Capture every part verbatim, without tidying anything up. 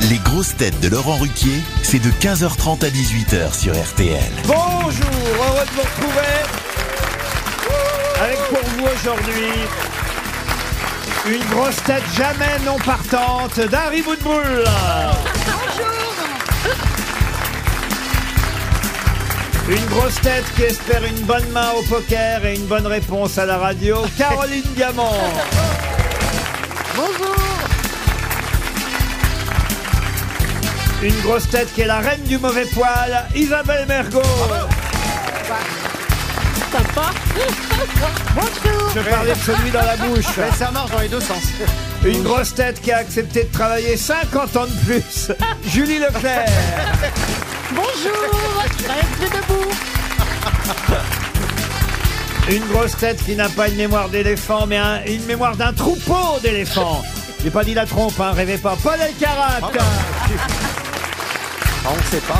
Les grosses têtes de Laurent Ruquier, c'est de quinze heures trente à dix-huit heures sur R T L. Bonjour, heureux de vous retrouver avec pour vous aujourd'hui une grosse tête jamais non partante d'Harry Boudboul. Une grosse tête qui espère une bonne main au poker et une bonne réponse à la radio, Caroline Diamant. Bonjour. Une grosse tête qui est la reine du mauvais poil, Isabelle Mergo. Sympa. Bonjour. Je parlais de celui dans la bouche. Mais ça marche dans les deux sens. Une grosse tête qui a accepté de travailler cinquante ans de plus, Julie Leclerc. Bonjour. Restez debout. Une grosse tête qui n'a pas une mémoire d'éléphant, mais un- une mémoire d'un troupeau d'éléphants. J'ai pas dit la trompe, hein, rêvez pas. Paul Elkarat. Ah, on ne sait pas.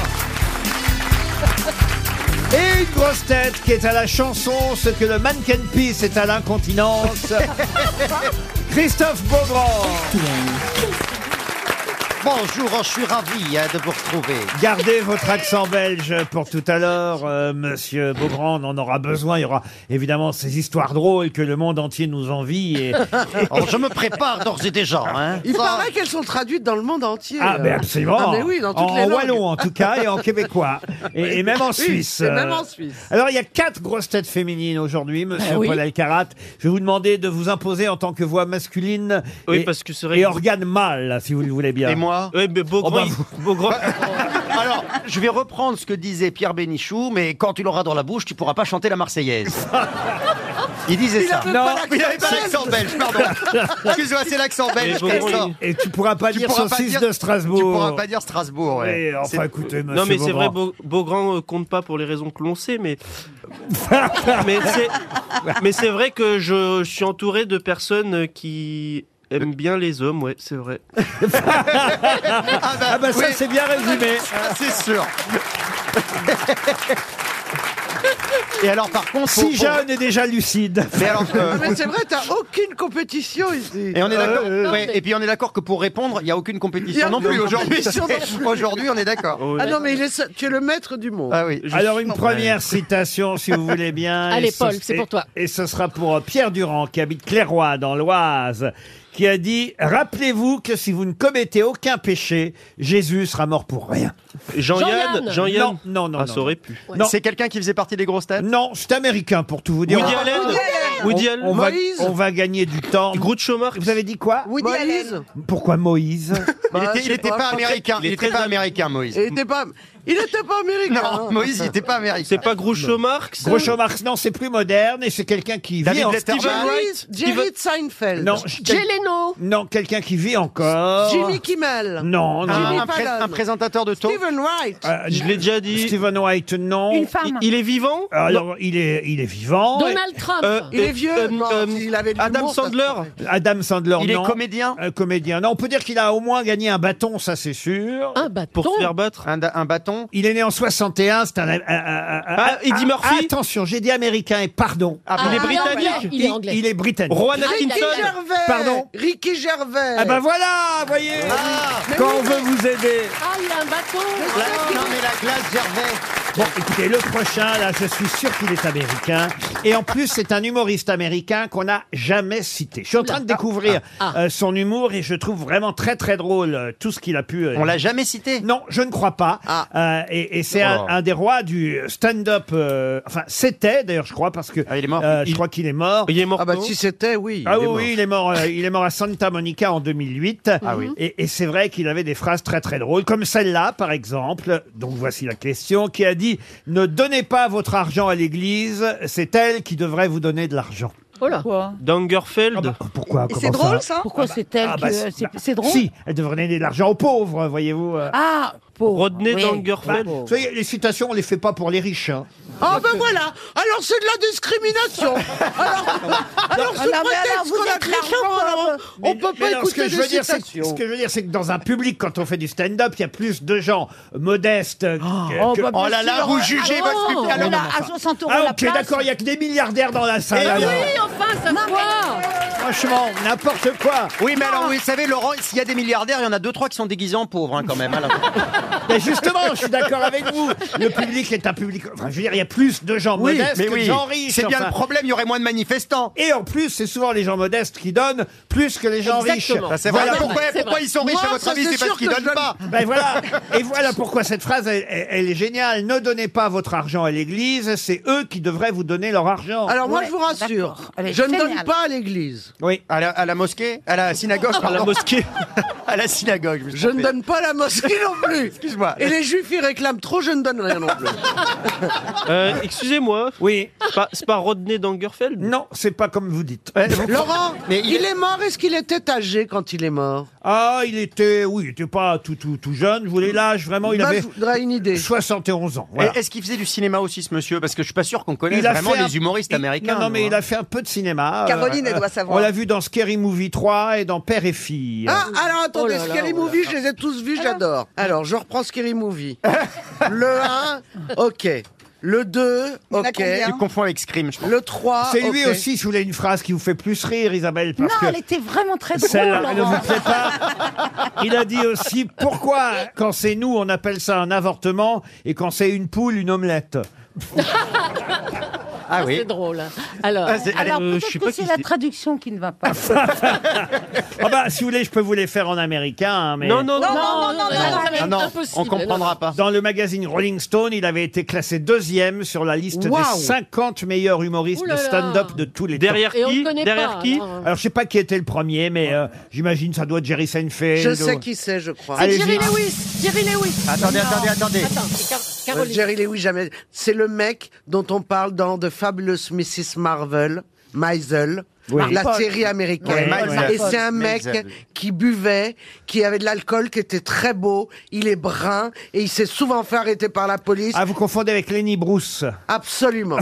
Et une grosse tête qui est à la chanson ce que le mannequin peace est à l'incontinence, Christophe Beaugrand. Bonjour, je suis ravi hein, de vous retrouver. Gardez votre accent belge pour tout à l'heure, euh, monsieur Beaugrand, on en aura besoin. Il y aura évidemment ces histoires drôles que le monde entier nous envie. Et... Alors, je me prépare d'ores et déjà. Hein. Il Ça- paraît qu'elles sont traduites dans le monde entier. Ah, mais absolument. Ah, mais oui, dans toutes en les langues. wallon, en tout cas, et en québécois. Et, et même en Oui, Suisse. et même Euh, en Suisse. Alors, il y a quatre grosses têtes féminines aujourd'hui, monsieur Ah oui. Paul Elkarat. Je vais vous demander de vous imposer en tant que voix masculine Oui, et, parce que c'est vrai et que- organe mâle, si vous le voulez bien. Et moi Oui, mais Beaugrand, Oh, bah, il- Beaugrand- Alors, je vais reprendre ce que disait Pierre Bénichou, mais quand tu l'auras dans la bouche, tu pourras pas chanter la Marseillaise. Il disait Il ça. avait Non, pas l'accent Il n'avait pas l'accent belge, pardon. Excuse-moi, c'est l'accent belge Mais qui est Beaugrand, ça. il- Et tu pourras pas Tu dire pourras pas saucisse dire- de Strasbourg. Tu pourras pas dire Strasbourg, ouais. Et enfin, C'est- écoutez, monsieur Non, mais c'est vrai, Beaugrand. Beau- Beaugrand euh, compte pas pour les raisons que l'on sait, mais mais c'est mais c'est vrai que je, je suis entouré de personnes qui aiment bien les hommes, ouais, c'est vrai. Ah bah ça, oui. c'est bien résumé. Ah, c'est sûr. Et alors, par contre, faut- Si faut- jeune et déjà lucide. Mais alors, euh, Ah, mais c'est vrai, t'as aucune compétition ici. et on est d'accord. non, ouais, mais- Et puis on est d'accord que pour répondre, il y a aucune Il y compétition a non aucune plus aujourd'hui. compétition non plus. Aujourd'hui, on est d'accord. Oh, Ah non, mais il est, seul- tu es le maître du monde. Ah oui. Je Alors suis- une première citation, si vous voulez bien. Allez, Et ce- Paul, c'est et- pour toi. Et ce sera pour euh, Pierre Durand, qui habite Clairoy, dans l'Oise, qui a dit « Rappelez-vous que si vous ne commettez aucun péché, Jésus sera mort pour rien. Jean-Yann, Jean-Yann. Jean-Yann. Non, non, non, Ah, non, ça aurait non. pu. Non. C'est quelqu'un qui faisait partie des grosses » têtes. Non, c'est américain, pour tout vous dire. Woody On- Allen. on, Woody Allen. on va, Moïse. on va gagner du temps. Groucho Marx. Vous avez dit quoi? Moïse. Pourquoi Moïse? Il Bah, était, je il sais était pas, pas je américain. il est Il était très pas am- américain, Moïse. Il était pas, il était pas américain. Non, Moïse, il était pas américain. C'est pas Groucho Marx. Groucho Marx, non, c'est plus moderne et c'est quelqu'un qui vit David en... Letterman. Steven Jerry, Jerry Seinfeld. Non, Jay Leno. non, quelqu'un qui vit encore. Jimmy Kimmel. Non, non. Jimmy Un, un pré- Fallon. un présentateur de talk. Steven Wright. Euh, Je l'ai déjà dit. Stephen White, non. Une Il, femme. il est vivant. Alors, il est, il est vivant. Donald Trump. Euh, Il est vieux. euh, non, euh, il avait de Adam l'humour, ça se Sandler. pourrait. Adam Sandler, Il est non. comédien. Un comédien. Non, on peut dire qu'il a au moins gagné un bâton, ça c'est sûr. Un bâton. Pour se faire battre. Un, un bâton. Il est né en soixante et un, c'est un... un- un- un- Ah, Eddie ah, Murphy. Attention, j'ai dit américain et pardon. Ah, il est Ah, britannique. anglais. Il est anglais. Il est britannique. Rowan Ricky Atkinson. Gervais. Pardon. Ricky Gervais. Ah bah voilà, voyez. Quand on veut vous aider. Ah, il a un bâton. La- non, mais la glace Gervais. Bon, écoutez, le prochain, là, je suis sûr qu'il est américain. Et en plus, c'est un humoriste américain qu'on n'a jamais cité. Je suis en train de découvrir Ah. euh, son humour et je trouve vraiment très très drôle euh, tout ce qu'il a pu... euh, On l'a jamais cité. Non, je ne crois pas. Ah. Euh, et et c'est un, Oh. un des rois du stand-up. euh, enfin, c'était d'ailleurs, je crois, parce que Ah, il est mort. euh, je Il- crois qu'il est mort. Il est mort. Ah bah quand si c'était, oui. Ah il oui, est mort. oui, il est mort. euh, il est mort à Santa Monica en deux mille huit. Ah oui. Et, et c'est vrai qu'il avait des phrases très très drôles, comme celle-là, par exemple. Donc voici la question qui a dit ne donnez pas votre argent à l'Église, c'est elle qui devrait vous donner de l'argent. Oh là. Dangerfeld. Ah bah, pourquoi Et c'est comment drôle, ça ça Pourquoi c'est elle Ah que bah, c'est, c'est- c'est drôle? Si, elle devrait donner de l'argent aux pauvres, voyez-vous. euh. Ah, pauvre. Rodney Oui. Dangerfield. Bah, vous savez, les citations, on les fait pas pour les riches. Hein. Ah ben voilà. Alors c'est de la discrimination. Alors, alors sous Ah non, mais alors, prétexte vous qu'on a êtes de l'argent, l'argent, alors, on Mais- peut mais pas non, ce que écouter je veux des dire, c'est que- citations. Ce que je veux dire, c'est que dans un public, quand on fait du stand-up, il y a plus de gens modestes que... Oh, que- bah, Oh là là, sûr. vous jugez Ah, votre non, public. mais Alors, là, à soixante euros Ah la ok, place. d'accord, il y a que des milliardaires dans la salle. Ah alors. oui, enfin, ça se voit. Moi, franchement, n'importe quoi. Oui, mais alors, vous savez, Laurent, s'il y a des milliardaires, il y en a deux, trois qui sont déguisés en pauvres, hein, quand même. Alors. Mais justement, je suis d'accord avec vous. Le public est un public... Enfin, je veux dire, il y a plus de gens Oui, modestes mais que de oui. gens riches. C'est bien enfin. le problème, il y aurait moins de manifestants. Et en plus, c'est souvent les gens modestes qui donnent plus que les gens Exactement. riches. Ça, c'est vrai. Voilà, pourquoi vrai, c'est pourquoi vrai. ils sont riches, Moi, à votre ça, avis? c'est C'est parce sûr qu'ils que donnent je pas. Ben voilà. Et voilà pourquoi cette phrase, elle, elle- elle est géniale. Ne donnez pas votre argent à l'église, c'est eux qui devraient vous donner leur argent. Alors moi, Ouais, je vous rassure, d'accord. Elle est je ne donne géniale. pas à l'église. Oui. À la, à la mosquée À la synagogue, À la pardon. mosquée. À la synagogue. me suis Je ne trompé. donne pas à la mosquée non plus. Excuse-moi. Et les juifs, ils réclament trop, je ne donne rien non plus. Euh, Excusez-moi. Oui. C'est pas, c'est pas Rodney Dangerfield? Non, c'est pas comme vous dites. Laurent, Mais il, il est mort, est-ce qu'il était âgé quand il est mort? Ah, il était... Oui, il était pas tout, tout, tout jeune. Je voulais l'âge, vraiment, il Moi, avait je voudrais une idée. soixante et onze ans. Voilà. Et Est-ce qu'il faisait du cinéma aussi, ce monsieur? Parce que je suis pas sûr qu'on connaisse Il a vraiment fait un- les humoristes il- américains. Non, non, mais nous, il hein. a fait un peu de cinéma. Caroline, Euh, elle doit euh, savoir. On l'a vu dans Scary Movie trois et dans Père et Fille. Ah, alors attendez, Oh là là, Scary oh là Movie, je les ai tous vus, j'adore. Alors, je reprends Scary Movie. Le un, ok. Le deux, Il y en a ok. combien Tu confonds avec Scream, je pense. Le trois, C'est lui ok. aussi, si vous voulez une phrase qui vous fait plus rire, Isabelle, parce Non, que elle était vraiment très drôle. celle-là ne Laurent. vous plaît pas. Il a dit aussi pourquoi, quand c'est nous, on appelle ça un avortement, et quand c'est une poule, une omelette. Ah oui. C'est drôle. Alors, Ah, c'est- allez, Alors Euh, je peut-être sais que pas c'est qui la c'est. traduction qui ne va pas. Ah bah, si vous voulez, je peux vous les faire en américain, hein, mais... Non, non, non. Non, non, non, non, ça non, va être Ah non, impossible. on comprendra pas. Dans le magazine Rolling Stone, il avait été classé deuxième sur la liste Waouh. des cinquante meilleurs humoristes Ouh là de là. stand-up de tous les temps. Derrière Et on qui ne connaît Derrière pas. qui alors. Alors, je sais pas qui était le premier, mais euh, j'imagine ça doit être Jerry Seinfeld. Je ou- sais qui c'est, je crois. Allez, Jerry Allez-y. Lewis. Jerry Lewis. Attendez, attendez, attendez. Attends, c'est Car- Euh, Caroline. Jerry Lewis, jamais. C'est le mec dont on parle dans The Fabulous missus Marvel, Maisel. Oui. La Paul. série américaine. Ouais, Maisel. Et c'est un mec Maisel. qui buvait, qui avait de l'alcool, qui était très beau, il est brun, et il s'est souvent fait arrêter par la police. Ah, vous confondez avec Lenny Bruce. Absolument.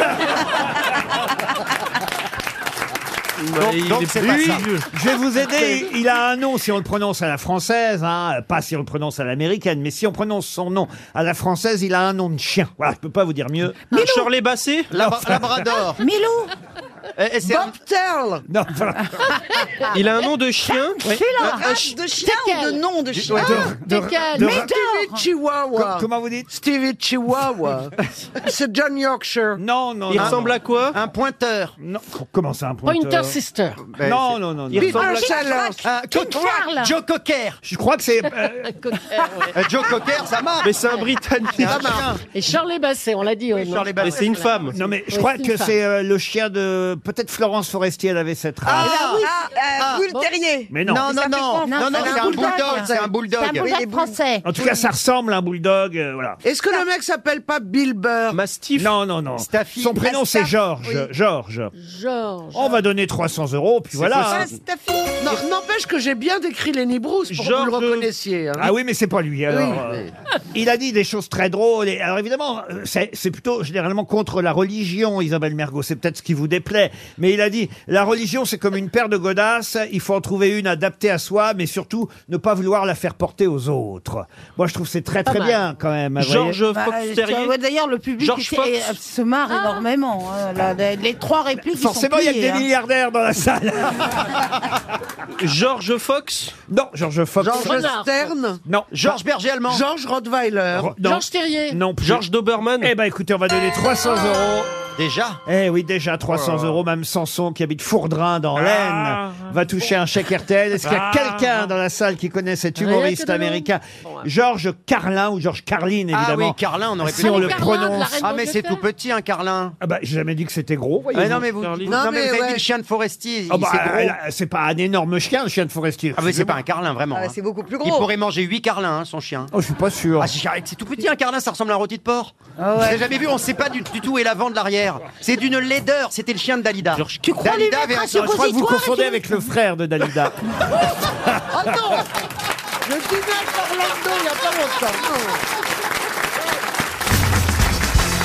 Bah, il donc est c'est plus pas ça. vieux. Je vais vous aider. Il a un nom si on le prononce à la française, hein, pas si on le prononce à l'américaine, mais si on prononce son nom à la française, il a un nom de chien. Voilà, je peux pas vous dire mieux. Shirley Bassey? Lab- Labrador. Milou, Et- et c'est un- Bobtail. Non, enfin, Il a un nom de chien? race de chien ou de nom de chien de- de- Quel de- Stevie Chihuahua. Co- comment vous dites Stevie Chihuahua. C'est John Yorkshire. Non, non, Il non. ressemble à quoi? un pointeur. Non, comment ça, un pointeur Pointer Sister. Ben, Non, c'est- non, non, non. Il ressemble à... Sellers. Un King co- Charles. Joe Cocker. Je crois que c'est... euh, Euh, Joe Cocker, ça marche. Mais c'est un Britannique. Ça marche. Et Shirley Bassey, on l'a dit. ouais, non Charlie Mais Bassey. c'est une femme. non, mais je Oui, crois c'est une que femme. c'est euh, le chien de... Peut-être Florence Forestier, elle avait cette race. Ah, Bulle bon. Terrier. Mais non. Non, non, ça fait non, quoi non, non, Non, c'est c'est un un bulldog, bulldog. c'est un C'est un bulldog. bulldog français. En tout cas, ça ressemble à un bulldog, euh, voilà. Est-ce que le mec s'appelle pas Bill Burr? Mastiff? Non, non, non. Staffy. Son prénom, Ah, c'est Staff, Georges. oui. Georges. Georges. On va donner trois cents euros, puis voilà. Ah, Staffy. Non, n'empêche que j'ai bien décrit Lenny Bruce pour que vous le Georges- reconnaissiez. hein. Ah oui, mais c'est pas lui. Alors, Oui, euh, il a dit des choses très drôles. Et alors évidemment, euh, c'est c'est plutôt généralement contre la religion, Isabelle Mergo. C'est peut-être ce qui vous déplaît. Mais il a dit la religion, c'est comme une paire de godasses. Il faut en trouver une adaptée à soi, mais surtout ne pas vouloir la faire porter aux autres. Moi, je trouve que c'est très très mal. bien quand même. vous voyez. Georges Bah, Fox-Terrier? ouais, D'ailleurs, le public George était- Fox. euh, se marre énormément. hein. Là, les, les trois répliques, Forcément, il y a que des hein. milliardaires dans la salle. George Fox? Non, Georges Fox. Georges Renard. Stern. Non. Georges Berger allemand. Georges Rottweiler. Ro- non. Georges Terrier. Non plus. Georges Doberman? Eh ben écoutez, on va donner trois cents euros. Déjà. Eh oui, déjà trois cents euros. Même Samson, qui habite Fourdrin dans l'Aisne, va toucher un chèque R T L. Est-ce qu'il y a quelqu'un dans la salle qui connaît cet Rien humoriste que de nom. américain? Bon, ouais. Georges Carlin ou Georges Carlin, Ah évidemment. oui, Carlin, on aurait pu Si on le le Carlin de la prononce. Reine Ah, mais c'est d'Angleterre. tout petit, un Carlin. Ah bah, j'ai jamais dit que c'était gros, voyez. Ah, non, mais vous, Carlin. non, Non, mais mais vous avez ouais. dit le chien de forestier. Ah bah, c'est gros. là, c'est pas un énorme chien, le chien de forestier. Ah, mais c'est pas un Carlin, vraiment. Ah, hein. c'est beaucoup plus Il gros. pourrait manger huit Carlins, hein, son chien. Oh, je suis pas sûr. Ah, c'est c'est tout petit, un Carlin, ça ressemble à un rôti de porc. Ah Vous ouais. avez jamais vu, on sait pas du, du tout où est l'avant de l'arrière. C'est d'une laideur, c'était le chien de Dalida. Tu crois lui Dalida mettre avait un un Je crois que vous suppositoire confondez et avec le frère de Dalida. Oh non. Je dînais avec Orlando il y a pas longtemps. Non.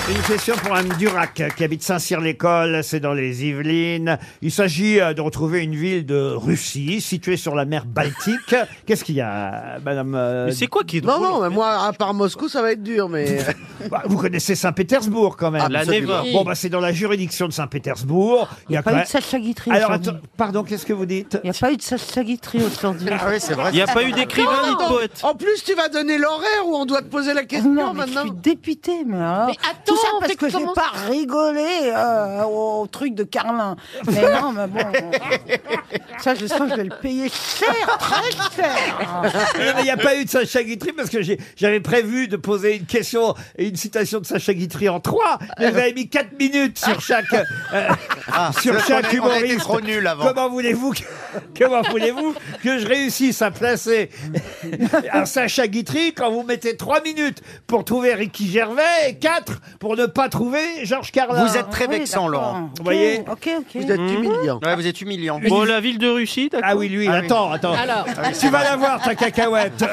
Une question pour Anne Durac qui habite Saint-Cyr-l'École, c'est dans les Yvelines. Il s'agit euh, de retrouver une ville de Russie située sur la mer Baltique. Qu'est-ce qu'il y a, madame euh, Mais c'est quoi qui est Non, drôle non, en mais fait moi, à part Moscou, ça va être dur, mais... bah, vous connaissez Saint-Pétersbourg quand même. Ah, La absolument. Neva. Bon, bah c'est dans la juridiction de Saint-Pétersbourg. Il y a Pas quand eu même- de Sacha Guitry Alors, aujourd'hui. attends, pardon, qu'est-ce que vous dites? Il n'y a pas eu de Sacha Guitry aujourd'hui. Ah oui, c'est vrai. Il n'y a pas eu d'écrivain ni de poète. En plus, tu vas donner l'horaire où on doit te poser la question Non, mais je maintenant. suis dépité, mais alors... Mais tout ça attends, parce mais que j'ai comment- pas rigolé euh, au, au truc de Carlin. Mais non, mais bon... ça, je sens que je vais le payer cher, très cher. Non, mais Il n'y a pas eu de Sacha Guitry parce que j'ai- j'avais prévu de poser une question et une citation de Sacha Guitry en trois. Mais vous avez mis quatre minutes sur chaque, euh, sur c'est chaque parce qu'on a- on a été humoriste. trop nuls avant. Comment voulez-vous que, comment voulez-vous que je réussisse à placer un Sacha Guitry quand vous mettez trois minutes pour trouver Ricky Gervais et quatre pour ne pas trouver Georges Carlin. Vous êtes très Oui, vexant, d'accord. Laurent. Vous voyez Ok, ok. Vous êtes humiliant. Ouais, vous êtes humiliant. Bon, la ville de Russie, d'accord. Ah oui, lui, Ah oui. attends, attends. Alors, Tu vas la voir, ta cacahuète.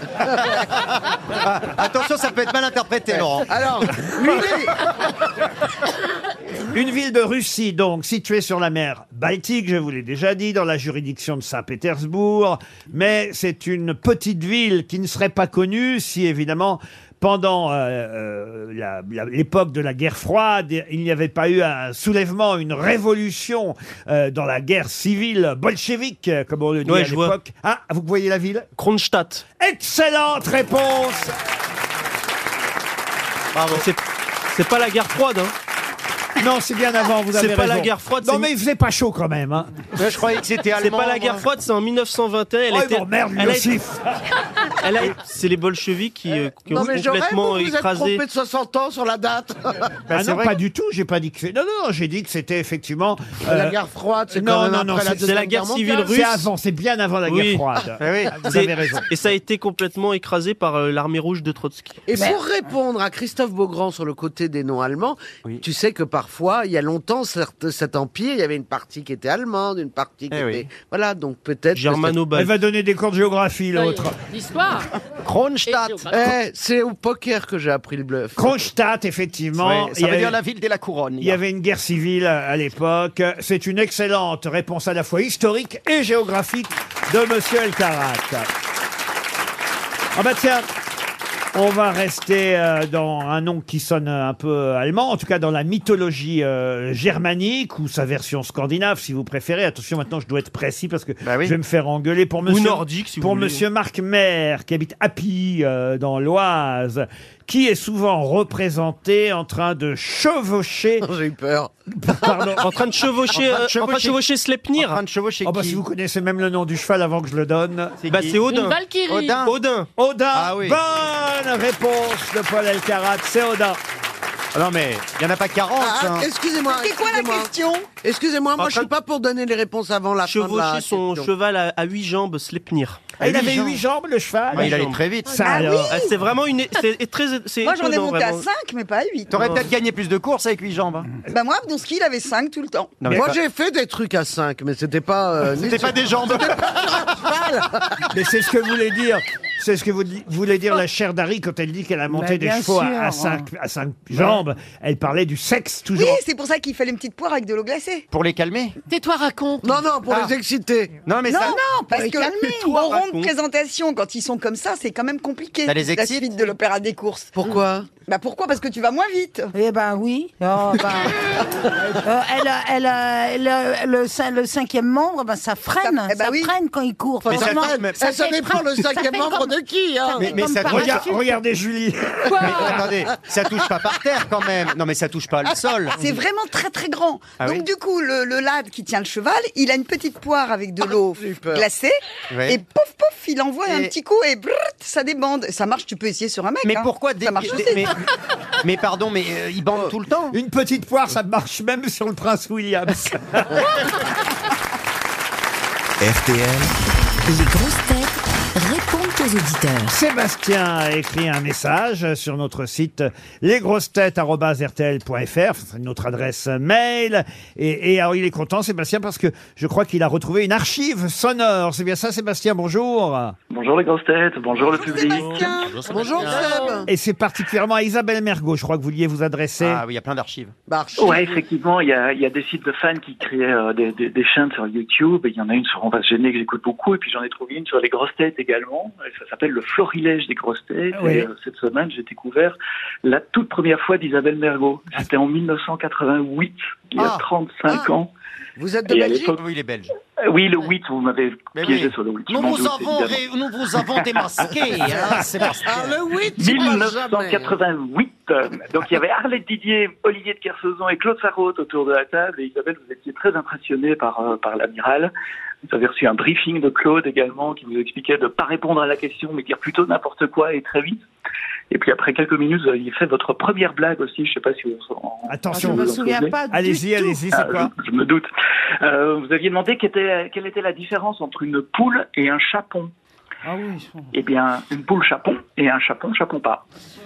Ah, attention, ça peut être mal interprété, Laurent. Alors, lui, Une ville de Russie, donc, située sur la mer Baltique, je vous l'ai déjà dit, dans la juridiction de Saint-Pétersbourg. Mais c'est une petite ville qui ne serait pas connue si, évidemment, pendant euh, euh, la- la- l'époque de la guerre froide, il n'y avait pas eu un soulèvement, une révolution euh, dans la guerre civile bolchevique, euh, comme on le dit Ouais, à je vois. l'époque. Ah, vous voyez la ville? Kronstadt. Excellente réponse. Bravo. C'est c'est pas la guerre froide, hein. Non, c'est bien avant, vous avez C'est pas raison. la guerre froide, Non, c'est- mais il faisait pas chaud quand même. Hein. Ouais, je croyais que c'était allemand. C'est pas la guerre moi. froide, c'est en mille neuf cent vingt et un. Elle Oh, a il été- m'emmerde, lui elle a aussi. été- elle a- C'est les bolcheviks qui, euh, qui non ont mais j'aurais complètement vous vous êtes écrasé. trompé de soixante ans sur la date. Ah c'est non, vrai pas que- du tout. J'ai pas dit que c'est. Non, non, non, j'ai dit que c'était effectivement. La euh, guerre froide, c'est non, quand même non, après non, la c'est- Deuxième c'est la guerre civile mondiale. russe. C'est avant, c'est bien avant la Oui. guerre froide. Ah oui. Vous C'est- avez raison. Et ça a été complètement écrasé par euh, l'armée rouge de Trotsky. Et pour répondre à Christophe Beaugrand sur le côté des noms allemands, Oui. tu sais que parfois, il y a longtemps, certes, cet empire, il y avait une partie qui était allemande, une partie qui Eh était... oui. Voilà, donc peut-être... que Germano-baltes. Elle va donner des cours de géographie, l'autre. l'histoire. Kronstadt. c'est- Eh, c'est au poker que j'ai appris le bluff. Kronstadt, effectivement. Ouais, il, ça y veut avait, dire la ville de la couronne. il y avait une guerre civile à à l'époque. C'est une excellente réponse à la fois historique et géographique de Monsieur Elkarat. Ah bah tiens. On va rester euh, dans un nom qui sonne un peu allemand, en tout cas dans la mythologie euh, germanique ou sa version scandinave, si vous préférez. Attention, maintenant je dois être précis parce que Bah oui. je vais me faire engueuler pour Monsieur nordique, si vous pour voulez. Monsieur Marc Maire qui habite Appy euh, dans l'Oise, qui est souvent représenté en train de chevaucher. J'ai eu peur. Pardon. En train de chevaucher, En train de euh, en train de chevaucher. chevaucher En Sleipnir. train de chevaucher Oh bah qui si vous connaissez même le nom du cheval avant que je le donne. Bah qui c'est Une Odin. Valkyrie. Odin. Odin. Odin. Ah oui. Bonne réponse de Paul Elkarat. C'est Odin. Ah non mais il y en a pas quarante. Ah, hein. excusez-moi. C'est quoi la excusez-moi. question Excusez-moi, moi En je suis train pas pour donner les réponses avant la fin de la Chevaucher son question. cheval à, à huit jambes, Sleipnir. Ah, il huit avait jambes. huit jambes, le cheval. Ouais, il allait jambes. très vite. Ça Ah alors. Ah, c'est vraiment une. C'est très. c'est Moi, j'en ai étonnant, monté à vraiment. cinq, mais pas à huit. T'aurais peut-être gagné plus de courses avec huit jambes. hein. Bah, moi, Abdouski, il avait cinq tout le temps. Non, mais Moi pas- j'ai fait des trucs à cinq, mais c'était pas... euh, ni C'était sur- pas des jambes. Mais c'est ce que voulait dire. C'est ce que vous di- voulait dire la chère Dari quand elle dit qu'elle a monté Mais des bien chevaux à- sûr, à, hein. cinq, à cinq jambes. Elle parlait du sexe toujours. Oui, c'est pour ça qu'il fallait une petite poire avec de l'eau glacée. Pour les calmer. Tais-toi, raconte. Non, non, pour Ah. les exciter. Non mais Non, ça. non, parce que Toi, au rond raconte. de présentation, quand ils sont comme ça, c'est quand même compliqué. Ça les La excite suite de l'opéra des courses. Pourquoi Bah pourquoi? Parce que tu vas moins vite. Eh ben oui. Oh, ben, euh, elle a, elle a, elle a- le, cin- le cinquième membre, ben ça freine, Ça- eh ben ça oui. freine quand il court. Mais ça Franchement, freine, mais- Eh, Ça fait dépend le freine. Ça cinquième fait membre comme- de qui, hein. ça fait Mais comme ça- par Regarde- dessus. regardez Julie. Quoi? Mais attendez, ça touche pas par terre quand même. Non mais ça touche pas le sol. C'est vraiment très très grand. Ah Donc oui du coup, le, le lad qui tient le cheval, il a une petite poire avec de l'eau j'ai eu peur. glacée. Ouais. Et pouf pouf, il envoie un Et- petit coup et brrrt, ça débande. Ça marche, tu peux essayer sur un mec. Mais hein. pourquoi dé- Ça marche dé- aussi. mais, mais pardon, mais euh, ils bandent tout le temps. Une petite poire, ça marche même sur le prince Williams. R T L, Les grosses têtes répondent aux auditeurs. Sébastien a écrit un message sur notre site lesgrossetêtes arobase r t l point f r, c'est notre adresse mail. Et, et alors il est content, Sébastien, parce que je crois qu'il a retrouvé une archive sonore. C'est bien ça, Sébastien? Bonjour. Bonjour les grosses têtes, bonjour, Bonjour le public. Sébastien. Bonjour Seb. Et c'est particulièrement à Isabelle Mergo, je crois que vous vouliez vous adresser. Ah oui, il y a plein d'archives. Bah, archive. Ouais, effectivement, il y a, il y a des sites de fans qui créaient euh, des, des, des chaînes sur YouTube. Et il y en a une sur On va se gêner que j'écoute beaucoup. Et puis j'en ai trouvé une sur les grosses têtes également. Et ça s'appelle le florilège des grosses têtes. Oui. Et euh, cette semaine, j'ai découvert la toute première fois d'Isabelle Mergo. C'était en mille neuf cent quatre-vingt-huit, il y a Ah. trente-cinq Ah. ans. Vous êtes de Et à Belgique? l'époque- Oui, il est belge. Euh, Oui, le huit, vous m'avez Mais piégé oui. sur le huit. je Nous m'en vous, doute, avons évidemment. ré- nous vous avons démasqué, hein, Sébastien. Ah, le huit, c'est pas mille neuf cent jamais. quatre-vingt-huit. euh, Donc il y avait Arlette Didier, Olivier de Kersauzon et Claude Sarraute autour de la table. Et Isabelle, vous étiez très impressionnée par, euh, par l'amiral. Vous avez reçu un briefing de Claude également qui vous expliquait de ne pas répondre à la question, mais dire plutôt n'importe quoi et très vite. Et puis après quelques minutes, vous aviez fait votre première blague aussi. Je ne sais pas si vous en... Je Attention. me vous en souviens souvenez. pas du Allez-y, tout. allez-y, c'est Ah, quoi? je, je me doute. Euh, vous aviez demandé quelle était, quelle était la différence entre une poule et un chapon. Ah oui. Eh bien, une poule chapon et un chapon chapon pas.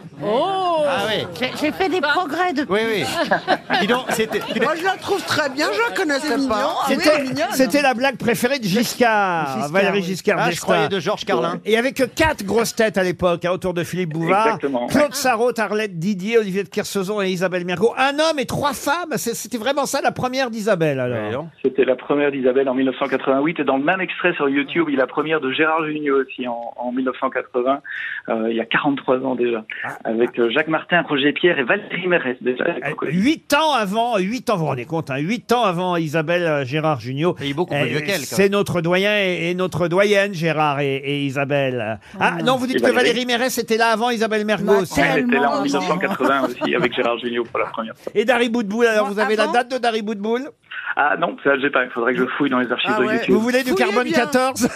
Oh Ah oui, J'ai j'ai fait des progrès depuis. oui, oui. Dis donc, c'était... Moi, je la trouve très bien, je la connaissais pas. C'était c'était la blague préférée de Giscard, Giscard, Valérie oui. Giscard Ah, je croyais d'Estaing. de Georges Carlin. Et il y avait que quatre grosses têtes à l'époque, hein, autour de Philippe Bouvard. Exactement. Claude Sarraute, Arlette Didier, Olivier de Kersauzon et Isabelle Mergo. Un homme et trois femmes. C'est- C'était vraiment ça la première d'Isabelle, alors. C'était la première d'Isabelle en mille neuf cent quatre-vingt-huit et dans le même extrait sur YouTube, il y a la première de Gérard Jugnot aussi en, en mille neuf cent quatre-vingts, euh, il y a quarante-trois ans déjà, avec euh, Jacques Martin, Roger Pierre et Valérie Mérès déjà. à l'époque aussi. Huit ans avant, huit ans, vous vous rendez compte, hein, huit ans avant Isabelle euh, Gérard Jugnot. Il est beaucoup plus vieux qu'elle, quand C'est notre doyen et, et notre doyenne, Gérard et, et Isabelle. Ah non, vous dites Et que Valérie. Valérie Mérès était là avant Isabelle Mergo Bah, aussi. Elle était là en Tellement, mille neuf cent quatre-vingts aussi avec Gérard Jugnot pour la première fois. Et Dari Boudboul, alors Moi, vous avez avant la date de Dari Boudboul? Ah non, ça j'ai pas, il faudrait que je fouille dans les archives Ah de ouais. YouTube. Vous voulez du Fouillez carbone bien. quatorze?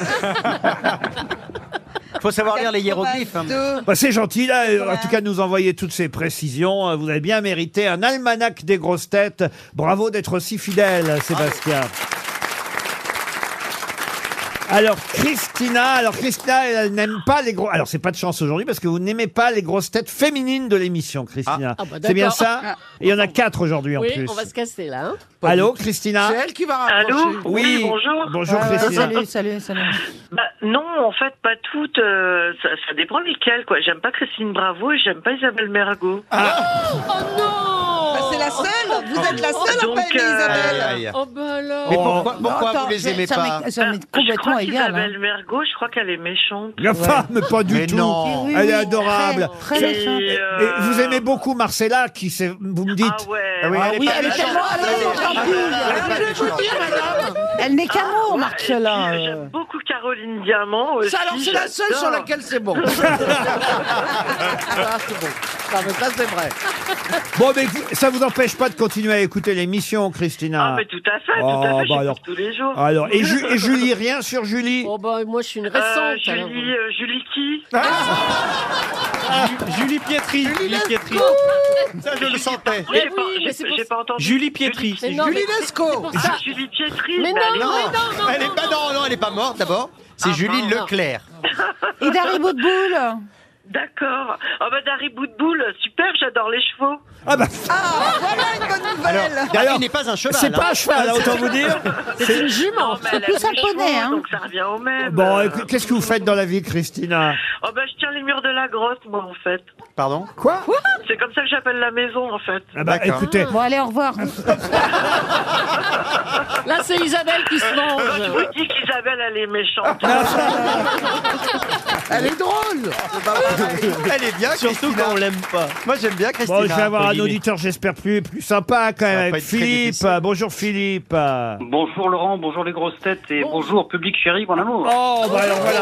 Faut savoir lire les hiéroglyphes. hein. quatre-vingt-deux. Bah, c'est gentil, là, euh, en tout cas, de nous envoyer toutes ces précisions. Euh, Vous avez bien mérité un almanach des grosses têtes. Bravo d'être aussi fidèle, Sébastien. Alors, Christina, alors Christina, elle, elle n'aime pas les gros. Alors, c'est pas de chance aujourd'hui parce que vous n'aimez pas les grosses têtes féminines de l'émission, Christina. Ah bah c'est bien d'accord. ça? Et il y en a quatre aujourd'hui en Oui, plus. on va se casser là. Hein. Allô, Christina? C'est elle qui va rapprocher. Allô Oui, bonjour. Bonjour, Ah ouais, Christina. salut, salut, salut. Bah, non, en fait, pas toutes. euh, ça, ça dépend lesquelles, quoi. J'aime pas Christine Bravo et j'aime pas Isabelle Mergo. Oh non Bah, c'est la seule. Vous êtes la seule Donc, à pas aimer euh, Isabelle. Aïe, aïe. Oh bah alors Mais pourquoi, pourquoi Attends, vous les ça- aimez ça pas m'est- Ça m'est je complètement crois égal. qu'Isabelle Hein. Mergo, je crois qu'elle est méchante. Enfin, mais pas du Mais tout. non. Oui, Elle oui, est adorable. Très, très Et, méchante. Et euh, vous aimez beaucoup Marcella, qui c'est, vous me dites. Ah ouais. Ah oui, Ah elle est oui, pas elle est méchante. tellement Elle est- amour, elle est pas Je vais vous méchante. dire, madame. Elle n'est qu'amour, Et Marcella. puis, euh. J'aime beaucoup Caroline Diamant aussi. Ça, alors, c'est la seule sur j'adore. laquelle c'est bon. Ah, c'est bon. Non, mais ça, c'est vrai. Bon, mais ça vous empêche pas de continuer à écouter l'émission, Christina. Ah, mais tout à fait, tout Oh, à fait. bah j'écoute alors. tous les jours. Alors, et, Ju- et Julie, rien sur Julie? Oh bah moi je suis une Euh, récente. alors. Julie, euh, Julie qui Ju- Julie Pietri. Julie Pietri. Ça, je le sentais. J'ai oui, pas, mais j'ai- c'est pour j'ai ça. pas entendu. Julie Pietri. Mais non, Julie mais c'est- Lescaut. c'est pour ça. Ah, Julie Pietri. Mais bah, non, elle est- mais non, non, Elle est non, pas, non, non, elle est pas morte d'abord. C'est Ah, Julie non. Leclerc. Et Dari Boudboul. D'accord. Oh bah Dari Boudboul, super, j'adore les chevaux. Ah bah, Ah, voilà une bonne Alors, nouvelle. Dari Alors, n'est pas un cheval. c'est hein. pas un cheval, hein, autant vous dire. C'est une jument. mais elle plus aime les un poney, chevaux, hein. donc ça revient au même. Bon, Euh, écoute, qu'est-ce que vous faites dans la vie, Christina? Oh bah je tiens les murs de la grotte, moi, en fait. Pardon. Quoi? C'est comme ça que j'appelle la maison, en fait. Ah bah, D'accord. écoutez, Bon, allez, au revoir. Là c'est Isabelle qui se Quand je mange. vous dis qu'Isabelle, elle est méchante. Elle est drôle. C'est pas vrai. Elle est bien, Surtout Christina. quand on l'aime pas. Moi, j'aime bien Christina. bon, je vais avoir un Pauline. auditeur, j'espère, plus, plus sympa quand Ça va même, pas avec être très Philippe. difficile. Bonjour Philippe. Bonjour Laurent, bonjour les grosses têtes et bonjour public chéri, mon amour. Oh, bah alors voilà.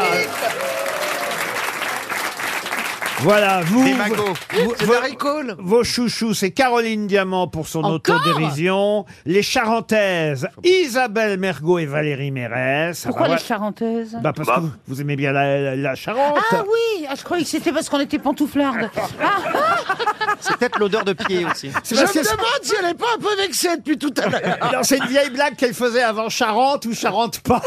Voilà, vous, Des magots. vous- C'est vos, Dari Cole. vos chouchous, c'est Caroline Diamant pour son Encore autodérision, les Charentaises, Isabelle Mergo et Valérie Mérès. Pourquoi Ah bah, les Charentaises? bah parce Bah. que vous, vous aimez bien la, la, la Charente. Ah oui, ah, je croyais que c'était parce qu'on était pantouflardes. Ah, C'est peut-être l'odeur de pied aussi. Je C'est me parce que- demande si elle n'est pas un peu vexée depuis tout à l'heure. Non, c'est une vieille blague qu'elle faisait avant Charente ou Charente pas.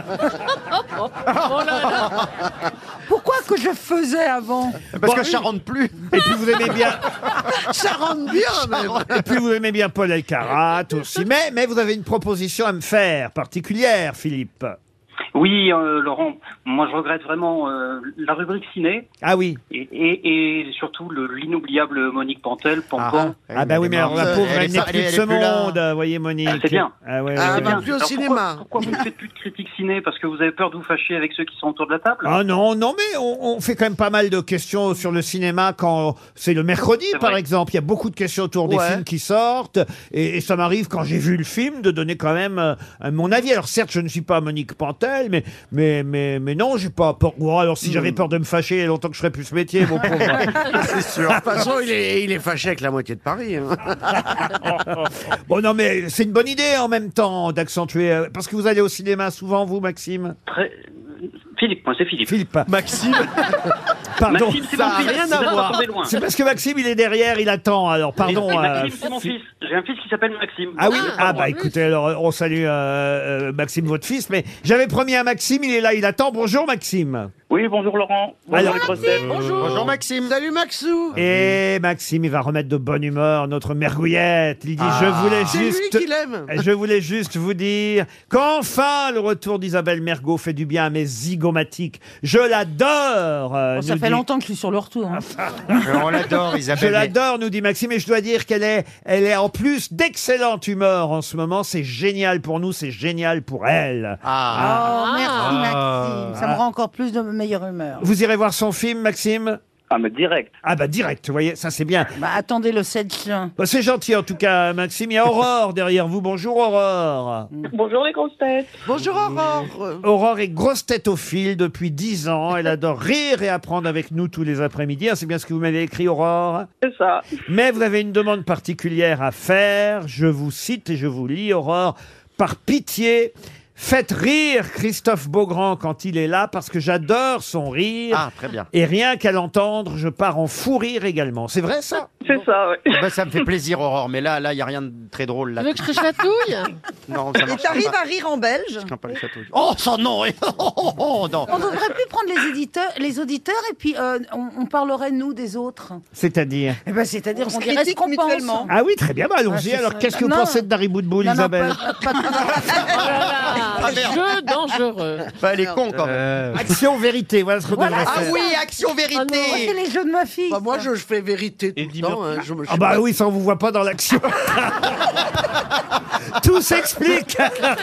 Oh là là. Pourquoi que je faisais avant? Parce Bon, que ça rentre plus. Et puis vous aimez bien, Ça rentre bien, même. et puis vous aimez bien Paul Elkarat aussi. Mais, mais vous avez une proposition à me faire particulière, Philippe. Oui, euh, Laurent, moi je regrette vraiment euh, la rubrique ciné Ah oui. et, et, et surtout le- l'inoubliable Monique Pantel, Pampan. Ah bah oui, mais alors la pauvre, elle, est n'est fa- plus de elle est ce plus là. monde, vous voyez Monique. Ah, c'est bien. Ah ouais, Ah, ouais, bah, ouais. plus au Alors, cinéma. Pourquoi, pourquoi vous ne faites plus de critique ciné? Parce que vous avez peur de vous fâcher avec ceux qui sont autour de la table? Ah non, non, mais on, on fait quand même pas mal de questions sur le cinéma quand c'est le mercredi, C'est par vrai. exemple. Il y a beaucoup de questions autour des Ouais. films qui sortent. Et, et ça m'arrive, quand j'ai vu le film, de donner quand même euh, mon avis. Alors certes, je ne suis pas Monique Pantel, mais, mais, mais, mais non, j'ai pas peur. Bon, alors si j'avais peur de me fâcher, il y a longtemps que je ferais plus ce métier, mon pauvre. C'est sûr. De toute façon, il est, il est fâché avec la moitié de Paris. hein. Bon, non, mais c'est une bonne idée en même temps d'accentuer. euh, Parce que vous allez au cinéma souvent, vous, Maxime? Très... Philippe, moi c'est Philippe. Philippe. Maxime, Pardon. Maxime, c'est ça mon a fils. rien Vous à êtes voir. pas tombé loin. C'est parce que Maxime, il est derrière, il attend. Alors, pardon. Et- et euh, Maxime, c'est mon fils. J'ai un fils qui s'appelle Maxime. Ah oui, Vous ah savez, bah écoutez, alors on salue euh, euh, Maxime, votre fils, mais j'avais promis à Maxime, il est là, il attend. Bonjour Maxime. Oui, bonjour Laurent. Bonjour Alors- les grosses têtes. Bonjour Maxime. Salut Maxou. Et Maxime, il va remettre de bonne humeur notre mergouillette. Il dit, Ah. je voulais C'est lui juste... qui l'aime. Je voulais juste vous dire qu'enfin le retour d'Isabelle Mergo fait du bien à mes zygomatiques. Je l'adore. euh, Bon, ça nous fait dit- longtemps que je suis sur le retour. hein. On l'adore, Je Isabelle. l'adore, nous dit Maxime, et je dois dire qu'elle est, elle est en plus d'excellente humeur en ce moment. C'est génial pour nous, c'est génial pour elle. Ah. Oh, merci Ah. Maxime. Ça me rend encore plus de meilleure humeur. Vous irez voir son film, Maxime? Ah, mais direct. Ah bah direct, vous voyez, ça c'est bien. Bah, attendez le sept juin. Bah, c'est gentil en tout cas, Maxime. Il y a Aurore derrière vous. Bonjour Aurore. Bonjour les grosses têtes. Bonjour Aurore. Aurore est grosse tête au fil depuis dix ans. Elle adore rire et apprendre avec nous tous les après-midi. Ah, c'est bien ce que vous m'avez écrit, Aurore. C'est ça. Mais vous avez une demande particulière à faire. Je vous cite et je vous lis, Aurore. Par pitié, faites rire Christophe Beaugrand quand il est là, parce que j'adore son rire. Ah, très bien. Et rien qu'à l'entendre, je pars en fou rire également. C'est vrai ça? C'est ça, ouais. Eh ben, ça me fait plaisir, Aurore, mais là, là, il y a rien de très drôle là. Tu veux que je te chatouille? Non, ça Et marche t'arrives pas. à rire en belge? Je crains pas les chatouilles. Oh, ça non. Oh, oh, oh, non. On devrait plus prendre les éditeurs, les auditeurs et puis euh, on, on parlerait nous des autres. C'est-à-dire? Eh ben, c'est-à-dire On se qu'on dirait ce critique qu'on pense. mutuellement. Ah oui, très bien. Bah, allons-y. Ah, c'est Alors, ça. qu'est-ce que vous Non, pensez non. de Dari Boudboul, Non, non, Isabelle? pas- pas- Oh là là, jeu dangereux. Bah, elle est con quand même. Euh, Action vérité, voilà ce qu'on Voilà. devrait Ah faire. oui, action Moi, c'est vérité. les jeux de ma fille. Bah, moi, ça. je, je fais vérité tout Eddie le temps. Murphy. hein, je me- Ah bah oui, ça on vous voit pas dans l'action. Tout s'explique.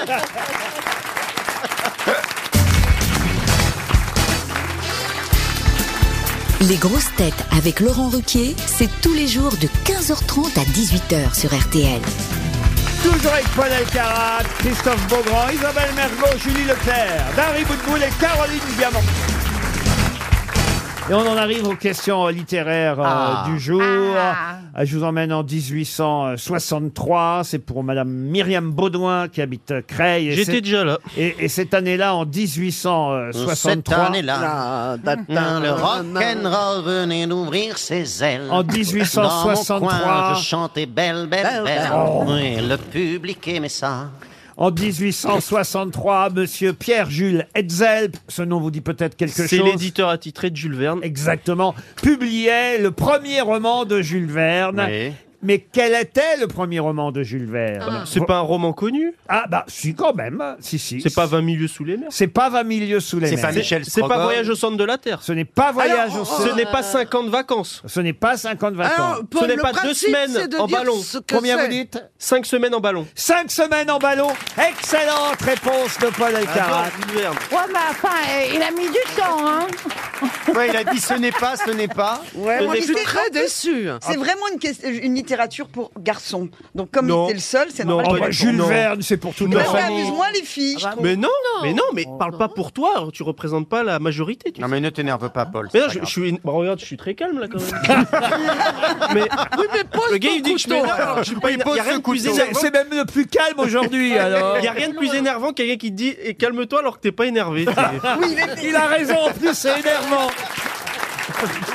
Les grosses têtes avec Laurent Ruquier, c'est tous les jours de quinze heures trente à dix-huit heures sur R T L. Toujours avec Paul Elkarat, Christophe Beaugrand, Isabelle Mergo, Julie Leclerc, Dari Boudboul et Caroline Diamant. Et on en arrive aux questions littéraires euh, Ah. du jour. Ah. Euh, Je vous emmène en dix-huit cent soixante-trois. C'est pour Madame Myriam Baudouin qui habite Creil. Et J'étais c'est- déjà là. Et, et cette année-là, en dix-huit cent soixante-trois. Cette année-là, La- da- da- le rock'n'roll venait d'ouvrir ses ailes. En dix-huit cent soixante-trois. Dans mon coin, je chantais belle, belle, Belle, belle. belle. Oh. Oui, le public aimait ça. En dix-huit cent soixante-trois, Monsieur Pierre-Jules Hetzel, ce nom vous dit peut-être quelque C'est chose. l'éditeur attitré de Jules Verne. Exactement, publiait le premier roman de Jules Verne. Oui. Mais quel était le premier roman de Jules Verne? C'est pas un roman connu. Ah bah si quand même, si si. C'est pas vingt milieux sous les mers. C'est pas vingt milieux sous les C'est mers. pas Michel C'est pas Strogoff. Voyage au centre de la Terre. Ce n'est pas Voyage Alors, au Ce centre. n'est pas cinquante vacances. Ce n'est pas cinquante vacances. Alors, Paul, n'est le pas deux principe, semaines c'est de en dire ballon. ce que Combien c'est. vous dites? Cinq semaines en ballon. Cinq semaines en ballon. Excellente réponse de Paul Elkarat. J'adore Jules Verne. Ouais, mais enfin, euh, il a mis du temps, hein. Ouais, il a dit ce n'est pas, ce n'est pas. Ouais, Ce moi, n'est je suis plus- très déçu. C'est vraiment une, question- une littérature pour garçons. Donc comme Non. il était le seul, c'est Non, normal. Oh, pas bah, du tout, Jules non. Verne, c'est pour toute Non. la Mais ça famille. amuse moins les filles, je trouve. Mais non, mais non, mais Non. parle pas pour toi. Tu représentes pas la majorité. Tu Non, sais. mais ne t'énerve pas, Paul. Mais c'est non, pas je, grave. je suis. Bah, regarde, je suis très calme là quand même. mais Oui, mais pose le gars ton il dit que je couteau, m'énerve. alors. Je suis pas Il éner- pose y a rien ce de plus couteau. C'est énervant. c'est même le plus calme aujourd'hui alors. Il y a rien de plus énervant que quelqu'un qui te dit et calme-toi alors que t'es pas énervé. t'es- Oui, mais- Il a raison, en plus c'est énervant.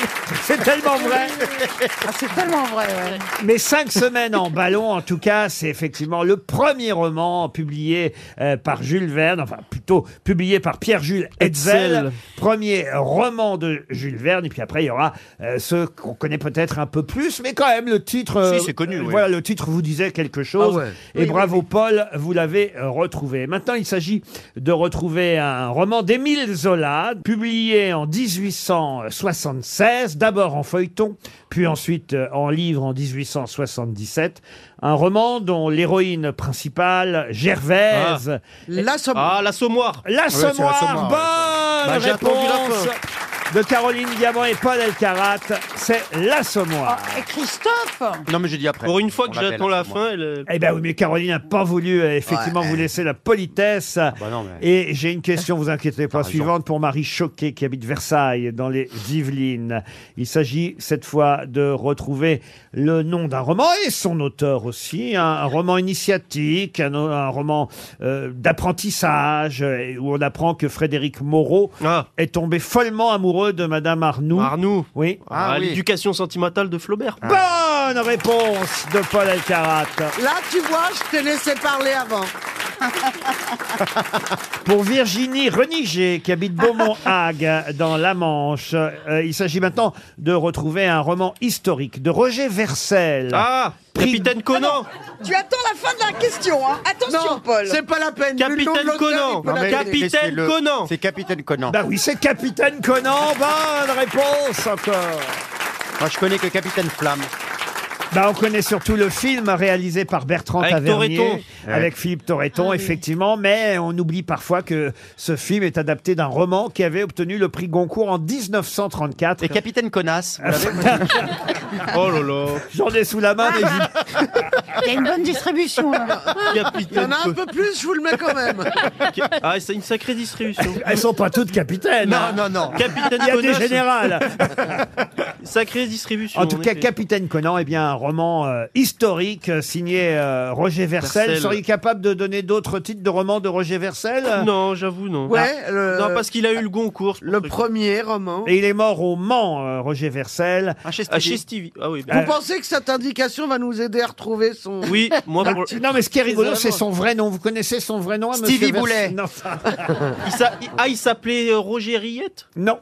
C'est tellement vrai. Ah, c'est tellement vrai, ouais. Mais cinq semaines en ballon, en tout cas, c'est effectivement le premier roman publié euh, par Jules Verne, enfin plutôt publié par Pierre-Jules Hetzel. Hetzel. Premier roman de Jules Verne. Et puis après, il y aura euh, ceux qu'on connaît peut-être un peu plus, mais quand même, le titre... euh, Si, c'est connu, euh, oui. Voilà, le titre vous disait quelque chose. Ah ouais. Et Oui, bravo, Paul, vous l'avez euh, retrouvé. Maintenant, il s'agit de retrouver un roman d'Émile Zola, publié en dix-huit cent soixante-seize, d'abord en feuilleton, puis ensuite euh, en livre en dix-huit cent soixante-dix-sept. Un roman dont l'héroïne principale, Gervaise, L'Assommoir. Ah, l'assommoir. l'Assommoir, c'est l'Assommoir, bonne Bah, j'ai attendu la réponse de Caroline Diamant et Paul Elkarat, c'est l'Assommoir. Et Christophe Non, mais j'ai dit après. Pour une fois On que l'appelle, j'attends la c'est moi. fin, elle... Eh ben oui, mais Caroline n'a pas voulu euh, effectivement Ouais. vous laisser la politesse. bah non, mais- Et j'ai une question, vous inquiétez pas, T'as raison. suivante pour Marie Choquet qui habite Versailles dans les Yvelines. Il s'agit cette fois de retrouver le nom d'un roman et son auteur aussi, un, un roman initiatique, un, un roman euh, d'apprentissage euh, où on apprend que Frédéric Moreau Ah, est tombé follement amoureux de Madame Arnoux. Arnoux. Oui. Ah, Ah, oui. l'éducation sentimentale de Flaubert. Bonne réponse de Paul Elkarat. Là, tu vois, je t'ai laissé parler avant. Pour Virginie Reniger, qui habite Beaumont-Hague, dans la Manche, euh, il s'agit maintenant de retrouver un roman historique de Roger Vercel. Ah, Capitaine Conan. Tu attends la fin de la question, hein. Attention, Non, Paul. c'est pas la peine. Le nom de Capitaine l'auteur, Conan. il peut Non, la mais donner. Capitaine Mais c'est le- Conan. C'est Capitaine Conan. Bah oui, c'est Capitaine Conan. Bonne réponse encore. Moi, je connais que Capitaine Flamme. Bah, on connaît surtout le film réalisé par Bertrand Avec Tavernier, Toretton. avec Philippe Toretton, effectivement, mais on oublie parfois que ce film est adapté d'un roman qui avait obtenu le prix Goncourt en dix-neuf cent trente-quatre. Et Capitaine Connasse. Vous l'avez Oh là là. J'en ai sous la main, mais j'y- Il y a une bonne distribution, là. Il y Capitaine en a un peu plus, je vous le mets quand même. Conan. Ah, c'est une sacrée distribution. elles sont pas toutes capitaines. Non, hein. non, non. Capitaine Il y a des Conan. générales. Sacrée distribution. En tout cas, effet. Capitaine Conan, eh bien, un roman euh, historique euh, signé euh, Roger Vercel. Vercel. Seriez capable de donner d'autres titres de romans de Roger Vercel? Non, j'avoue, non. Ouais, le, Non, parce qu'il a eu le Goncourt. le premier roman. Et il est mort au Mans, euh, Roger Vercel. Ah, chez Ah, Stevie. chez Stevie. Ah oui. Vous Euh, pensez que cette indication va nous aider à retrouver son... Oui, moi, pour- Non, mais ce qui est rigolo, vraiment- c'est son vrai nom. Vous connaissez son vrai nom, à Stevie monsieur Vers- Boulet. Non, ça- il s'a- il- ah, il s'appelait euh, Roger Riette. non.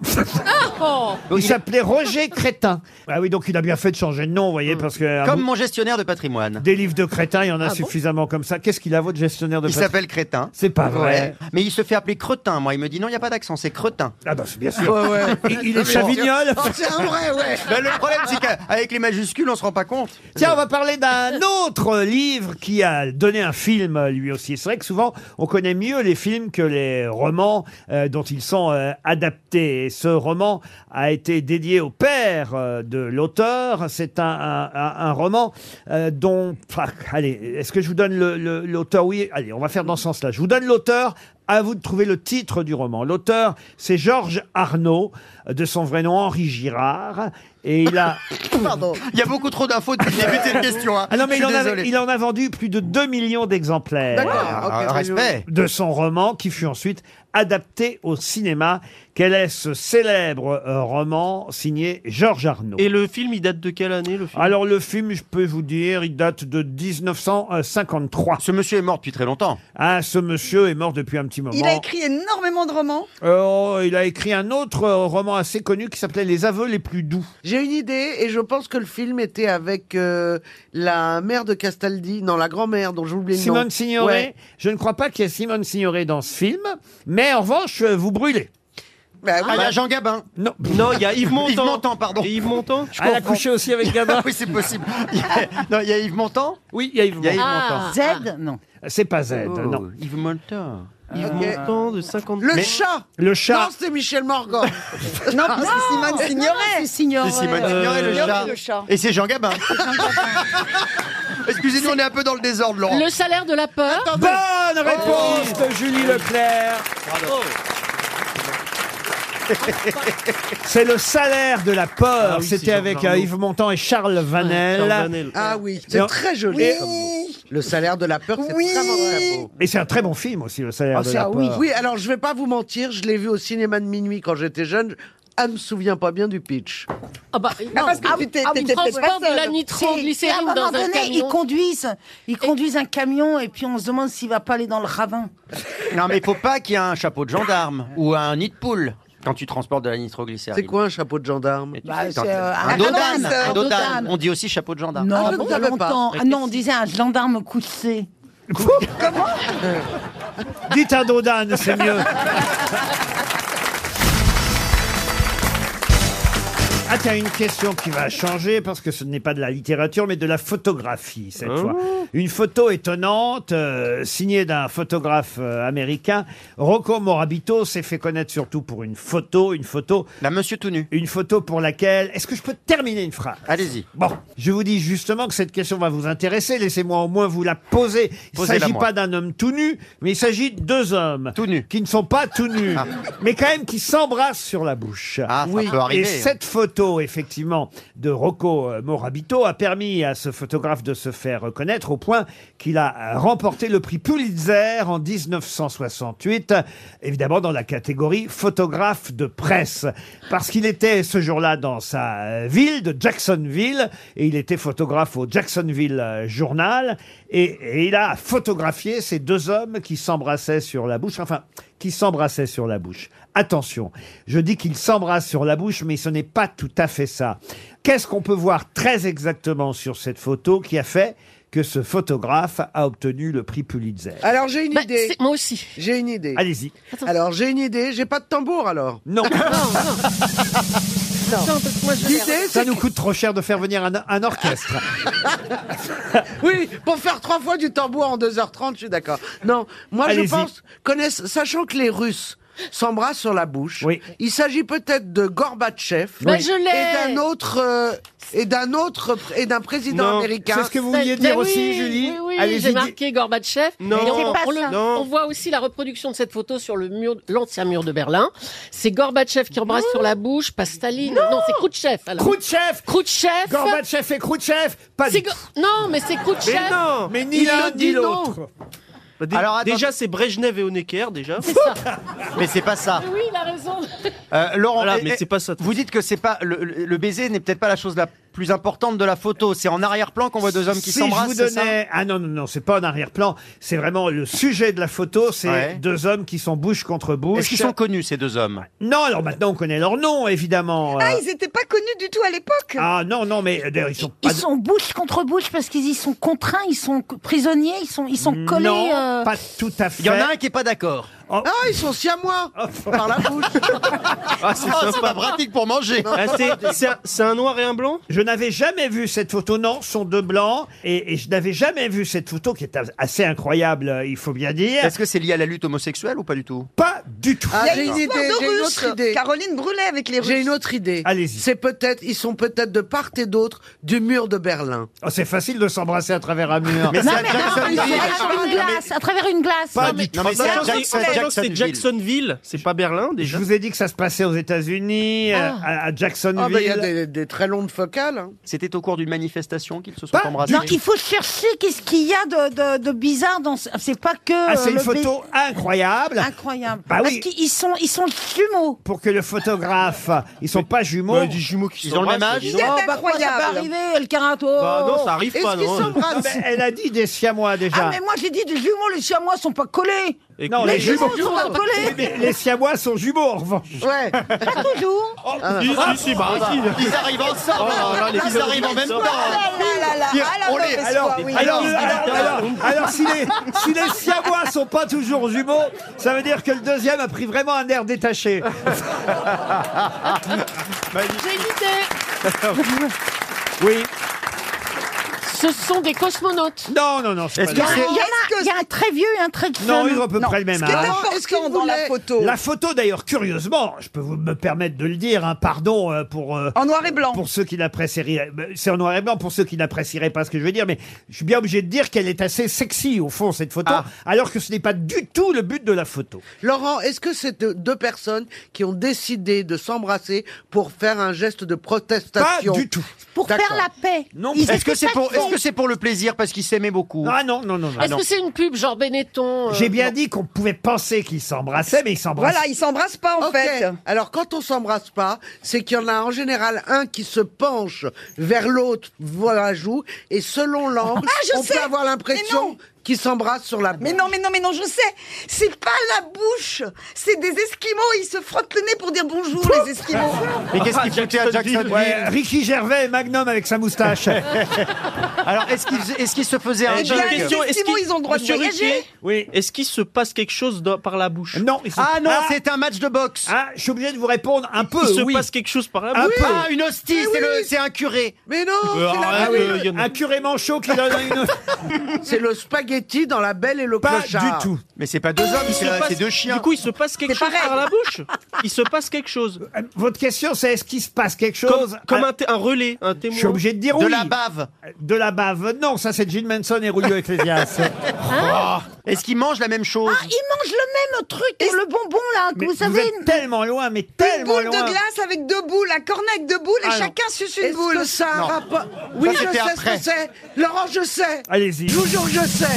Oh, Il s'appelait Roger Crétin. Ah oui, donc il a bien fait de changer de nom, vous voyez, parce que un Comme bout- mon gestionnaire de patrimoine. des livres de Crétin, il y en a Ah bon suffisamment comme ça. Qu'est-ce qu'il a, votre gestionnaire de Il patrimoine? s'appelle Crétin. C'est pas vrai. Ouais. Mais il se fait appeler Cretin, moi. Il me dit non, il n'y a pas d'accent, c'est Cretin. Ah bah, c'est bien sûr. Ouais, ouais. Il, il est chavignol. Oh, c'est un vrai, ouais. Ben, le problème, c'est qu'avec les majuscules, on se rend pas compte. Tiens, on va parler d'un autre livre qui a donné un film, lui aussi. C'est vrai que souvent, on connaît mieux les films que les romans euh, dont ils sont euh, adaptés. Et ce roman a été dédié au père euh, de l'auteur. C'est un, un- un- un roman euh, dont... Enfin, allez, est-ce que je vous donne le- le- l'auteur? Oui, allez, on va faire dans ce sens-là. Je vous donne l'auteur. À vous de trouver le titre du roman. L'auteur, c'est Georges Arnaud, de son vrai nom Henri Girard. Et il a... Pardon. Il y a beaucoup trop d'infos depuis le début de cette question. Hein. Ah non, mais Je il en, suis a, désolé. il en a vendu plus de deux millions d'exemplaires. D'accord. Ah, ok, respect. De son roman qui fut ensuite adapté au cinéma. Quel est ce célèbre euh, roman signé Georges Arnaud? Et le film, il date de quelle année, le film? Alors le film, je peux vous dire, il date de dix-neuf cent cinquantre-trois. Ce monsieur est mort depuis très longtemps. Ah, ce monsieur est mort depuis un petit moment. Il a écrit énormément de romans. Oh, il a écrit un autre euh, roman assez connu qui s'appelait Les aveux les plus doux. J'ai une idée et je pense que le film était avec euh, la mère de Castaldi, non, la grand-mère dont j'oublie le nom. Simone Signoret. Ouais. Je ne crois pas qu'il y ait Simone Signoret dans ce film, mais en revanche, euh, vous brûlez. Bah, Ah, il y a Jean Gabin. Non. Non, il y a Yves Montand. Yves Montand, pardon. Et Yves Montand. Elle a couché aussi avec Gabin. Oui, c'est possible. Il y a- Non, il y a Yves Montand. Oui, il y a Yves Il y a Yves Montand. Montand. Z Non. C'est pas Z, Oh, non. Yves Montand. Yves Ok. Montand de cinquante. Le Mais- chat. Le chat. Non, c'est Michel Morgan. Non, c'est Simone C'est Signoret. Signoret. C'est Simone Signoret, le Signoret, chat. le chat. Et c'est Jean Gabin. Excusez-nous, on est un peu dans le désordre, Laurent. le salaire de la peur. Bonne réponse de Julie Leclerc. C'est le salaire de la peur. Ah oui, C'était c'est avec Georges euh, Arnaud. Yves Montand et Charles Vanel. Charles Vanel. Ah oui, Et c'est on- très joli. Oui. comme mot. Le salaire de la peur, c'est Oui. vraiment très beau. Et c'est un très bon film aussi, le salaire Ah, de c'est- la ah peur. oui. Oui, alors je vais pas vous mentir, je l'ai vu au cinéma de minuit quand j'étais jeune. elle me souvient pas bien du pitch. Ah bah, non. parce que Ah, tu t'es- ah, t'étais ils peut-être pas transportent de la seule. nitroglycérine À un moment dans un donné, ils camion. conduisent, ils conduisent un camion et puis on se demande s'il va pas aller dans le ravin. Non, mais il faut pas qu'il y ait un chapeau de gendarme ou un nid de poule quand tu transportes de la nitroglycérine. C'est quoi un chapeau de gendarme? Bah, Quand- c'est, euh, un un dodane, gendarme, un un dodane. dodane. On dit aussi chapeau de gendarme. Non, Ah, je bon, ne savais pas. longtemps. Ah non, on disait un gendarme couché. Dites un dodane, c'est mieux. Ah tiens, une question qui va changer parce que ce n'est pas de la littérature mais de la photographie cette Oh. fois. Une photo étonnante euh, signée d'un photographe euh, américain. Rocco Morabito s'est fait connaître surtout pour une photo, une photo, La monsieur tout nu. une photo pour laquelle... Est-ce que je peux terminer une phrase? Allez-y. Bon, je vous dis justement que cette question va vous intéresser. Laissez-moi au moins vous la poser. Il ne Posez-la s'agit moi. pas d'un homme tout nu, mais il s'agit de deux hommes Tout nus. qui ne sont pas tout nus, mais quand même qui s'embrassent sur la bouche. Ah, ça peut arriver. Et cette photo, effectivement, de Rocco euh, Morabito a permis à ce photographe de se faire reconnaître au point qu'il a euh, remporté le prix Pulitzer en dix-neuf cent soixante-huit, évidemment dans la catégorie photographe de presse, parce qu'il était ce jour-là dans sa euh, ville de Jacksonville, et il était photographe au Jacksonville euh, Journal, et, et il a photographié ces deux hommes qui s'embrassaient sur la bouche, enfin, qui s'embrassaient sur la bouche. Attention, je dis qu'ils s'embrassent sur la bouche, mais ce n'est pas tout à fait ça. Qu'est-ce qu'on peut voir très exactement sur cette photo qui a fait que ce photographe a obtenu le prix Pulitzer? Alors j'ai une Bah, idée. c'est- moi aussi. J'ai une idée. Allez-y. Alors j'ai une idée. J'ai pas de tambour alors. Non, Non, non. Attends, parce que moi, je L'idée ça c'est nous coûte trop cher de faire venir un, un orchestre. oui, pour faire trois fois du tambour en deux heures trente, je suis d'accord. Non, moi je Allez-y. pense, connaissent, sachant que les Russes s'embrassent sur la bouche, Oui. il s'agit peut-être de Gorbatchev Bah, je l'ai. et d'un autre euh, et d'un autre et d'un président Non, américain. C'est ce que vous Bah, vouliez bah dire oui, aussi, Julie? Oui, oui, Allez-y, j'ai dis- marqué Gorbatchev. Non, Et on, c'est pas on le- ça. Non. on voit aussi la reproduction de cette photo sur le mur, l'ancien mur de Berlin. C'est Gorbatchev qui embrasse sur la bouche, pas Staline. Non, c'est Khrouchtchev. alors. Khrouchtchev, Khrouchtchev. Gorbatchev et Khrouchtchev, pas C'est du Go- tout. Non, mais c'est Khrouchtchev. Mais non. Mais ni Il l'un le dit ni non. l'autre. Bah, dé- Alors, attends. déjà, c'est Brejnev et Honecker, déjà. C'est ça. Mais c'est pas ça. Oui, il a raison. Euh, Laurent, Voilà, eh, mais eh, c'est pas ça. Vous dites que c'est pas le, le- le baiser n'est peut-être pas la chose la plus importante de la photo. C'est en arrière-plan qu'on voit deux hommes qui si s'embrassent. je vous c'est ça donnais... Ah non, non, non, c'est pas en arrière-plan. C'est vraiment le sujet de la photo, c'est Ouais. deux hommes qui sont bouche contre bouche. Est-ce qu'ils sont connus ces deux hommes? Non, alors maintenant on connaît leur nom, évidemment. Ah, Euh, ils étaient pas connus du tout à l'époque. Ah non, non, mais euh, d'ailleurs, ils sont pas... Ils sont bouche contre bouche parce qu'ils y sont contraints, ils sont c- prisonniers, ils sont, ils sont collés. Non, euh, pas tout à fait. Il y en a un qui est pas d'accord. Oh. Ah, ils sont siamois par la bouche. Ah, c'est Oh, c'est sympa. pas pratique pour manger. Ah, c'est- c'est un- c'est un noir et un blanc? Je n'avais jamais vu cette photo, non, ce sont deux blancs, et, et je n'avais jamais vu cette photo qui est assez incroyable, euh, il faut bien dire. Est-ce que c'est lié à la lutte homosexuelle ou pas du tout? Pas du tout. Ah, Il y a j'ai une une histoire idée, de j'ai une Russes. autre idée. Caroline Brûlait avec les Russes. J'ai une autre idée. Allez-y. C'est peut-être, ils sont peut-être de part et d'autre du mur de Berlin. Oh, c'est facile de s'embrasser à travers un mur. Mais Non, c'est à mais non, Jacksonville. à travers une glace, à travers une glace. Pas Non, mais- du tout. Non, mais c'est à Sachant Jack- que c'est à c'est Jacksonville. Jacksonville, c'est pas Berlin, Je déjà. vous ai dit que ça se passait aux États-Unis, euh, Ah. à, à Ah, Jacksonville. ben il y a des, des très longues focales. hein. C'était au cours d'une manifestation qu'ils se sont Pas embrassés. Non, il faut chercher qu'est-ce qu'il y a de, de, de bizarre dans ce... C'est pas que... Ah, c'est euh, une le photo incroyable. baiser. Incroyable. Bah Parce oui. qu'ils sont, ils sont jumeaux. Pour que le photographe, ils sont pas jumeaux. Ouais, des jumeaux qui Ils ont le même s'embrassent, âge. dis Il est donc. Oh, bah quoi, ça peut incroyable. arriver, El Carato. Bah non, ça arrive Est-ce pas, qu'ils non. Ah, s'embrassent ben, elle a dit des siamois déjà. Ah, mais moi j'ai dit des jumeaux, les siamois sont pas collés. Et Non, que- les jumeaux. sont pas collés. Mais les siamois sont jumeaux en revanche. Ouais. Pas toujours. Si, si, si, bah, si. Ils arrivent ensemble. Oh là là, les Ils arrivent en même temps. Ah là là là, ah la On les- mauvaise Alors, foi, oui. alors, Ils- alors, alors, alors, si les, si les siamois sont pas toujours jumeaux, ça veut dire que le deuxième a pris vraiment un air détaché. J'ai une idée. Oui. Ce sont des cosmonautes. Non, non, non. c'est Est-ce pas que vrai. Il y, en Est-ce a, que- il y a un très vieux et un très jeune. Non, ils ont à peu Non. près le même Ce qui est âge. Est-ce qu'il important dans la voulait- photo. La photo, d'ailleurs, curieusement, je peux vous me permettre de le dire, hein, pardon euh, pour euh, En noir et blanc. pour ceux qui l'apprécieraient. euh, C'est en noir et blanc pour ceux qui n'apprécieraient pas ce que je veux dire, mais je suis bien obligé de dire qu'elle est assez sexy au fond cette photo, Ah. alors que ce n'est pas du tout le but de la photo. Laurent, est-ce que c'est deux- deux personnes qui ont décidé de s'embrasser pour faire un geste de Pas protestation? du tout. Pour D'accord. faire la paix. Non. Ils Est-ce que étaient c'est pour, est-ce que que c'est pour le plaisir parce qu'ils s'aimaient beaucoup? Ah non, non, non. non. Est-ce que c'est une pub genre Benetton euh, J'ai bien non. dit qu'on pouvait penser qu'ils s'embrassaient, mais ils s'embrassent. Voilà, ils s'embrassent pas en Ok. fait. Alors quand on s'embrasse pas, c'est qu'il y en a en général un qui se penche vers l'autre, voilà la joue, et selon l'angle, Ah, je on sais. peut avoir Mais l'impression non. qu'ils s'embrassent sur la bouche. Mais non, mais non, mais non, je sais. C'est pas la bouche. C'est des Esquimaux. Ils se frottent le nez pour dire bonjour, les Esquimaux. Mais qu'est-ce qu'il foutait à Jacksonville? Ouais, Ricky Gervais et Magnum avec sa moustache. Alors, est-ce qu'il est-ce qu'il se faisait un Eh bien, jug? les question, est-ce Esquimaux, qu'il- ils ont le droit de Monsieur voyager. Ruquier, Oui. est-ce qu'il se passe quelque chose dans- par la bouche? Non, ils sont- Ah non, Ah, c'est un match de boxe. ah, je suis obligé de vous répondre un peu. Il se oui. passe quelque chose par la Un bouche? peu. Ah, une hostie, c'est le, c'est un curé. Mais non, Euh, c'est la- arrête, ah oui, euh, y en a- Un curé manchot qui donne une. c'est le spaghetti dans La Belle et le Pas Clochard. du tout. Mais c'est pas deux hommes, Il se c'est passe- c'est deux chiens. Du coup, il se passe quelque C'est chose pareil. par la bouche. Il se passe quelque chose. Euh, Votre question, c'est est-ce qu'il se passe quelque Comme, chose comme Ah, un, té- un relais, un témoin. Je suis obligé de dire De oui. la bave. De la bave. Non, ça c'est Gene Manson et Julio Ecclesias. Oh. Est-ce qu'ils mangent la même chose? Ah, ils mangent le même truc, le bonbon là, que Mais vous vous savez. êtes tellement loin, mais Une tellement boule loin. de glace avec deux boules, un cornet avec deux boules et Ah non. chacun suce une Est-ce boule. que ça a un Non. rapport? Oui, Ça, je c'était sais après. ce que c'est. Laurent, je sais. Allez-y. Je vous jure que je sais.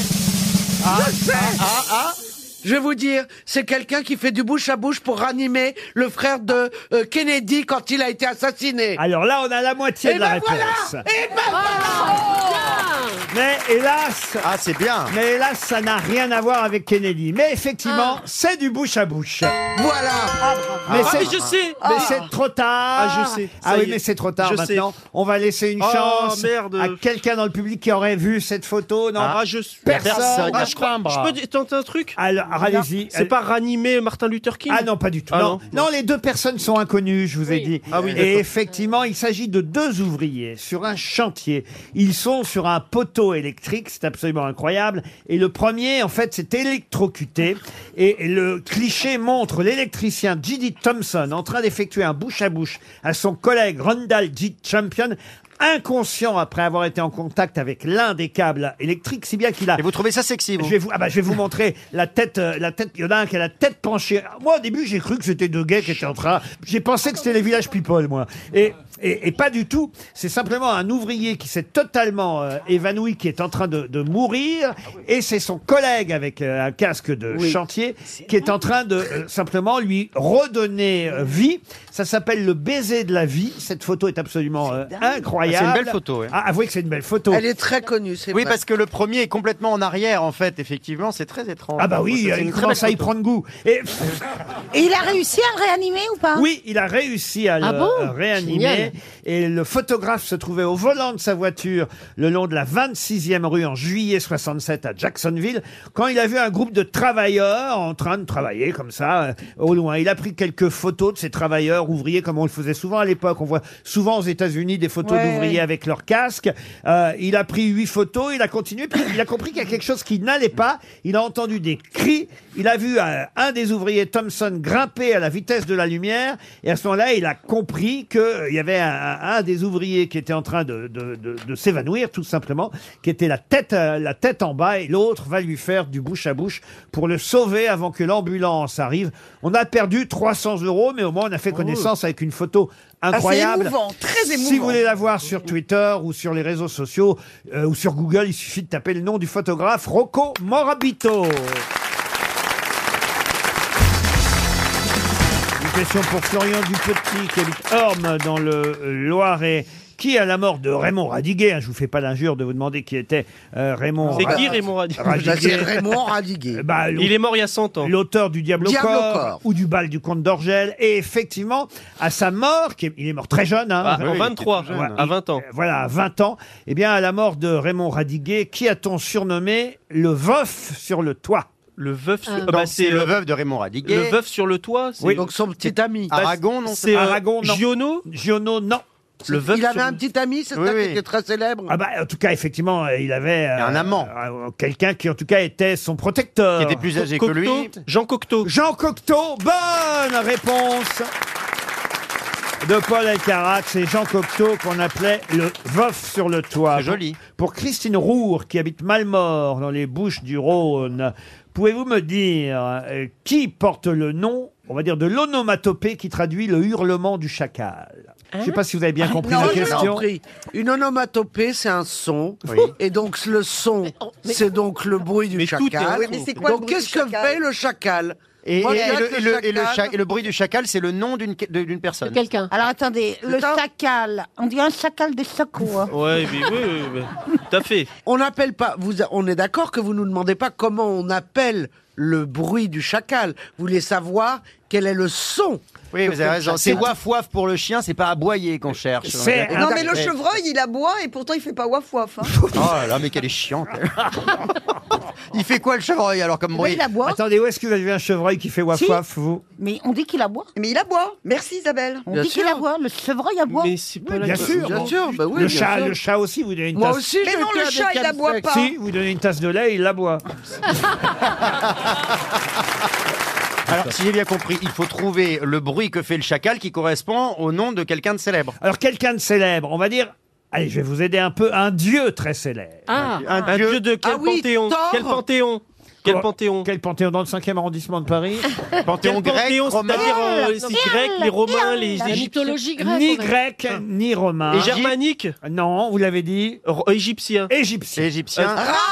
je sais. Ah, ah. Je vais vous dire, c'est quelqu'un qui fait du bouche à bouche pour ranimer le frère de euh, Kennedy quand il a été assassiné. Alors là, on a la moitié Et de la ben réponse. voilà. Et ben voilà. Mais hélas, Ah, c'est bien. mais hélas, ça n'a rien à voir avec Kennedy. Mais effectivement, c'est du bouche à bouche. Voilà. Mais Ah, c'est mais je sais. mais c'est trop tard. Ah, je sais. Ah Ça oui, y est. mais c'est trop tard Je maintenant. On va laisser une Oh, chance merde. à quelqu'un dans le public qui aurait vu cette photo. Non. Ah, je suis. Personne. Personne. Ah, Ah, je crois. Je peux di- tenter un truc? Alors, allez-y. C'est pas ranimer Martin Luther King? Ah non, pas du tout. Ah non. non. non, les deux personnes sont inconnues, je vous ai Oui. dit. Ah oui, Et d'accord. effectivement, il s'agit de deux ouvriers sur un chantier. Ils sont sur un poteau électrique, c'est absolument incroyable. Et le premier, en fait, s'est électrocuté. Et le cliché montre l'électricien J D Thompson en train d'effectuer un bouche à bouche à son collègue Randall J. Champion, inconscient après avoir été en contact avec l'un des câbles électriques, si bien qu'il a... Et vous trouvez ça sexy, vous? Je vais vous, ah bah, je vais vous montrer la tête, euh, la tête. Il y en a un qui a la tête penchée. Moi, au début, j'ai cru que c'était deux gays qui étaient en train. J'ai pensé que c'était les Village People, moi. Et, et, et pas du tout. C'est simplement un ouvrier qui s'est totalement euh, évanoui, qui est en train de, de mourir. Et c'est son collègue avec euh, un casque de chantier qui est en train de euh, simplement lui redonner euh, vie. Ça s'appelle le baiser de la vie. Cette photo est absolument euh, incroyable. Ah, c'est une belle photo, ouais. Ah, avouez que c'est une belle photo. Elle est très connue, c'est Oui, vrai. parce que le premier est complètement en arrière, en fait. Effectivement, c'est très étrange. Ah bah oui, C'est une il très commence belle à y photo. prendre goût. Et Et il a réussi à le réanimer ou pas? oui, il a réussi à le Ah bon euh, réanimer. Génial. Et le photographe se trouvait au volant de sa voiture le long de la vingt-sixième rue en juillet soixante-sept à Jacksonville, quand il a vu un groupe de travailleurs en train de travailler comme ça, euh, au loin. Il a pris quelques photos de ces travailleurs ouvriers, comme on le faisait souvent à l'époque. On voit souvent aux États-Unis des photos Ouais, d'ouvriers ouais. avec leur casque. Euh, il a pris huit photos, il a continué, puis il a compris qu'il y a quelque chose qui n'allait pas. Il a entendu des cris. Il a vu euh, un des ouvriers, Thompson, grimper à la vitesse de la lumière. Et à ce moment-là, il a compris qu'il y avait un, un des ouvriers qui était en train de, de, de, de s'évanouir, tout simplement, qui était la tête, euh, la tête en bas, et l'autre va lui faire du bouche à bouche pour le sauver avant que l'ambulance arrive. On a perdu trois cents euros, mais au moins on a fait connaissance avec une photo incroyable. c'est émouvant, très émouvant. Si vous voulez la voir sur Twitter ou sur les réseaux sociaux euh, ou sur Google, il suffit de taper le nom du photographe Rocco Morabito. Une question pour Florian Dupetit qui habite Orme dans le Loiret. Qui, à la mort de Raymond Radiguet, hein, je vous fais pas l'injure de vous demander qui était euh, Raymond C'est Ra- qui Raymond Radiguet? Bah, c'est Raymond Radiguet. Bah, Il est mort il y a cent ans. l'auteur du Diable au Diable au corps, corps. ou du bal du comte d'Orgel. Et effectivement, à sa mort, qui est- il est mort très jeune, hein, Ah, euh, en vingt-trois, ouais, à il- vingt ans. euh, Voilà, à vingt ans. Eh bien, à la mort de Raymond Radiguet, qui a-t-on surnommé le veuf sur le toit? Le veuf sur... Ah. Ah Donc, bah, c'est le veuf de Raymond Radiguet. Le veuf sur le toit, c'est... Oui. Donc son petit ami. Aragon, non? C'est euh, Aragon, non. Giono. Giono, non. Le veuf Il avait sur un le- petit ami, c'est Oui, ça oui. qui était très célèbre. Ah bah, en tout cas, effectivement, euh, il avait euh, Un amant. euh, quelqu'un qui, en tout cas, était son protecteur. Qui était plus âgé que Cocteau. lui. Jean Cocteau. Jean Cocteau, bonne réponse de Paul Elkarat. C'est Jean Cocteau qu'on appelait le veuf sur le toit. C'est joli. Pour Christine Roure, qui habite Malmort, dans les Bouches du Rhône, pouvez-vous me dire euh, qui porte le nom on va dire, de l'onomatopée qui traduit le hurlement du chacal. Je ne sais pas si vous avez bien compris Non, la j'ai question. compris. Une onomatopée, c'est un son. Et donc, le son, c'est donc le bruit du Mais tout est chacal. un Oui, mais son. c'est quoi le Donc, bruit qu'est-ce du que chacal fait le chacal Et, Moi, et- je et note le, et le- et le chacal. cha- et le bruit du chacal, c'est le nom d'une de- d'une personne. Quelqu'un. Alors attendez, le chacal, on dit un chacal des chacos. Hein. Ouais, mais oui, oui, oui, tout à fait. On n'appelle pas. Vous, on est d'accord que vous nous demandez pas comment on appelle le bruit du chacal. Vous voulez savoir quel est le son. Oui, que vous fait avez le raison. chacal. C'est waf waf pour le chien, c'est pas aboyer qu'on cherche. C'est Non, mais le Ouais. chevreuil, il aboie et pourtant il fait pas waf waf. Hein. Oh là là, mais qu'elle est chiante. Il fait quoi le chevreuil alors comme Mais bruit il aboie. Attendez, où est-ce que vous avez vu un chevreuil qui fait waf Si. waf, vous? Mais on dit qu'il aboie. Mais il aboie. Merci Isabelle. On Bien dit qu'il sûr. aboie. Le chevreuil aboie. Mais c'est pas Oui, la bien sûr. Bien sûr, bah oui, le, bien chat, sûr. le chat aussi, vous donnez une Moi tasse. aussi, Mais j'ai non, été le à chat, des il aboie calfecs. pas. Si, vous donnez une tasse de lait, il l'aboie. Alors, si j'ai bien compris, il faut trouver le bruit que fait le chacal qui correspond au nom de quelqu'un de célèbre. Alors, quelqu'un de célèbre, on va dire... Allez, je vais vous aider un peu. Un dieu très célèbre. Ah, Un Un dieu de quel Ah oui, panthéon Thor. Quel panthéon Quel Quoi panthéon Quel panthéon dans le cinquième arrondissement de Paris? Panthéon Quel grec, panthéon, romain. c'est-à-dire euh, les Grecs, les Romains, les la Égyptiens, mythologie grecque. Ni on a- grec, ni romain. les germaniques, Non, vous l'avez dit. Ro- égyptiens. Égyptien. Égyptien.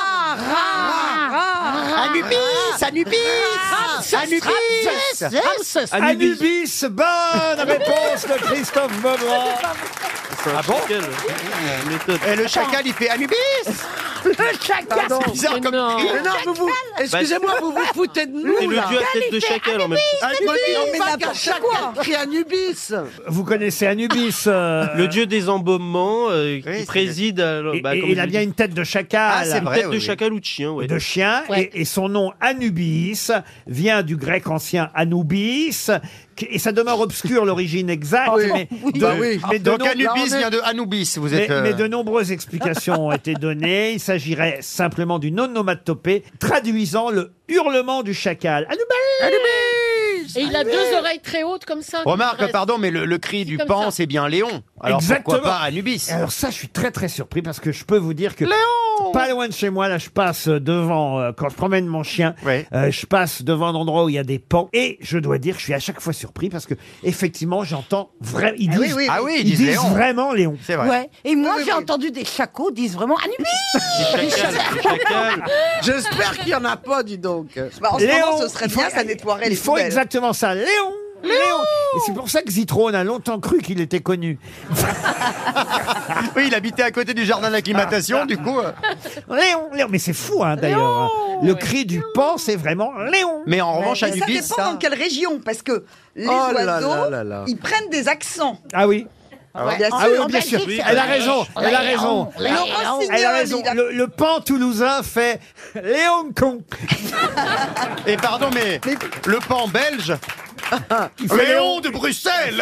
Anubis, Anubis, Anubis. Ramsès. Anubis, bonne réponse de Christophe Beaugrand. Ah bon Quelle méthode. Et le chacal, il fait Anubis. Le chacal. Pardon. C'est bizarre Mais comme non. cri. Mais non, vous, vous, excusez-moi, vous vous foutez de nous, C'est le là. dieu à tête de chacal en même temps. Anubis, Non, mais pas qu'un n'importe chacal quoi. crie Anubis. Vous connaissez Anubis euh, Le dieu des embaumements euh, qui Oui, c'est- préside à. et- bah, et- comme il je a l'ai bien dit. une tête de chacal. Ah, c'est Une vrai. tête oui, de oui. chacal ou de chien, ouais. De chien, Ouais. et, et son nom Anubis vient du grec ancien Anubis, qui- et ça demeure obscur l'origine exacte, Oui. mais, Oui. de, Bah oui. mais de Donc nom- Anubis là, on est- vient de Anubis. Vous mais, êtes. euh, mais de nombreuses explications ont été données. Il s'agirait simplement d'une onomatopée traduisant le hurlement du chacal. Anubis Et il a deux oreilles très hautes comme ça. qui Remarque, dressent. pardon, mais le, le cri du comme pan, ça. c'est bien Léon. Alors Exactement. pourquoi pas Anubis? Et alors ça, je suis très très surpris parce que je peux vous dire que pas loin de chez moi, là, je passe devant, euh, quand je promène mon chien, Ouais. euh, je passe devant un endroit où il y a des pans et je dois dire que je suis à chaque fois surpris parce que effectivement, j'entends vraiment, ils Ah disent, oui, oui, Ah oui, ils ils disent disent Léon. vraiment Léon. C'est vrai. Ouais. Et moi, Oui, oui, j'ai oui. entendu des chacos disent vraiment Anubis. Chacal, chacal. J'espère qu'il n'y en a pas, dis donc. Bah, en ce Léon, moment, ce serait il faut- bien, ça nettoierait les Il faut poubelles. exactement ça, Léon. Léon. Et c'est pour ça que Zitrone a longtemps cru qu'il était connu. Oui, il habitait à côté du jardin d'acclimatation, du coup. euh, Léon, Léon. Mais c'est fou, hein, d'ailleurs. hein. Le cri du pan, c'est vraiment Léon. Mais en revanche, Mais ça Anubis, dépend ça. dans quelle région, parce que les Oh là oiseaux, là là là. ils prennent des accents. Ah oui. Bien sûr. Ah oui, en bien sûr. Belgique, Elle a c'est- raison. Elle a raison. Laurent Elle a Signol, raison. il a- Le, le pan toulousain fait Léon Con. Et pardon, mais le pan belge. Léon de Bruxelles.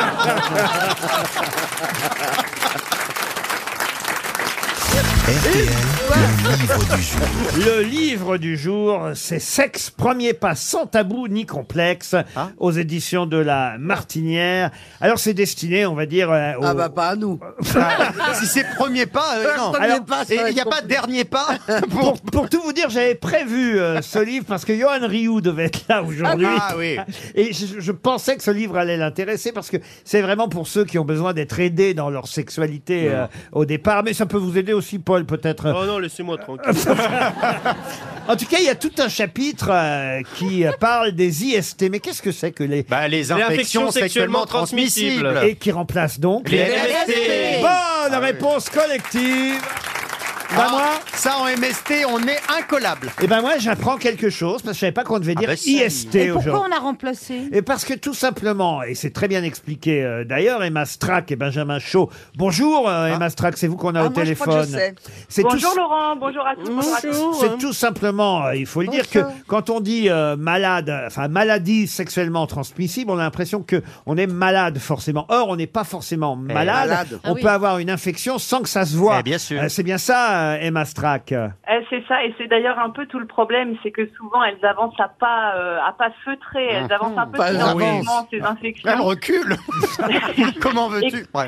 R T L, le livre du jour. Le livre du jour, c'est Sexe, premier pas sans tabou ni complexe, aux éditions de la Martinière. Alors c'est destiné, on va dire, euh, aux- Ah bah pas à nous. Si c'est premier pas, euh, non. Premier Alors, pas, ça Et va il n'y a être pas de dernier pas. pour, pour tout vous dire, j'avais prévu euh, ce livre parce que Johan Rioux devait être là aujourd'hui. Ah oui. Et je, je pensais que ce livre allait l'intéresser parce que c'est vraiment pour ceux qui ont besoin d'être aidés dans leur sexualité euh, au départ. Mais ça peut vous aider aussi, Paul, peut-être. Oh non, laissez-moi tranquille. En tout cas, il y a tout un chapitre euh, qui euh, parle des I S T. Mais qu'est-ce que c'est que les... Bah, les infections sexuellement transmissibles. Et qui remplace donc Les M S T. Bonne réponse collective. Bah Ah, moi, ça en M S T, on est incollable. et ben moi, j'apprends quelque chose parce que je savais pas qu'on devait dire bah ça I S T Et pourquoi aujourd'hui. on a remplacé? Et parce que tout simplement, et c'est très bien expliqué euh, d'ailleurs, Emma Strack et Benjamin Chaud. Bonjour euh, Emma Strack, c'est vous qu'on a Ah, au moi, je crois que je téléphone. sais. C'est Bonjour tout, Laurent, bonjour à tous. Bonjour à tous. c'est tout simplement, euh, il faut le dire que quand on dit euh, malade, euh, enfin maladie sexuellement transmissible, on a l'impression que on est malade forcément. Or, on n'est pas forcément malade. malade. On Ah oui. peut avoir une infection sans que ça se voit. Eh bien sûr. Euh, c'est bien ça, euh, Emma Strack. Euh, c'est ça, et c'est d'ailleurs un peu tout le problème, c'est que souvent elles avancent à pas, euh, à pas feutrer, elles Mmh. avancent un peu Pas silencieusement ces infections. Elle recule. Comment veux-tu? Bref.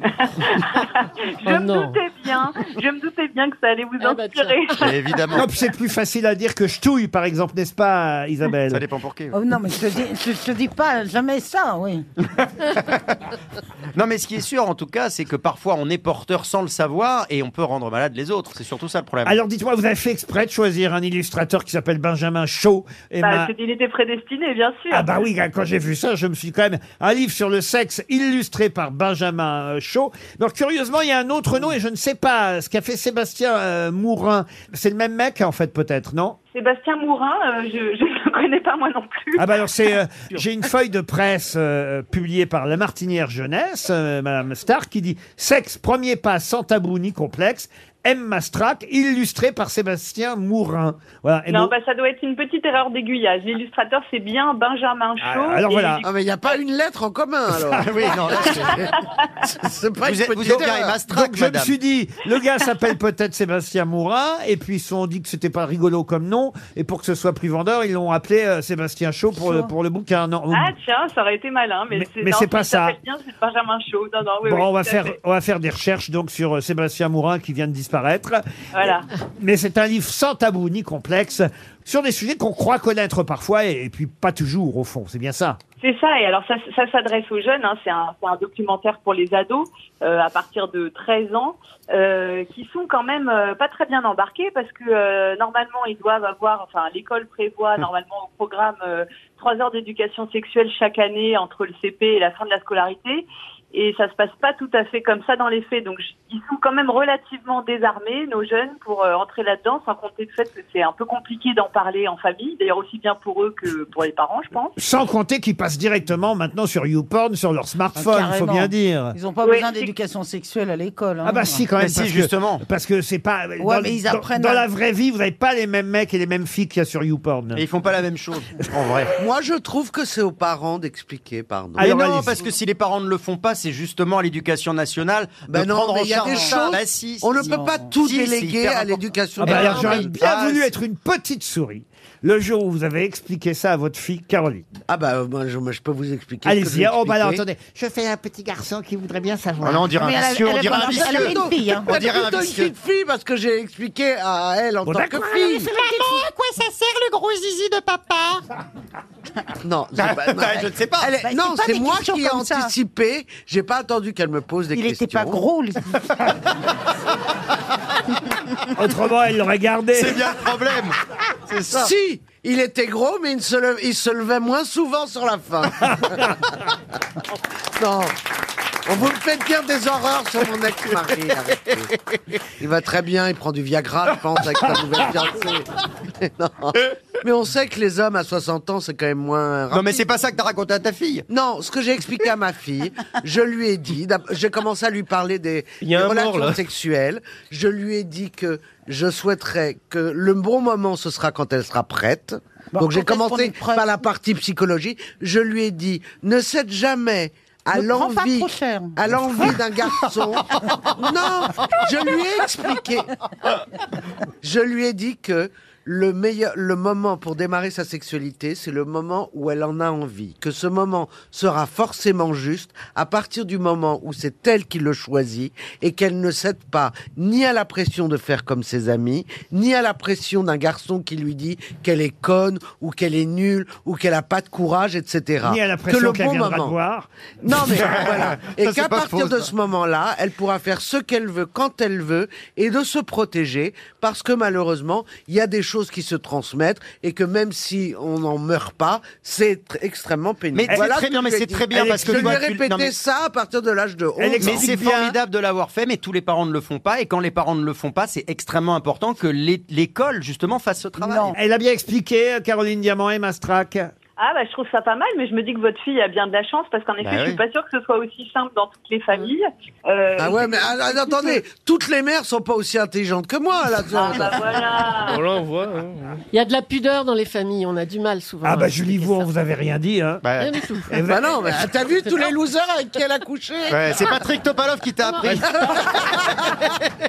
Je me doutais bien, je me doutais bien que ça allait vous inspirer. Évidemment. Non, puis c'est plus facile à dire que ch'touille, par exemple, n'est-ce pas, Isabelle? Ça dépend pour qui. Oh non, mais je te dis, je, je te dis pas jamais ça, oui. Non, mais ce qui est sûr, en tout cas, c'est que parfois on est porteur sans le savoir et on peut rendre malade les autres. C'est surtout ça le problème. Alors dites-moi, vous avez fait exprès de choisir un illustrateur qui s'appelle Benjamin Shaw. Emma... Bah, c'est- il était prédestiné, bien sûr. Ah bah oui, quand j'ai vu ça, je me suis dit, quand même un livre sur le sexe illustré par Benjamin euh, Shaw. Alors curieusement, il y a un autre nom et je ne sais pas ce qu'a fait Sébastien euh, Mourin. C'est le même mec en fait peut-être, non? Sébastien Mourin, euh, je je ne le connais pas moi non plus. Ah bah alors c'est euh, j'ai une feuille de presse euh, publiée par La Martinière Jeunesse, euh, Madame Stark, qui dit sexe premier pas sans tabou ni complexe. Emma Strack, illustré par Sébastien Mourin. Voilà. Et Non, bon- bah ça doit être une petite erreur d'aiguillage. L'illustrateur, c'est bien Benjamin Shaw. Ah, alors et voilà. du- Ah mais il n'y a pas une lettre en commun alors. Ah oui, non, là, c'est- C'est pas Vous une êtes- vous petite êtes bien erreur. Emma Strack, Donc je me madame. suis dit, le gars s'appelle peut-être Sébastien Mourin, et puis ils se sont dit que c'était pas rigolo comme nom, et pour que ce soit plus vendeur, ils l'ont appelé euh, Sébastien Shaw pour le, pour le bouquin. Non, Ah tiens, ça aurait été malin, mais, Mais- c'est mais non, c'est pas il s'appelle ça. bien, c'est Benjamin Shaw. Non, non, oui, bon, oui, on va tout à faire, fait. on va faire des recherches donc sur euh, Sébastien Mourin qui vient de disparaître. Voilà. Mais c'est un livre sans tabou ni complexe sur des sujets qu'on croit connaître parfois et, et puis pas toujours au fond. C'est bien ça. C'est ça, et alors ça, ça s'adresse aux jeunes, hein, c'est un, c'est un documentaire pour les ados euh, à partir de treize ans, euh, qui sont quand même euh, pas très bien embarqués parce que euh, normalement ils doivent avoir, enfin l'école prévoit normalement au programme euh, trois heures d'éducation sexuelle chaque année entre le C P et la fin de la scolarité. Et ça se passe pas tout à fait comme ça dans les faits. Donc j- ils sont quand même relativement désarmés, nos jeunes, pour euh, entrer là-dedans, sans compter le fait que c'est un peu compliqué d'en parler en famille, d'ailleurs aussi bien pour eux que pour les parents, je pense. Sans compter qu'ils passent directement maintenant sur YouPorn, sur leur smartphone, il faut Carrément. bien dire. Ils n'ont pas Oui, besoin c'est- d'éducation sexuelle à l'école. hein. Ah bah si quand même, Mais si, parce que- justement. parce que c'est pas Ouais, dans, mais ils dans- apprennent dans à- la vraie vie, vous n'avez pas les mêmes mecs et les mêmes filles qu'il y a sur YouPorn. Et ils font pas la même chose, en vrai. Moi je trouve que c'est aux parents d'expliquer, pardon. Mais Alors, non, allez-y. parce que si les parents ne le font pas, c'est justement à l'éducation nationale Ben de non, prendre mais en il y a charge des ça. choses, Bah si, on ne si. peut pas tout Si, c'est déléguer hyper à important. l'éducation Ah bah alors, j'aurais nationale. bien Ah, voulu c'est- être une petite souris le jour où vous avez expliqué ça à votre fille Caroline. Ah bah moi je, moi, je peux vous expliquer. ce que Allez-y, j'ai oh bah alors expliqué. attendez, je fais un petit garçon qui voudrait bien savoir. Ah non, on dirait Mais un elle a- vicieux, elle on a dirait pas un d'enfant, elle a vicieux. une fille. hein. On C'est dirait un plutôt une vicieux. petite fille parce que j'ai expliqué à elle en Bon, tant que d'accord. fille. Maman, à quoi ça sert le gros zizi de papa? Non, c'est pas- non, Bah, je ne sais pas. elle est- Bah, c'est non, pas c'est des moi questions qui ai comme ça. anticipé. J'ai pas attendu qu'elle me pose des Il questions. était pas gros, le zizi. Autrement, elle l'aurait gardé. C'est bien le problème. C'est ça. Si, il était gros, mais il, ne se leve- il se levait moins souvent sur la fin. Non. On vous me faites dire des horreurs sur mon ex-mari. arrêtez. Il va très bien, il prend du Viagra, je pense, avec sa nouvelle fiancée. Non. Mais on sait que les hommes à soixante ans, c'est quand même moins rapide. Non, mais c'est pas ça que t'as raconté à ta fille. Non, ce que j'ai expliqué à ma fille, je lui ai dit, d'ab- j'ai commencé à lui parler des, Il y a des un relations mort, là. sexuelles. Je lui ai dit que je souhaiterais que le bon moment, ce sera quand elle sera prête. Bon, Donc j'ai quand est-ce qu'on commencé est prêt par la partie psychologie. Je lui ai dit, ne cède jamais à Ne prends pas l'envie, trop cher. à l'envie d'un garçon. Non, je lui ai expliqué. Je lui ai dit que le meilleur, le moment pour démarrer sa sexualité, c'est le moment où elle en a envie. Que ce moment sera forcément juste à partir du moment où c'est elle qui le choisit et qu'elle ne cède pas ni à la pression de faire comme ses amis, ni à la pression d'un garçon qui lui dit qu'elle est conne ou qu'elle est nulle ou qu'elle a pas de courage, et cetera. Ni à la Que pression le qu'elle bon viendra de moment. voir. Non, mais voilà. Et Ça, c'est qu'à pas partir faux, de ça. ce moment-là, elle pourra faire ce qu'elle veut, quand elle veut, et de se protéger, parce que malheureusement, il y a des choses qui se transmettent, et que même si on n'en meurt pas, c'est tr- extrêmement pénible. Mais c'est Voilà très ce que bien, je mais lui ai c'est dit. très bien, Elle parce que je lui toi, ai tu- répété non, mais- ça à partir de l'âge de onze. Elle Mais explique c'est bien. formidable de l'avoir fait, mais tous les parents ne le font pas. Et quand les parents ne le font pas, c'est extrêmement important que l'é- l'école, justement, fasse ce travail. Non. Elle a bien expliqué, Caroline Diamant et Mastrac. Ah bah je trouve ça pas mal, mais je me dis que votre fille a bien de la chance parce qu'en effet, Bah je suis oui. pas sûre que ce soit aussi simple dans toutes les familles. Euh, Ah ouais, mais ah, ah, attendez, toutes les mères sont pas aussi intelligentes que moi, là. Ah bah voilà. On l'envoie. Hein. Il y a de la pudeur dans les familles, on a du mal souvent. Ah à bah Julie expliquer Vous, on ça. vous avait rien dit. Hein. Bah, Rien du tout. Eh Bah ben, non, mais t'as vu tous les losers avec qui elle a couché ouais, c'est Patrick Topalov qui t'a appris.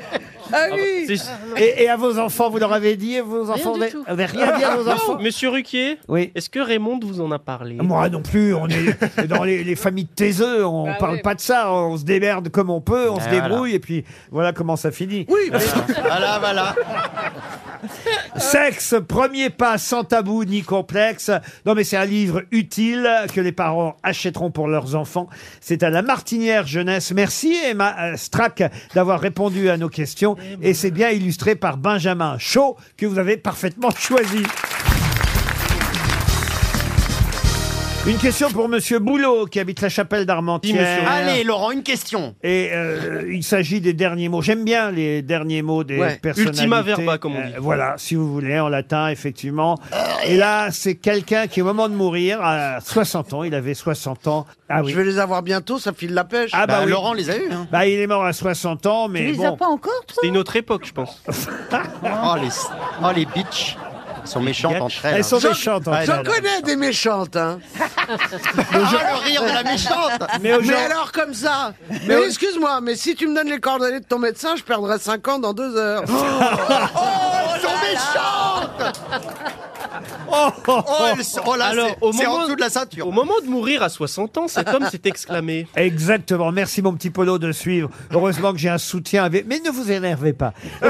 Ah oui. C'est- Et, et à vos enfants, vous leur avez dit, et vos enfants du n'avez- tout. avez rien dit à vos enfants? Monsieur Ruquier, Oui. est-ce que Raymond vous en a parlé? Moi non plus, on est dans les, les familles de taiseux, on Bah parle oui. pas de ça, on se démerde comme on peut, on Et se voilà. débrouille, et puis voilà comment ça finit. Oui, mais Voilà, voilà. Sexe, premier pas sans tabou ni complexe. Non mais c'est un livre utile que les parents achèteront pour leurs enfants. C'est à la Martinière Jeunesse. Merci Emma euh, Strack d'avoir répondu à nos questions. Et c'est bien illustré par Benjamin Chaud que vous avez parfaitement choisi. Une question pour Monsieur Boulot qui habite la Chapelle d'Armentières. Allez, Laurent, une question. Et euh, il s'agit des derniers mots. J'aime bien les derniers mots des Ouais. personnalités. Ultima verba, comme on dit. Euh, voilà, si vous voulez, en latin, effectivement. Et là, c'est quelqu'un qui, au moment de mourir, à soixante ans, il avait soixante ans. Ah oui. je vais les avoir bientôt, ça file la pêche. Ah bah, Bah, oui. Laurent les a eus. Hein. Bah, il est mort à soixante ans, Tu mais les as bon. pas encore, toi C'est une autre époque, je pense. Oh, les, oh, les bitches. Elles sont méchantes entre elles. Elles sont hein. méchantes, en Ouais, fait. J'en connais des méchantes, hein. Ah, le rire de la méchante. Mais, aux Mais gens- alors comme ça. Mais excuse-moi, mais si tu me donnes les coordonnées de ton médecin, je perdrai cinq ans dans deux heures. Oh, elles sont méchantes. Oh, oh, Oh, elles sont- oh là, Alors, c'est au c'est en moment- dessous de la ceinture. Au moment de mourir à soixante ans, cet homme s'est exclamé. Exactement. Merci, mon petit Polo, de suivre. Heureusement que j'ai un soutien avec... Mais ne vous énervez pas. Mais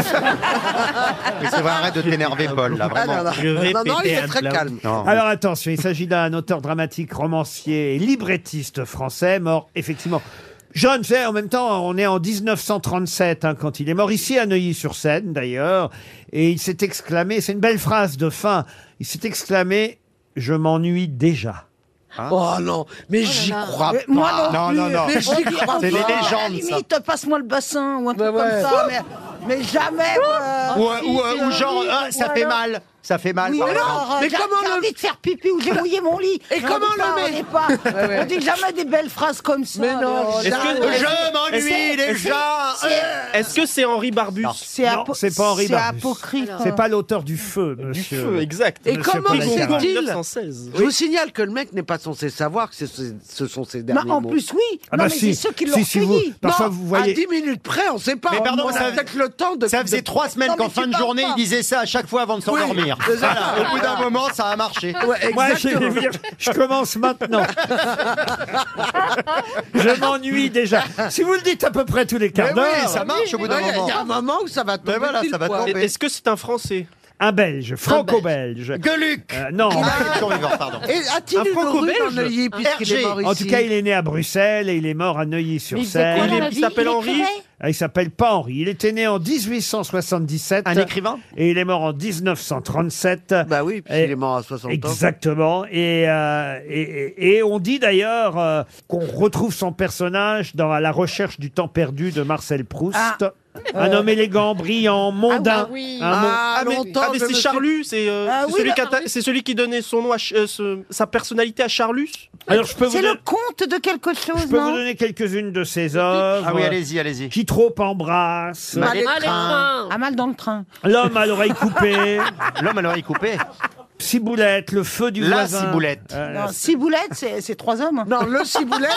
c'est vrai, arrête de t'énerver, Paul, là, Ah, vraiment. non, non. Je vais non, non, il péter est un très plomb. calme. Non. Alors attention, il s'agit d'un auteur dramatique, romancier et librettiste français, mort effectivement jeune. C'est en même temps, on est en dix-neuf cent trente-sept hein, quand il est mort, ici à Neuilly-sur-Seine d'ailleurs, et il s'est exclamé, c'est une belle phrase de fin, il s'est exclamé « Je m'ennuie déjà ». Oh non, mais j'y là. crois Mais pas. moi non, Non, plus. non, non. Mais j'y crois C'est les pas. légendes, À la limite, passe-moi le bassin ou un truc Bah ouais. comme ça, mais, mais jamais. euh, Ou, ou- ou genre, ah, ça fait mal. Ça fait mal, Oui, par alors, exemple. euh, Mais j'ai- comment j'ai le- envie de faire pipi ou j'ai mouillé mon lit. Et Non, comment on dit pas, le on met dit pas. Ouais, ouais. On dit jamais des belles phrases comme ça. Mais non, alors, Est-ce que- euh, Je m'ennuie déjà. Est-ce que c'est Henri Barbus? c'est Non, apo- c'est pas Henri c'est Barbus. apocryphe. C'est pas l'auteur du feu, Du monsieur. feu, exact. Et Monsieur comment Paul se Alcaraz. fait-il mille neuf cent seize. Je vous signale que le mec n'est pas censé savoir que c'est- ce ce sont ses Bah, derniers en mots. plus, oui. Ah non, bah mais si, c'est ceux qui l'ont si, si, vous- recueilli. Parfois, Non, vous voyez... à dix minutes près, on sait pas. Mais pardon, on a ça- peut-être le temps de... Ça faisait de- trois semaines Non, mais qu'en tu fin de parles journée, pas. il disait ça à chaque fois avant de s'endormir. Oui, Voilà, au bout d'un moment, ça a marché. Ouais, Moi, je, exactement. vais vous dire, je commence maintenant. Je m'ennuie déjà. Si vous le dites à peu près tous les Mais quarts d'heure, oui, ça marche au bout d'un Ouais, Il moment. y a un moment où ça va tomber. Mais voilà, pile ça va poil. tomber. Est-ce que c'est un Français? un Belge, franco-belge. Gueuluc. Euh, non. Ah, survivor, pardon. Et a-t-il Un une rue franco-belge dans Neuilly puisqu'il R G. est mort ici En tout cas, il est né à Bruxelles et il est mort à Mais il faisait Neuilly-sur-Seine. quoi Il dans est- la il vie s'appelle Il Henri écrivait Ah, il s'appelle pas Henri. Il était né en dix-huit cent soixante-dix-sept. Un écrivain. Et il est mort en dix-neuf cent trente-sept. Bah oui, Et- puisqu'il est mort à soixante ans. Exactement. Et, euh, et, et- et on dit d'ailleurs euh, qu'on retrouve son personnage dans À la recherche du temps perdu de Marcel Proust. Ah. Un homme élégant, brillant, mondain. Ah oui. Un mon- Ah, Ah, mais, longtemps, ah, mais je c'est me suis- Charlus, c'est euh, Ah c'est oui, celui, le- qui atta- c'est celui qui donnait son nom à Ch- euh, ce- sa personnalité à Charlus. Alors je peux, vous, C'est don- le conte de quelque chose, je peux vous non donner quelques-unes de ses œuvres. Ah oui, allez-y, allez-y. Qui trop embrasse. Mal Ah, les trains. À mal dans le train. L'homme à l'oreille coupée. L'homme à l'oreille coupée. Ciboulette, le feu du La voisin. ciboulette. Euh, Non, six boulettes, c'est c'est trois hommes. Non, le ciboulette.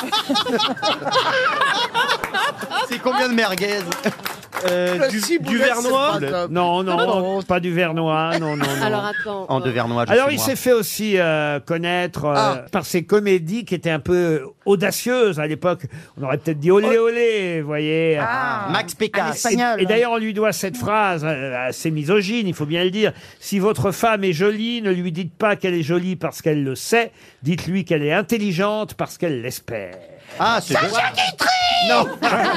C'est combien de merguez? Euh, Le du, ciboulette, du c'est Vernois. pas top. Non, non, Ah non, bon. pas du Vernois, non, non, non. Alors attends. En deux Vernois, je Alors suis il moi. s'est fait aussi euh, connaître euh, Ah. par ses comédies qui étaient un peu audacieuses à l'époque. On aurait peut-être dit olé olé, vous voyez. Ah. Max À Pécasse. l'espagnol. Et d'ailleurs, on lui doit cette phrase euh, assez misogyne, il faut bien le dire. Si votre femme est jolie, ne lui dites pas qu'elle est jolie parce qu'elle le sait. Dites-lui qu'elle est intelligente parce qu'elle l'espère. Ah, c'est bon. Non.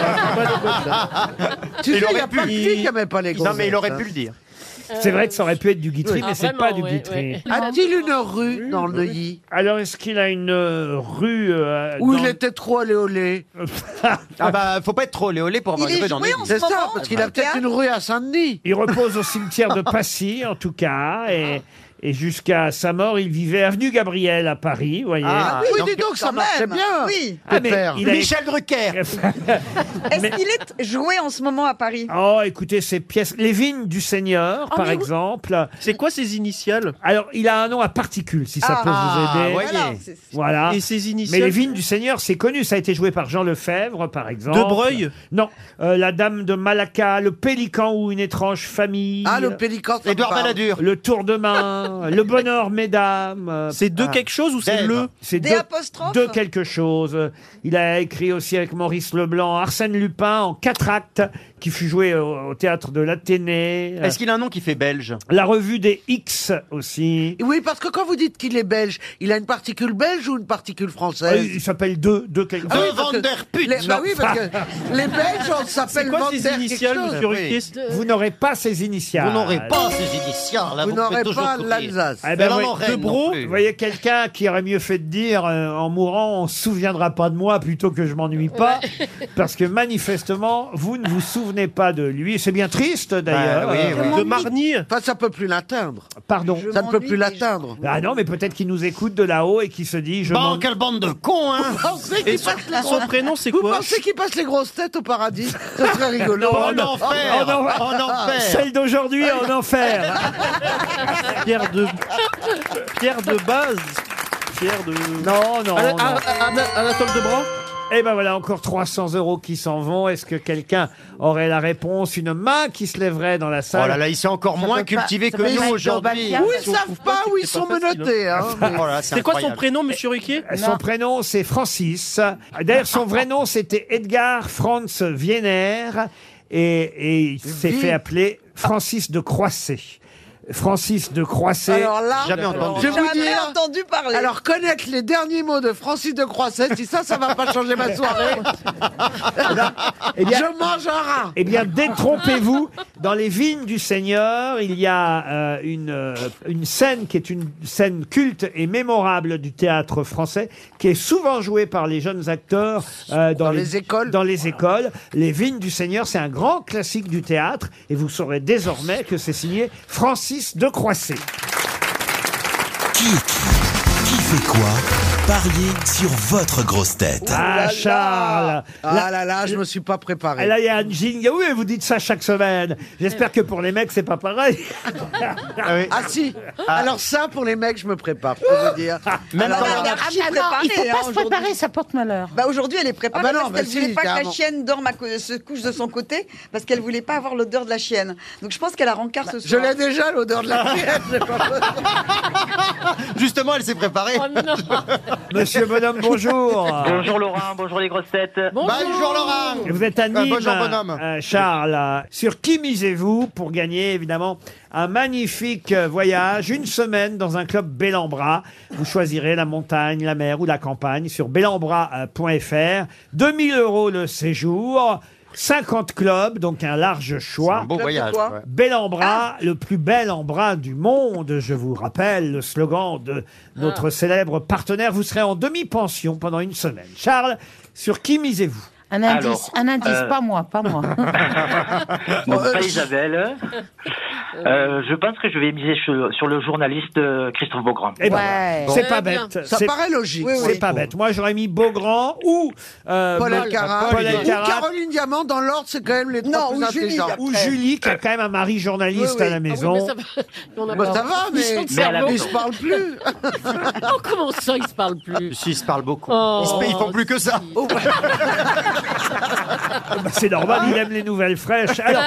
Tu sais, Il il n'y aurait a pu- pas de filles qui n'aimaient pas les Non, mais il aurait grossettes, pu le dire. C'est vrai que ça aurait pu être du Guitry, Ah, mais c'est vraiment, pas du ouais, Guitry. ouais. hein. A-t-il une rue dans le Neuilly Alors, est-ce qu'il a une euh, rue euh, où dans- il était trop allé au lait? Ah bah, faut pas être trop olé olé pour avoir Il une est rue dans joué Neuilly. en C'est ce ça, moment, parce qu'il a peut-être Théâtre. une rue à Saint-Denis. Il repose au cimetière de Passy, en tout cas, et Et jusqu'à sa mort, il vivait avenue Gabriel à Paris, vous voyez. Ah, oui, dis donc, ça marchait bien. Oui. Ah, mais Pépère. il a- Michel Drucker. Est-ce qu'il est joué en ce moment à Paris? Oh, écoutez, ces pièces. Les vignes du Seigneur, Oh, par mais oui. exemple. C'est quoi ses initiales? Alors, il a un nom à particules, si ça Ah, peut vous aider. voyez. Voilà, c'est- Voilà. Et ses Mais initiales? les vignes du Seigneur, c'est connu. Ça a été joué par Jean Lefebvre, par exemple. De Breuil? Non. Euh, la Dame de Malacca, le Pélican ou une étrange famille. Ah, le pélican, ça me Édouard parle. Balladur. Le tour de main, le bonheur, mesdames. euh, C'est de Ah. quelque chose ou c'est Dave. le? C'est Des de, apostrophes de quelque chose. Il a écrit aussi avec Maurice Leblanc Arsène Lupin en quatre actes, qui fut joué au, au théâtre de l'Athénée. Est-ce qu'il a un nom qui fait belge? La revue des X aussi. Oui, parce que quand vous dites qu'il est belge, il a une particule belge ou une particule Euh, française? Il s'appelle De, de quelque Ah oui, De parce que Van der Put. les- Bah oui, parce que les Belges, on C'est s'appelle quoi Van ses der quelque initiales, chose. monsieur Oui. Ruquier? Vous n'aurez pas ses initiales. Vous n'aurez pas ces initiales. là, Vous me n'aurez faites toujours pas sourire. l'Alsace. Eh ben, la oui, Lorraine de non Bro, plus. vous voyez quelqu'un qui aurait mieux fait de dire euh, en mourant, on se souviendra pas de moi plutôt que je m'ennuie pas, parce que manifestement, vous ne vous souvenez pas de lui. C'est bien triste d'ailleurs. Bah oui, Euh, oui. De Marny? Enfin, ça peut plus l'atteindre. Pardon. Je Ça ne peut m'ennuie plus déjà. l'atteindre. Ah non, mais peut-être qu'il nous écoute de là-haut et qu'il se dit, je Bon, m'en- quelle bande de cons, hein. Vous pensez Et qu'il son, passe les son grosses... prénom, c'est Vous quoi? pensez qu'il passe les grosses têtes au paradis? Ce serait rigolo. Non, En non. enfer. Oh, non. En enfer. Celle d'aujourd'hui en enfer. Pierre de... Pierre de base. Pierre de... Non, non, Ana- non. Ana- Ana- Anatole de Bran? Eh ben voilà, encore trois cents euros qui s'en vont. Est-ce que quelqu'un aurait la réponse? Une main qui se lèverait dans la salle. Oh là là, il s'est encore moins peut pas- cultivé ça que peut nous pas être aujourd'hui. Global Ou Gap. ils savent pas où ils c'est sont pas facile, menottés. Hein. Oh là là, C'est quoi son incroyable. prénom, monsieur Ruquier? Son Non. prénom, c'est Francis. D'ailleurs, son vrai nom, c'était Edgar Franz Wiener. Et, et il s'est Vie. fait appeler Francis de Croisset. Francis de Croisset. Alors là, Jamais entendu. je vais vous Jamais dire. entendu parler. Alors connaître les derniers mots de Francis de Croisset, si ça, ça va pas changer ma soirée. Eh bien, Je mange un rat. eh bien, détrompez-vous. Dans les vignes du Seigneur, il y a euh, une, euh, une scène qui est une scène culte et mémorable du théâtre français, qui est souvent jouée par les jeunes acteurs euh, dans, Dans les écoles. Dans les écoles. Les vignes du Seigneur, c'est un grand classique du théâtre, et vous saurez désormais que c'est signé Francis de Croisset. Qui est qui Qui fait quoi? Pariez sur votre grosse tête. Ah, Charles. Ah là là, je me suis pas préparé. Là, il y a un jingle. Oui, vous dites ça chaque semaine. J'espère que pour les mecs, c'est pas pareil. Ah si. Alors ça, pour les mecs, je me prépare. Je peux vous dire. Même Alors, quand elle on est a- archi Ah non, il préparée, faut pas hein, se aujourd'hui. préparer, ça porte malheur. Bah aujourd'hui, elle est préparée Ah bah non, parce qu'elle bah si, voulait pas que carrément. la chienne dorme à co- se couche de son côté parce qu'elle voulait pas avoir l'odeur de la chienne. Donc je pense qu'elle a rencard ce je soir. l'ai déjà, l'odeur de la chienne. j'ai pas besoin. Justement, elle s'est préparée. Oh non. Monsieur Bonhomme, bonjour. Bonjour Laurent, bonjour les grosses têtes. Bonjour Laurent. Vous êtes à Euh, Nîmes, bonjour, bonhomme. euh, Charles. Sur qui misez-vous pour gagner, évidemment, un magnifique euh, voyage, une semaine dans un club Bellambra? Vous choisirez la montagne, la mer ou la campagne sur bellambra point f r. deux mille euros le séjour, cinquante clubs, donc un large choix. Un beau Club de voyage. quoi ouais. Bel en bras, le plus bel en bras du monde, je vous rappelle le slogan de notre célèbre partenaire. Vous serez en demi-pension pendant une semaine. Charles, sur qui misez-vous? Un indice, Alors, un indice, euh, pas moi, pas moi. Donc, pas Isabelle. Euh, je pense que je vais miser sur, sur le journaliste euh, Christophe Beaugrand. Eh ben, Ouais. c'est Ouais, pas bien. bête. Ça C'est- paraît logique. Oui, C'est pas bête. Moi, j'aurais mis Beaugrand ou euh, Paul Mo- Elkarat. Paul Ou Elkarat Caroline Diamant, dans l'ordre, c'est quand même les trois Non, plus ou Julie, intelligents. après. ou Julie, qui a quand même un mari journaliste Oui, oui. à la Ah oui, maison. mais ça va. On a Bah, pas- ça va, mais Ils sont de Mais à la cerveau. ils se parlent plus. Oh, comment ça, ils se parlent plus? Si, ils se parlent beaucoup. Oh, ils, se, ils font plus que ça. si. Ah bah, c'est normal, il aime les nouvelles fraîches. Alors,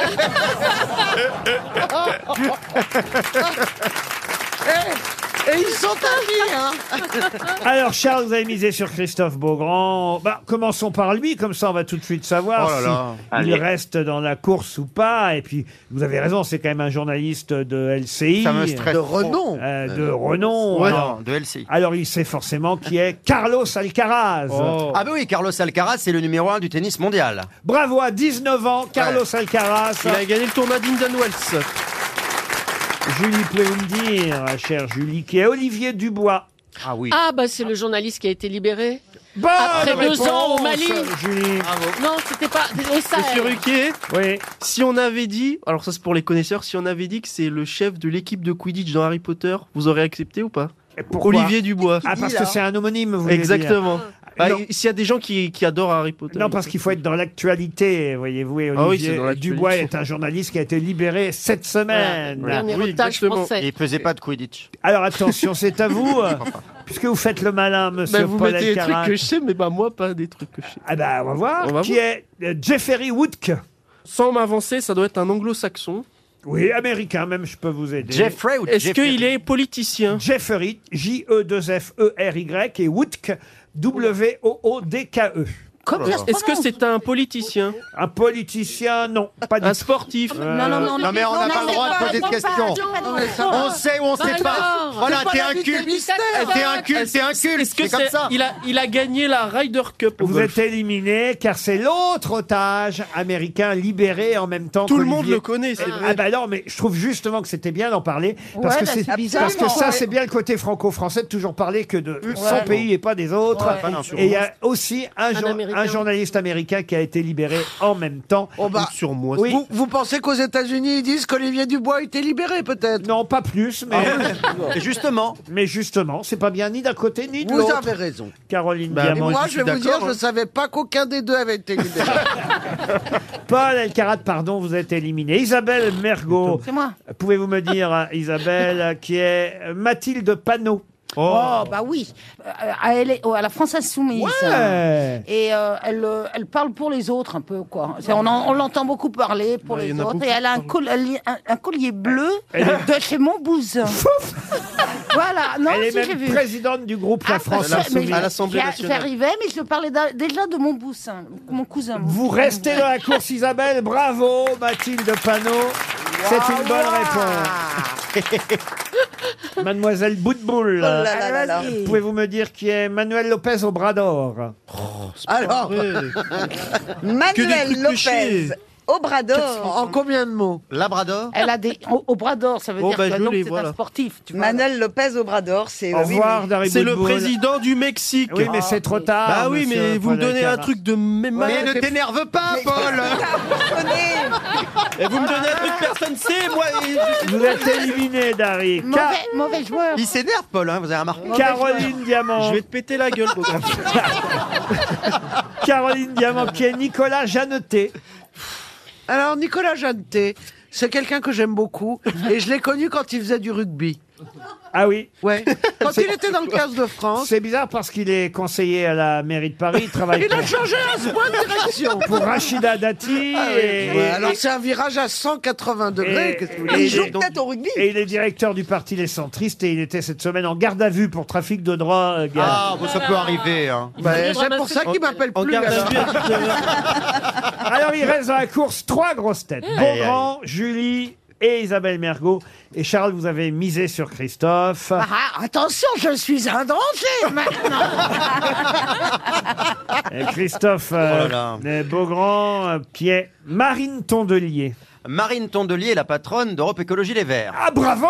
Et ils sont amis, hein. alors, Charles, vous avez misé sur Christophe Beaugrand. Bah, commençons par lui, comme ça on va tout de suite savoir Oh là là. si il Allez. reste dans la course ou pas. Et puis, vous avez raison, c'est quand même un journaliste de L C I. Ça me stresse. De renom. euh, de renom. Ouais, alors, non, de L C I. alors, il sait forcément qui est Carlos Alcaraz. Oh. Ah bah oui, Carlos Alcaraz, c'est le numéro un du tennis mondial. Bravo, à dix-neuf ans, Carlos Alcaraz. Il a gagné le tournoi d'Indian Wells. Julie, pouvez-vous me dire, chère Julie, qui est Olivier Dubois? Ah oui. Ah, bah, c'est le journaliste qui a été libéré. Bonne Après deux réponse, ans au Mali. Julie. Non, c'était pas au Monsieur Sahel. Ruquier, Oui. si on avait dit, alors ça c'est pour les connaisseurs, si on avait dit que c'est le chef de l'équipe de Quidditch dans Harry Potter, vous aurez accepté ou pas? Et pourquoi Olivier Dubois. Ah, parce que c'est un homonyme, vous voulez dire. Exactement. Bah, Non. S'il y a des gens qui, qui adorent Harry Potter. Non, parce qu'il faut être dans l'actualité, voyez-vous. Et Ah oui, Olivier c'est dans l'actualité. Dubois est un journaliste qui a été libéré cette semaine. Voilà. Dernier Oui, otage exactement. français. Et il faisait pas de Quidditch. Alors attention, c'est à vous, euh, puisque vous faites le malin, monsieur Bah, vous Paul mettez des trucs Elkarat. que je sais, mais bah moi pas des trucs que je sais. Ah bah, on va voir. On va qui voir. est euh, Jeffrey Woodke. Sans m'avancer, ça doit être un anglo-saxon. Oui, américain même, je peux vous aider. Jeffrey ou Est-ce Jeffrey qu'il est politicien? Jeffrey, J E deux F E R Y, et Woodke, W O O D K E. Comme ça se Est-ce que prononce. c'est un politicien? Un politicien, non, pas du Un tout. sportif? Euh, Non, non, non, Non, mais on n'a pas le droit de poser de questions. On sait ou on sait pas. alors. Voilà, C'est pas t'es un l'invité culte. mystère. T'es un culte, t'es un culte. Est-ce que C'est comme ça. il a, il a gagné la Ryder Cup au Vous golf? êtes éliminé car c'est l'autre otage américain libéré en même temps Tout le qu'Olivier. monde le connaît, c'est Ah vrai. bah non, mais je trouve justement que c'était bien d'en parler parce Ouais, que bah, c'est c'est bizarre. parce que ça Ouais. c'est bien le côté franco-français de toujours parler que de son Ouais. pays et pas des autres. Ouais. Pas d'insurance. Et il y a aussi un, jour- Américain. un journaliste américain qui a été libéré en même temps. Oh bah, Sur moi. Oui. vous, vous pensez qu'aux États-Unis ils disent qu'Olivier Dubois a été libéré peut-être? Non, pas plus, mais, Et justement, mais justement, c'est pas bien ni d'un côté ni de Vous l'autre. avez raison. Caroline Bah, Et Diamant. moi, je je vais suis vous dire, d'accord, je hein. savais pas qu'aucun des deux avait été libéré. Paul Elkarat, pardon, vous êtes éliminé. Isabelle Mergot. C'est moi. Pouvez-vous me dire, hein, Isabelle, qui est Mathilde Panot? Oh, bah oui. Euh, à, elle est- oh, à la France Insoumise. Ouais. Et euh, elle, euh, elle parle pour les autres un peu, quoi. C'est- On, en- on l'entend beaucoup parler pour Ouais, il les y en a autres. beaucoup Et elle a un, qui col- elle a un, un collier bleu Elle de chez Montbousin. voilà. Non, Elle est si, même j'ai vu. présidente du groupe La Ah, France ça, mais Insoumise. à l'Assemblée j'y- nationale. J'arrivais, mais je parlais d'a- déjà de Montboussin, mon cousin. Vous restez dans la course, Isabelle. Bravo, Mathilde Panot. C'est une bonne réponse. Mademoiselle Boutboul. Oh là là là là. Allez, vas-y. Pouvez-vous me dire qui est Manuel Lopez au bras d'or? Alors, Manuel trucs clichés. Lopez, Obrador. en combien de mots? Labrador. Elle a des au, au bras d'or, ça veut Oh, dire bah, que je donc l'ai, c'est voilà. un sportif. Tu vois. Manuel Lopez Obrador, c'est. Au euh, oui, revoir, oui. Dari C'est le Boutboul. président du Mexique. Oui, mais c'est trop tard. Bah oui, monsieur mais vous me Paul donnez un Elkarat. truc de même. Mais ne t'énerve pas, Paul. Et vous me donnez un truc que personne sait, moi. et je sais Vous êtes éliminé, Dari. Ca- Mauvais, mauvais joueur. Il s'énerve, Paul, hein, vous avez remarqué. Caroline Diamant. Je vais te péter la gueule, Beaugrand. Caroline Diamant, qui est Nicolas Jeanneté. Alors, Nicolas Jeanneté, c'est quelqu'un que j'aime beaucoup. Et je l'ai connu quand il faisait du rugby. Ah oui. Ouais. Quand il était dans le quinze de France. C'est bizarre parce qu'il est conseiller à la mairie de Paris. Il travaille Il a pour, changé à ce point de direction. pour Rachida Dati. Ah oui. et, Ouais, et- alors c'est un virage à cent quatre-vingts degrés. et- Qu'est-ce que vous et- voulez Il joue et- peut-être au rugby. et il est directeur du parti Les Centristes et il était cette semaine en garde à vue pour trafic de drogue. Ah, bon, ça peut arriver. Hein. Bah, Il c'est pour ça qu'il m'appelle En plus. garde à alors. vue à dix-neuf heures. Alors il reste dans la course trois grosses têtes. Aïe, Beaugrand, Julie et Isabelle Mergot. Et Charles, vous avez misé sur Christophe. Ah, attention, je suis un danger maintenant. Et Christophe euh, Oh là euh, Beaugrand, euh, qui est Marine Tondelier. Marine Tondelier, la patronne d'Europe Écologie Les Verts. Ah bravo,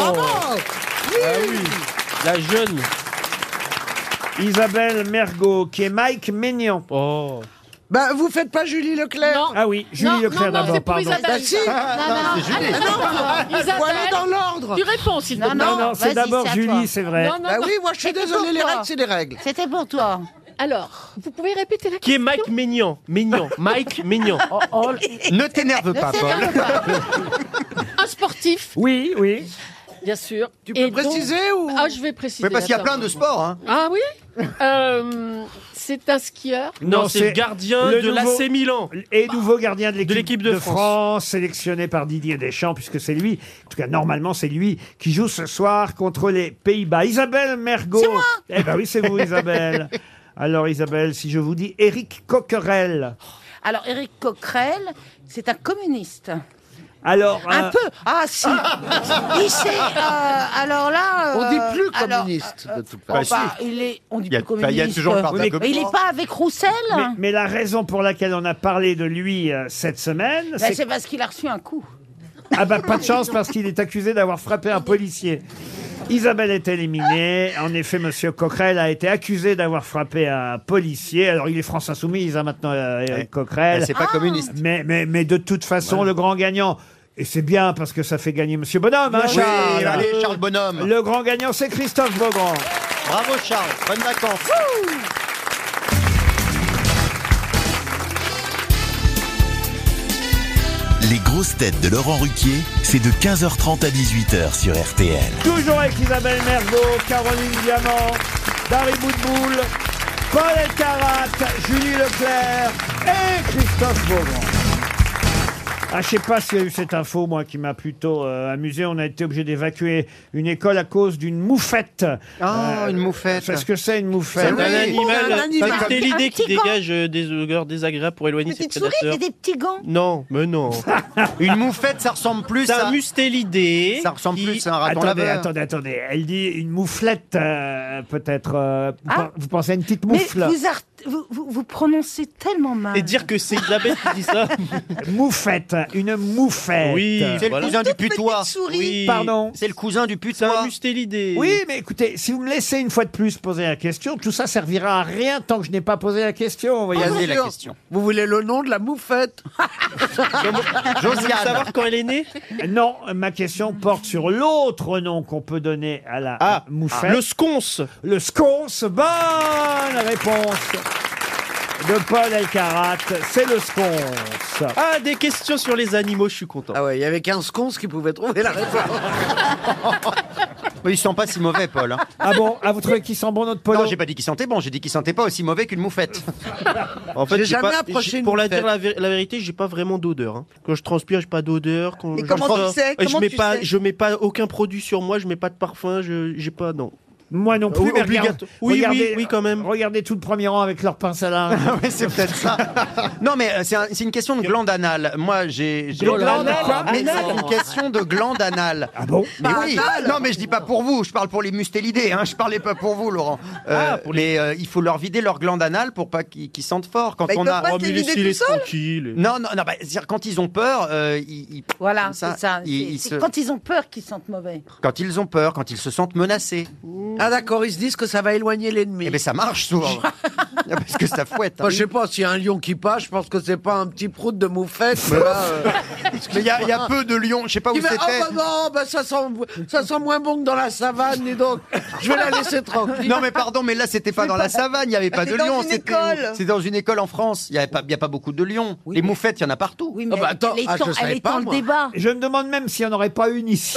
La jeune. Isabelle Mergot, qui est Mike Maignan. Oh. Bah, vous faites pas Julie Leclerc? Non. Ah oui, Julie Non, Leclerc non, non, d'abord, c'est pour pardon. Isabelle. Bah si. Non, non, allez, non, Isabelle, Faut aller dans l'ordre. tu réponds s'il te plaît. Non, Non, non, c'est vas-y, d'abord c'est à Julie, toi. c'est vrai. Non, non, Bah non. oui, moi je suis C'était désolé, pour les toi. règles, c'est les règles. C'était pour toi. Alors, vous pouvez répéter la Qui est question Mike Maignan. Maignan. Mike Maignan. Oh, oh, Ne t'énerve pas, Paul. Un sportif, Oui, oui. bien sûr. Tu peux Et donc- préciser ou? Ah, je vais préciser. Oui, parce qu'il y a attends. plein de sports. Hein. Ah oui Euh, C'est un skieur. Non, Non, c'est c'est le gardien le de nouveau- l'A C Milan. Et nouveau gardien de l'équipe De l'équipe de, de France. France. sélectionné par Didier Deschamps, puisque c'est lui, en tout cas normalement c'est lui, qui joue ce soir contre les Pays-Bas. Isabelle Mergot. C'est moi. Eh ben oui, c'est vous, Isabelle. Alors Isabelle, si je vous dis Éric Coquerel. Alors, Éric Coquerel, c'est un communiste. Alors, Un euh, peu. Ah, si. Il sait. euh, alors là. On dit euh, plus alors, communiste, de toute bon, façon. bah, il est. On dit Il y a- plus bah, il y a communiste. toujours le parti Oui, mais- communiste. Mais il n'est pas avec Roussel. mais, mais la raison pour laquelle on a parlé de lui euh, cette semaine, Bah, c'est c'est parce qu'il a reçu un coup. ah bah pas de chance parce qu'il est accusé d'avoir frappé un policier. Isabelle est éliminée. En effet, Monsieur Coquerel a été accusé d'avoir frappé un policier. Alors, il est France Insoumise hein, maintenant, euh, Éric Coquerel. Ah, c'est pas communiste. Mais, mais, mais de toute façon, le grand gagnant... Et c'est bien parce que ça fait gagner Monsieur Bonhomme, hein, Charles. Oui, allez, Charles Bonhomme. Le grand gagnant, c'est Christophe Beaugrand. Bravo Charles, bonnes vacances. Les grosses têtes de Laurent Ruquier, c'est de quinze heures trente à dix-huit heures sur R T L. Toujours avec Isabelle Mergo, Caroline Diamant, Dari Boudboul, Paul Elkarat, Julie Leclerc et Christophe Beaugrand. Ah, je sais pas s'il y a eu cette info, moi, qui m'a plutôt euh, amusé. On a été obligé d'évacuer une école à cause d'une moufette. Ah, une moufette. Qu'est-ce que c'est, une moufette? C'est un animal, un animal. c'est une idée Un qui petit gant. dégage euh, des odeurs désagréables pour éloigner ses Petite souris, prédateurs. c'est des petits gants. Non, mais non. Une moufette, ça ressemble plus C'est à... un mustélidé. Ça ressemble qui- plus à un raton Attendez, laveur. attendez, attendez. Elle dit une mouflette, euh, peut-être. euh, vous, Ah. pen- vous pensez à une petite Mais moufle? vous, art- vous, vous, vous prononcez tellement mal. Et dire que c'est Isabelle qui dit ça. Moufette, une moufette. Oui, C'est le voilà. cousin du Toute petite putois. souris. Oui. Pardon. C'est le cousin du C'est un putois. mustélidé. Oui, mais écoutez, si vous me laissez une fois de plus poser la question, tout ça servira à rien tant que je n'ai pas posé la question. Vous voyez. Posez la sûr. question. Vous voulez le nom de la moufette? Vous voulez Josiane. savoir quand elle est née? Non, ma question porte sur l'autre nom qu'on peut donner à la Ah, moufette. le sconce. Le sconce. Bonne réponse de Paul Elkarat. C'est le sconce. Ah, des questions sur les animaux, je suis content. Ah ouais, il y avait qu'un sconce qui pouvait trouver la réponse. Oui, ils sont pas si mauvais, Paul. hein. Ah bon, à vous trouvez qu'il sent bon notre polo? Non, j'ai pas dit qu'ils sentaient bon, j'ai dit qu'ils sentaient pas aussi mauvais qu'une moufette. En fait, J'ai j'ai jamais pas- approché j'ai- une Pour la moufette. dire la, vé- la vérité, j'ai pas vraiment d'odeur. hein. Quand je transpire, j'ai pas d'odeur. Quand Et je comment sors- tu sais Et je Comment mets tu pas, sais je mets pas aucun produit sur moi, je mets pas de parfum, je j'ai pas non. Moi non plus, Oui, mais obligato- regarde- oui, regardez, oui, oui, quand même. Regardez tout le premier rang avec leur pince à linge. Ah oui, c'est peut-être ça. Non, mais euh, c'est un- c'est une question de glande anale. Moi, j'ai. j'ai- Glande anale, quoi Mais c'est une question de glande anale. Ah bon? Mais oui. Non, mais je dis pas pour vous. Je parle pour les mustélidés. Hein. Je parlais pas pour vous, Laurent. Euh, Ah, pour les- mais euh, il faut leur vider leur glande anale pour pas qu'ils qu'ils sentent fort. Quand Bah, ils on peuvent a. pas Oh, se mais les vider laissez-les tout seuls tranquilles. Non, non, non. Bah, c'est-à-dire quand ils ont peur, euh, ils, ils- Voilà, comme ça, c'est ça. ils- C'est- ils c'est se- quand ils ont peur qu'ils sentent mauvais. quand ils ont peur, quand ils se sentent menacés. Ah d'accord, ils se disent que ça va éloigner l'ennemi. Eh ben ça marche souvent. Parce que ça fouette. hein. Enfin, je sais pas, s'il y a un lion qui passe, je pense que c'est pas un petit prout de moufette. mais là, euh, Mais il y, a- il y a peu de lions. Je sais pas où qui fait, c'était. oh bah non, bah ça sent, ça sent moins bon que dans la savane, et donc je vais la laisser tranquille. Non mais pardon, mais là c'était pas dans la savane, il n'y avait pas de C'était dans lions, une c'était école. c'est dans une école en France. Il y avait pas, il y a pas beaucoup de lions. Les moufettes, il y en a partout. Oui, mais bah attends, elle est ah, je dans, savais elle est pas, dans le moi. débat. Je me demande même s'il n'y en aurait pas une ici.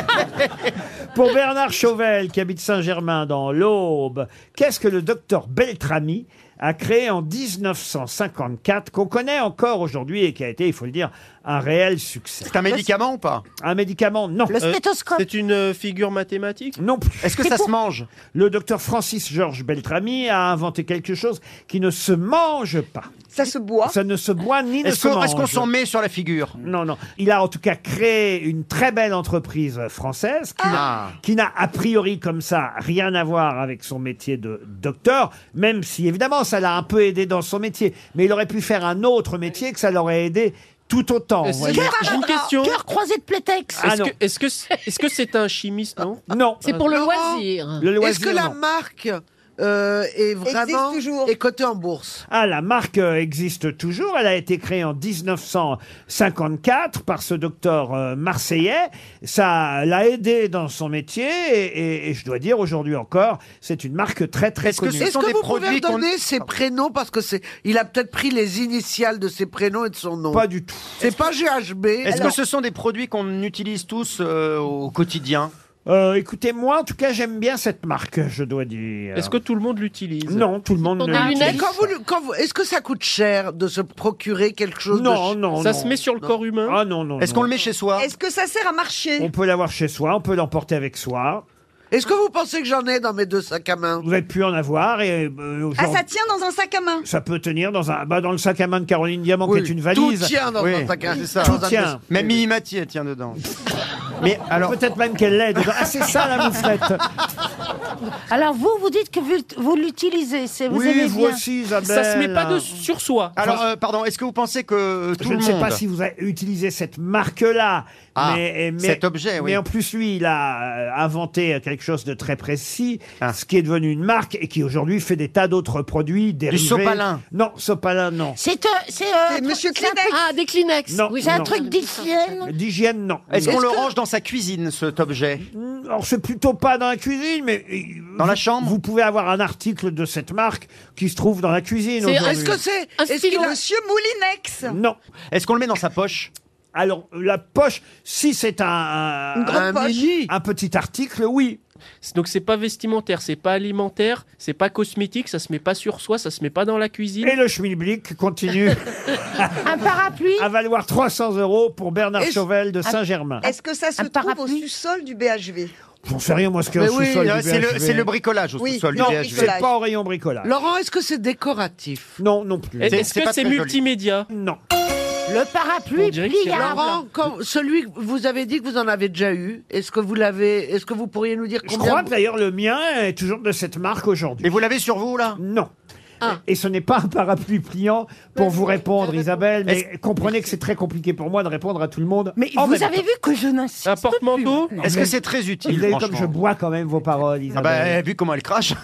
Pour Bernard Chauvel, qui habite Saint-Germain dans l'Aube, qu'est-ce que le docteur Beltrami a créé en dix-neuf cent cinquante-quatre, qu'on connaît encore aujourd'hui et qui a été, il faut le dire, un réel succès? C'est un médicament ou pas? Un médicament, non. Le stéthoscope. C'est une euh, figure mathématique? Non plus. Est-ce que ça se mange? Le docteur Francis Georges Beltrami a inventé quelque chose qui ne se mange pas. Ça se boit. Ça ne se boit ni ne Est-ce se qu'on mange. est-ce qu'on s'en met sur la figure? Non, non. Il a en tout cas créé une très belle entreprise française qui n'a- qui n'a a priori comme ça rien à voir avec son métier de docteur, même si évidemment ça l'a un peu aidé dans son métier. Mais il aurait pu faire un autre métier que ça l'aurait aidé tout autant. Est-ce vous voyez. que- J'ai une question. Cœur croisé de Plétex. Ah Est-ce non. que est-ce que c'est- est-ce que c'est un chimiste, non? Non. C'est pour le Laurent, loisir. Le loisir, Est-ce que la non. marque euh, est vraiment toujours. est cotée en bourse? Ah, la marque euh, existe toujours. Elle a été créée en dix-neuf cent cinquante-quatre par ce docteur euh, marseillais. Ça l'a aidé dans son métier et, et- et je dois dire aujourd'hui encore, c'est une marque très très Est-ce que connue. ce Est-ce sont que des vous pouvez produits me qu'on- donner ses prénoms parce que c'est, il a peut-être pris les initiales de ses prénoms et de son nom. Pas du tout. C'est pas G H B. Est-ce Alors- que ce sont des produits qu'on utilise tous euh, au quotidien? Euh, écoutez, moi en tout cas, j'aime bien cette marque, je dois dire. Est-ce que tout le monde l'utilise? Non, tout le monde Pour ne des l'utilise lunettes Mais quand vous, le- quand vous, est-ce que ça coûte cher de se procurer quelque chose de Non, ch- non, Ça non. se met sur le corps humain? Ah non, non. Est-ce non. qu'on le met chez soi? Est-ce que ça sert à marcher? On peut l'avoir chez soi, on peut l'emporter avec soi. Est-ce que vous pensez que j'en ai dans mes deux sacs à main? Vous avez pu en avoir et euh, Ah, aujourd'hui, ça tient dans un sac à main. ça peut tenir dans un, bah, dans le sac à main de Caroline Diamant Oui, qui est une tout valise. tient dans Oui, un sac à main. c'est ça. Tout Dans un tient. deux- Même Mimi Mathieu elle tient dedans. Mais alors, Peut-être même qu'elle l'est dedans. Ah, c'est ça la mouflette. Alors vous, vous dites que vous, vous l'utilisez, c'est vous Oui, aimez vous bien. aussi, Isabelle. Ça se met pas de sur soi. alors euh, pardon, est-ce que vous pensez que tout Je le ne sais monde pas si vous avez utilisé cette marque-là, Ah, mais, mais- cet objet, oui. Mais en plus, lui, il a euh, inventé quelque chose de très précis, Ah. ce qui est devenu une marque et qui aujourd'hui fait des tas d'autres produits dérivés. sopalin. Non, sopalin, non. C'est euh, c'est euh, C'est Monsieur c'est un Kleenex. truc- Ah, des Kleenex. Non. Oui, c'est un Non. truc d'hygiène. D'hygiène, non. Est-ce qu'on Non. le range dans sa cuisine, cet objet? Alors, c'est plutôt pas dans la cuisine, mais... euh, Dans la vous- chambre? Vous pouvez avoir un article de cette marque qui se trouve dans la cuisine C'est- aujourd'hui. Est-ce que c'est Un est-ce stylo. qu'il a- Monsieur Moulinex. Non. Est-ce qu'on le met dans sa poche? Alors, la poche, si c'est un, un, Une grande un poche. mini un petit article, oui. Donc c'est pas vestimentaire, c'est pas alimentaire, c'est pas cosmétique, ça se met pas sur soi, ça se met pas dans la cuisine. Et le schmilblick continue Un parapluie. à valoir trois cents euros pour Bernard Est-ce- Chauvel de Saint-Germain. Est-ce que ça se Un trouve parapluie. au sous-sol du B H V? J'en sais rien, moi, ce qu'il y a Mais au oui, sous-sol Euh, du C'est le, B H V. c'est le bricolage au Oui. sous-sol Non, du B H V. c'est pas au rayon bricolage. Laurent, est-ce que c'est décoratif? Non, non plus. C'est- Est-ce c'est que pas c'est très joli. multimédia? Non. Le parapluie On dirait que c'est pliable. Laurent, quand- celui que vous avez dit que vous en avez déjà eu, est-ce que vous l'avez, est-ce que vous pourriez nous dire Je combien crois que d'ailleurs le mien est toujours de cette marque aujourd'hui. Et vous l'avez sur vous, là? Non. Ah. Et ce n'est pas un parapluie pliant pour vous répondre, Isabelle, mais comprenez que c'est très compliqué pour moi de répondre à tout le monde. Mais en vous même avez temps. vu que je n'insiste Un porte-manteau? plus. Est-ce que c'est très utile, Vous avez comme franchement je bois quand même vos paroles, Ah Isabelle. bah, vu comment elle crache.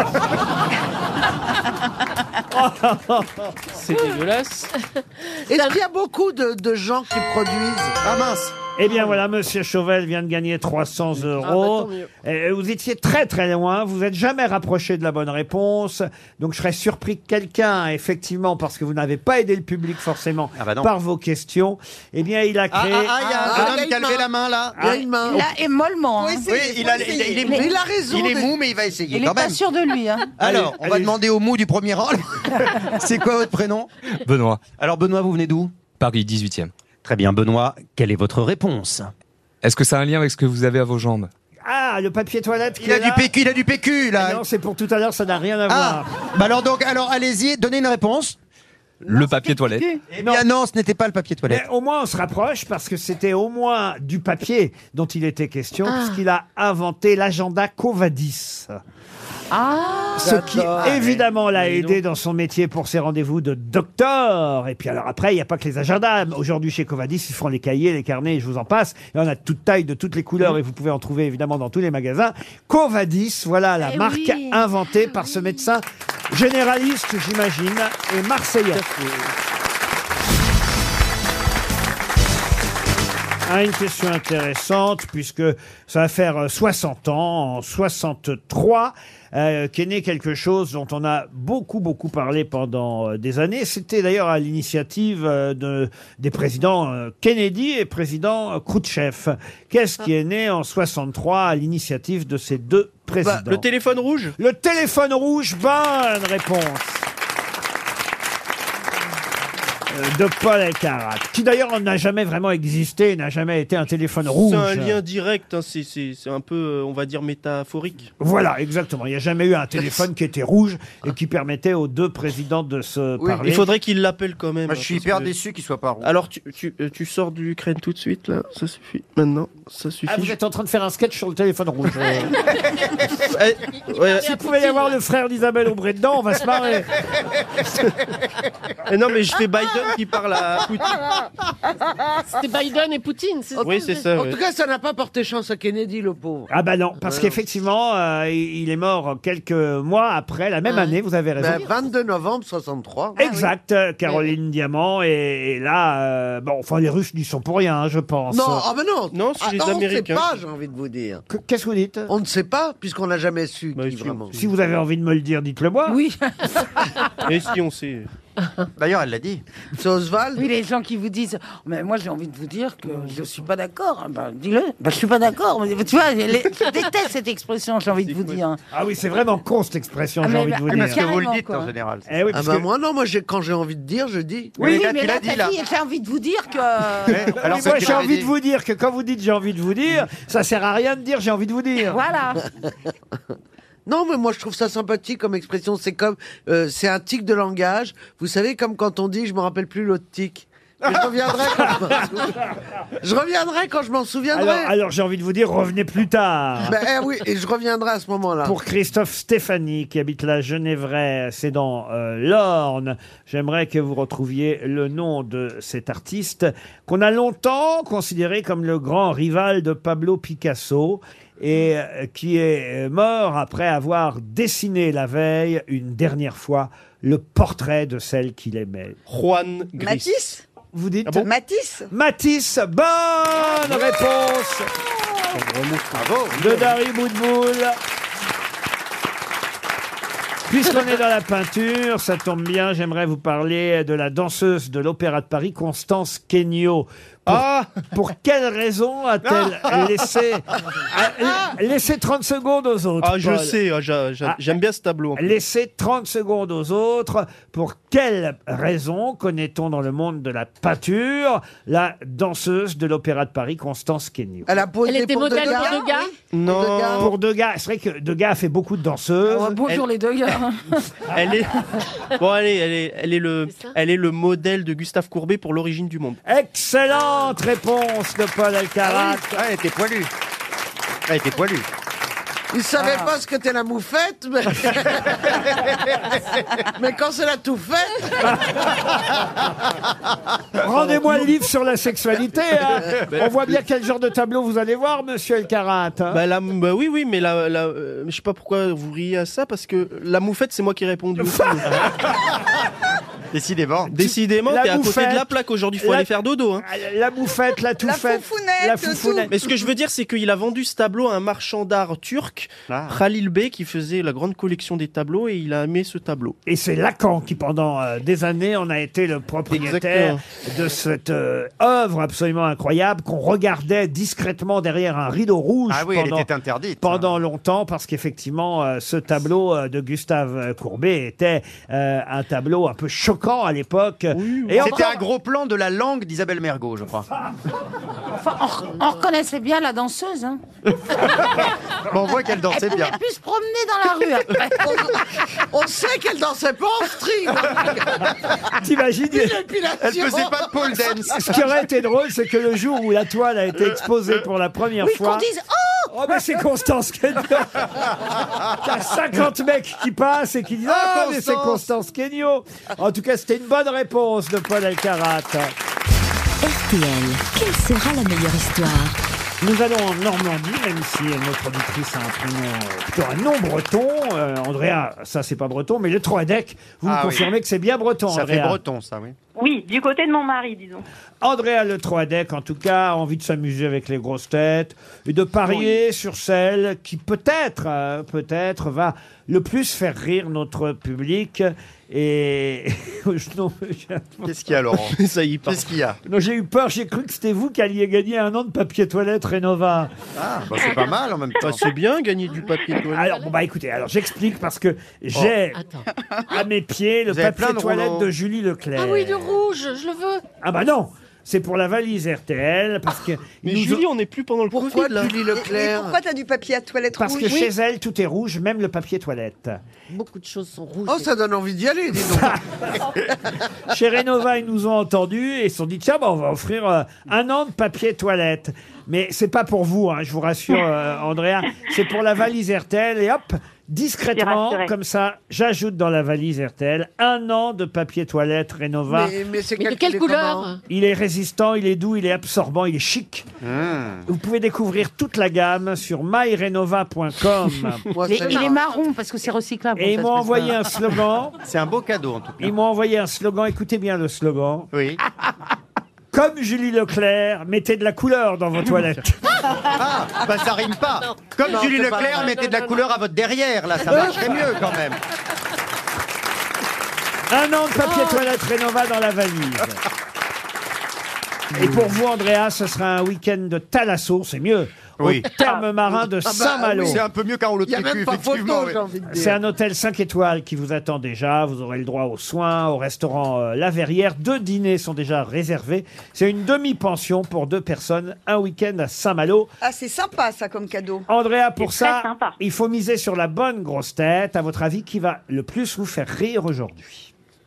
C'est dégueulasse. Est-ce qu'il y a beaucoup de, de gens qui produisent? Ah mince. Eh bien voilà, Monsieur Chauvel vient de gagner trois cents euros. tant mieux. Euh, vous étiez très très loin, vous n'êtes jamais rapproché de la bonne réponse. Donc je serais surpris que quelqu'un, effectivement, parce que vous n'avez pas aidé le public forcément Ah bah non. par vos questions, eh bien il a Ah, créé... ah, ah, il y a Ah, un il y a homme une qui a levé main. la main, là. Il y a une main. Là, et mollement. Faut hein. essayer, Oui, il, faut a, il, essayer. il est Mais mou. il a raison Il est de- mou, mais il va essayer Il quand est pas même. sûr de lui. Hein. Alors, on va allez. demander au mou du premier rang. C'est quoi votre prénom? Benoît, Alors, Benoît, vous venez d'où? Paris dix-huitième. Très bien, Benoît. Quelle est votre réponse? Est-ce que ça a un lien avec ce que vous avez à vos jambes? Ah, le papier toilette qui Il a est du là. P Q, il a du P Q, Ah là. non, c'est pour tout à l'heure, ça n'a rien à Ah, voir. bah alors donc, alors allez-y, donnez une réponse. Le papier toilette. Eh bien non, ce n'était pas le papier toilette. Mais au moins on se rapproche parce que c'était au moins du papier dont il était question, puisqu'il a inventé l'agenda Covadis. Ah. Ce qui évidemment l'a aidé dans son métier pour ses rendez-vous de docteur. Et puis alors après, il n'y a pas que les agendas. Aujourd'hui chez Covadis, ils font les cahiers, les carnets, je vous en passe. Et on a de toutes tailles, de toutes les couleurs et vous pouvez en trouver évidemment dans tous les magasins. Covadis, voilà la Eh marque oui. inventée par ce médecin généraliste, j'imagine, et marseillais. Ah, une question intéressante, puisque ça va faire euh, soixante ans, en soixante-trois, euh, qu'est né quelque chose dont on a beaucoup, beaucoup parlé pendant euh, des années. C'était d'ailleurs à l'initiative euh, de, des présidents euh, Kennedy et président euh, Khrouchtchev. Qu'est-ce qui est né en soixante-trois à l'initiative de ces deux présidents? Le téléphone rouge? Le téléphone rouge, bonne réponse de Paul Elkarat, qui d'ailleurs n'a jamais vraiment existé, n'a jamais été un téléphone rouge. C'est un lien direct, hein, c'est- c'est c'est un peu, euh, on va dire, métaphorique. Voilà, exactement. Il n'y a jamais eu un téléphone qui était rouge et qui permettait aux deux présidents de se Oui, parler. il faudrait qu'il l'appelle quand même. Moi, je suis parce hyper que- déçu qu'il soit pas rouge. Alors, tu, tu, euh, tu sors de l'Ukraine tout de suite, là? Ça suffit. Maintenant, ça suffit. Ah, vous êtes en train de faire un sketch sur le téléphone rouge. Euh, Eh, ouais. S'il pouvait y avoir le frère d'Isabelle Aubray dedans, on va se marrer. Eh non, mais je fais Biden qui parle à Poutine. C'était Biden et Poutine, c'est Oui, c'est ça. En ouais. tout cas, ça n'a pas porté chance à Kennedy, le pauvre. Ah bah non, parce Ouais. qu'effectivement, euh, il il est mort quelques mois après, la même Ah. année, vous avez raison. Ben, vingt-deux novembre soixante-trois. Exact, euh, Caroline Diamant, et, et là, euh, bon, enfin, les Russes n'y sont pour rien, hein, je pense. Non, ah ben non. Non, c'est Ah, les on ne sait Américains. pas, j'ai envie de vous dire. Que- Qu'est-ce que vous dites? On ne sait pas, puisqu'on n'a jamais su Bah, qui si, vraiment. Si vous avez envie de me le dire, dites-le moi. Oui. Et si on sait. D'ailleurs, elle l'a dit. C'est Oswald. Oui, les gens qui vous disent, mais moi j'ai envie de vous dire que je suis pas d'accord. Ah Ben, dis-le. Ben, je suis pas d'accord. Mais Tu vois, les- je déteste cette expression. J'ai envie de vous dire. Ah oui, c'est vraiment con cette expression, Ah, j'ai mais- envie de vous ah, dire. mais Parce que vous le Carrément, dites quoi. en général. Eh oui, Ah parce ben que- moi non, moi j'ai- quand j'ai envie de dire, je dis. Oui, là, mais tu là, l'as dit, ta là. fille, j'ai envie de vous dire que. Alors, Oui, ça, moi, tu j'ai l'avais envie dit. de vous dire que quand vous dites j'ai envie de vous dire, ça sert à rien de dire j'ai envie de vous dire. Voilà. Non, mais moi je trouve ça sympathique comme expression. C'est comme, euh, c'est un tic de langage. Vous savez, comme quand on dit, je me rappelle plus l'autre tic. Mais je reviendrai quand je m'en souviendrai. Je reviendrai quand je m'en souviendrai. Alors, alors, j'ai envie de vous dire, revenez plus tard. Ben, eh oui, et je reviendrai à ce moment-là. Pour Christophe Stéphanie, qui habite la Genévraie, c'est dans euh, l'Orne. J'aimerais que vous retrouviez le nom de cet artiste qu'on a longtemps considéré comme le grand rival de Pablo Picasso et euh, qui est mort après avoir dessiné la veille, une dernière fois, le portrait de celle qu'il aimait. Juan Gris. Matisse Vous dites Ah bon Matisse Matisse, bonne réponse Bravo. de Dari Boudboul. Puisqu'on est dans la peinture, ça tombe bien, j'aimerais vous parler de la danseuse de l'Opéra de Paris, Constance Quesnio. Pour, Ah pour quelle raison a-t-elle laissé, a- laissé trente secondes aux autres Ah, je Paul sais, ah, j'a- j'a- Ah. j'aime bien ce tableau. en plus. Laisser trente secondes aux autres. Pour quelle raison connaît-on dans le monde de la peinture la danseuse de l'Opéra de Paris, Constance Quesnio? Elle a posé Elle était pour modèle Degas. pour Degas Non, Degas. Pour Degas, c'est vrai que Degas a fait beaucoup de danseuses. Oh, bonjour les deux gars. elle est. Bon, allez, elle est, elle est le, C'est ça elle est le modèle de Gustave Courbet pour l'origine du monde. Excellente réponse de Paul Alcarat. Ah, elle était poilue. Elle était poilue. Il savait pas ce que t'es la moufette, mais... mais quand c'est la touffette... Rendez-moi le livre sur la sexualité. hein. On voit bien quel genre de tableau vous allez voir, monsieur Alcarat. hein. Bah, la- bah oui, oui, mais la, la- euh, je sais pas pourquoi vous riez à ça, parce que la moufette, c'est moi qui ai répondu. aussi. Décidément. Décidément, La t'es à côté moufette. de la plaque aujourd'hui, faut La- aller faire dodo. Hein. La moufette, la touffette, foufounette, la tout. foufounette. Mais ce que je veux dire, c'est qu'il a vendu ce tableau à un marchand d'art turc, Ah. Khalil Bey, qui faisait la grande collection des tableaux, et il a aimé ce tableau. Et c'est Lacan qui, pendant euh, des années, en a été le propriétaire de cette euh, œuvre absolument incroyable qu'on regardait discrètement derrière un rideau rouge Ah oui, elle pendant, était interdite. pendant longtemps, parce qu'effectivement, euh, ce tableau euh, de Gustave Courbet était euh, un tableau un peu choquant à l'époque. Et C'était encore- un gros plan de la langue d'Isabelle Mergo, je crois. Enfin, on, re- on reconnaissait bien la danseuse. Hein. Bon, on voit qu'elle dansait Elle bien. pouvait plus se promener dans la rue après. On sait qu'elle dansait pas en string. T'imagines Elle faisait pas de pole dance. Ce qui aurait été drôle, c'est que le jour où la toile a été exposée pour la première Oui, fois. qu'on dise oh. Oh, mais c'est Constance Quesnio. T'as cinquante mecs qui passent et qui disent Ah, mais c'est Constance Quesnio. En tout cas, c'était une bonne réponse de Paul Alcarat. R T L, quelle sera la meilleure histoire? Nous allons en Normandie, même si notre auditrice a un prénom, euh, plutôt un nom breton. Euh, Andrea, ça c'est pas breton, mais le Troadec, vous Ah me oui. confirmez que c'est bien breton, Ça Andrea. fait breton, ça, oui. Oui, du côté de mon mari, disons. Andrea Le Troadec, en tout cas, a envie de s'amuser avec les grosses têtes et de parier sur celle qui peut-être, euh, peut-être, va le plus faire rire notre public. Et non, j'ai- Qu'est-ce qu'il y a, Laurent Ça y est, pardon. Qu'est-ce qu'il y a non, j'ai eu peur, j'ai cru que c'était vous qui alliez gagner un an de papier toilette Rénova. Ah, bah, c'est pas mal en même temps. Bah, c'est bien gagner du papier toilette. Alors, bon, bah écoutez, alors j'explique parce que j'ai Attends. à mes pieds le Vous avez papier plein de toilette rouleaux. de Julie Leclerc. Ah oui, le rouge, je le veux. Ah bah non, c'est pour la valise R T L parce que Mais ils nous Julie, ont- on n'est plus pendant le Pourquoi Covid, là. Julie Et Leclerc pourquoi t'as du papier à toilette parce rouge que chez elle tout est rouge, même le papier toilette. Beaucoup de choses sont rouges. Oh, ça donne envie d'y aller, dis donc. Chez Renova, ils nous ont entendus et ils se sont dit tiens, bah, on va offrir euh, un an de papier toilette. Mais c'est pas pour vous, hein, je vous rassure, euh, Andrea. C'est pour la valise R T L et hop, discrètement, rassuré. comme ça, j'ajoute dans la valise R T L un an de papier toilette Renova. Mais, mais c'est Mais de calculé quelle comment couleur? Il est résistant, il est doux, il est absorbant, il est chic. Mmh. Vous pouvez découvrir toute la gamme sur my renova point com. Moi, Les- ça il ira. est marron parce que c'est recyclable. Et ils ça, m'ont ce envoyé truc-là. un slogan. C'est un beau cadeau, en tout cas. Ils m'ont envoyé un slogan. Écoutez bien le slogan. Oui. Comme Julie Leclerc, mettez de la couleur dans vos toilettes. Ah, bah ça rime pas. Comme Non, Julie c'est pas Leclerc, vrai. mettez de la couleur à votre derrière, là, ça marcherait mieux quand même. Un an de papier toilette Renova dans la valise. Et pour vous, Andrea, ce sera un week-end de Thalasso, c'est mieux. Oui. Au terme marin de Ah bah, Saint-Malo. C'est un peu mieux qu'un rouleau de Il n'y a PQ, même pas effectivement. photo, oui. j'ai envie de C'est dire. un hôtel cinq étoiles qui vous attend déjà. Vous aurez le droit aux soins, au restaurant euh, La Verrière. Deux dîners sont déjà réservés. C'est une demi-pension pour deux personnes. Un week-end à Saint-Malo. Ah, c'est sympa ça comme cadeau. Andrea, pour C'est très ça, sympa. il faut miser sur la bonne grosse tête. À votre avis, qui va le plus vous faire rire aujourd'hui?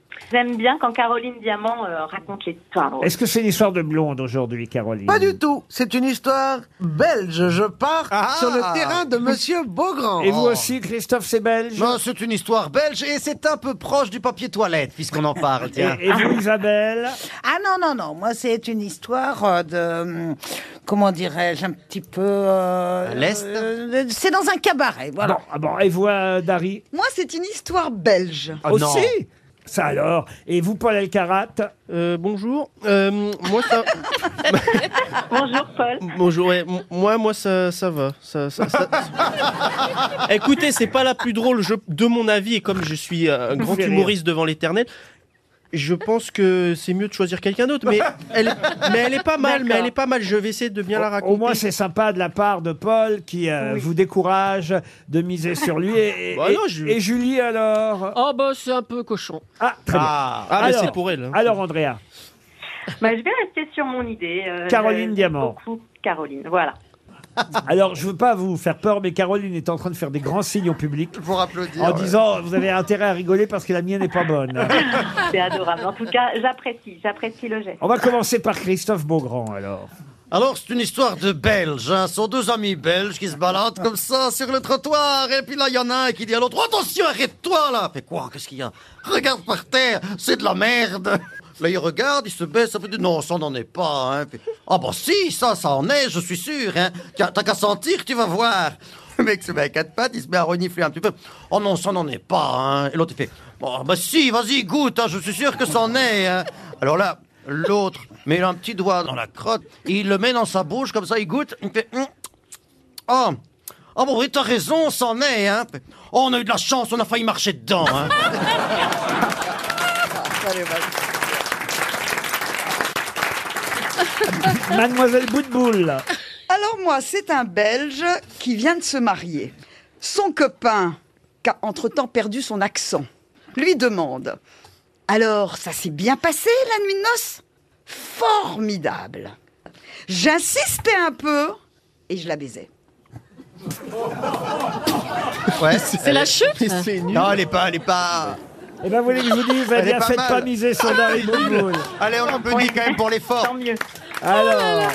J'aime bien quand Caroline Diamant euh, raconte les histoires drôles. Est-ce que c'est une histoire de blonde aujourd'hui, Caroline? Pas du tout. C'est une histoire belge. Je pars Ah. sur le terrain de Monsieur Beaugrand. Et vous aussi, Christophe, c'est belge? Non, c'est une histoire belge et c'est un peu proche du papier toilette, puisqu'on en parle. Tiens. Et, et vous, Isabelle? Ah non, non, non. Moi, c'est une histoire euh, de... hum, Comment dirais-je? Un petit peu... euh, À l'Est euh, C'est dans un cabaret, voilà. Bon, ah bon, et vous, euh, Dari? Moi, c'est une histoire belge. Ah, Aussi? non. Ça alors? Et vous, Paul Elkarat? Euh, bonjour. Euh, moi, ça... Bonjour Paul. Bonjour. Ouais, m- moi, moi, ça, ça va. Ça, ça, ça- Écoutez, c'est pas la plus drôle je- de mon avis, et comme je suis un grand fait rire. humoriste devant l'éternel, je pense que c'est mieux de choisir quelqu'un d'autre. Mais elle, est... mais elle est pas mal. Mais elle est pas mal. Je vais essayer de bien la raconter. Au moins, c'est sympa de la part de Paul qui euh, vous décourage de miser sur lui. Et, Bah et- non, je- et Julie, alors? Oh bah c'est un peu cochon. Ah, très bien. Ah, mais Alors- c'est pour elle. hein. Alors, Andrea? Bah, je vais rester sur mon idée. euh, Caroline j'aime Diamant. beaucoup Caroline, voilà. Alors, je veux pas vous faire peur, mais Caroline est en train de faire des grands signes au public Pour applaudir. en ouais. disant, vous avez intérêt à rigoler parce que la mienne n'est pas bonne. C'est adorable. En tout cas, j'apprécie, j'apprécie le geste. On va commencer par Christophe Beaugrand, alors. Alors, c'est une histoire de Belges. Hein. Ce sont deux amis belges qui se baladent comme ça sur le trottoir. Et puis là, il y en a un qui dit à l'autre, oh, attention, arrête-toi là. Fait quoi? Qu'est-ce qu'il y a? Regarde par terre, c'est de la merde. Là, il regarde, il se baisse, ça fait dire, non, ça n'en est pas. Hein. Puis, ah bah si, ça, ça en est, je suis sûr. Hein. Tiens, t'as qu'à sentir, tu vas voir. Le mec se met à quatre pattes, il se met à renifler un petit peu. Oh non, ça n'en est pas. Hein. Et l'autre, il fait, oh, bah si, vas-y, goûte, hein, je suis sûr que ça en est. Hein. Alors là, l'autre met un petit doigt dans la crotte, il le met dans sa bouche, comme ça, il goûte, il fait, hum, oh, oh bon, oui, t'as raison, ça en est. Hein. Oh, on a eu de la chance, on a failli marcher dedans. Hein. Mademoiselle Boutboul. Alors moi, c'est un Belge qui vient de se marier. Son copain, qui a entre-temps perdu son accent, lui demande « Alors, ça s'est bien passé la nuit de noces ?»« Formidable !» J'insistais un peu et je la baisais. Ouais, C'est la chute. Non, elle est pas, elle est pas. Eh ben, vous voulez que je vous dise, vous avez Elle est bien pas fait de mal. pas miser sur Dari Boutboul. Allez, on applaudit quand même pour l'effort. Tant mieux. Alors,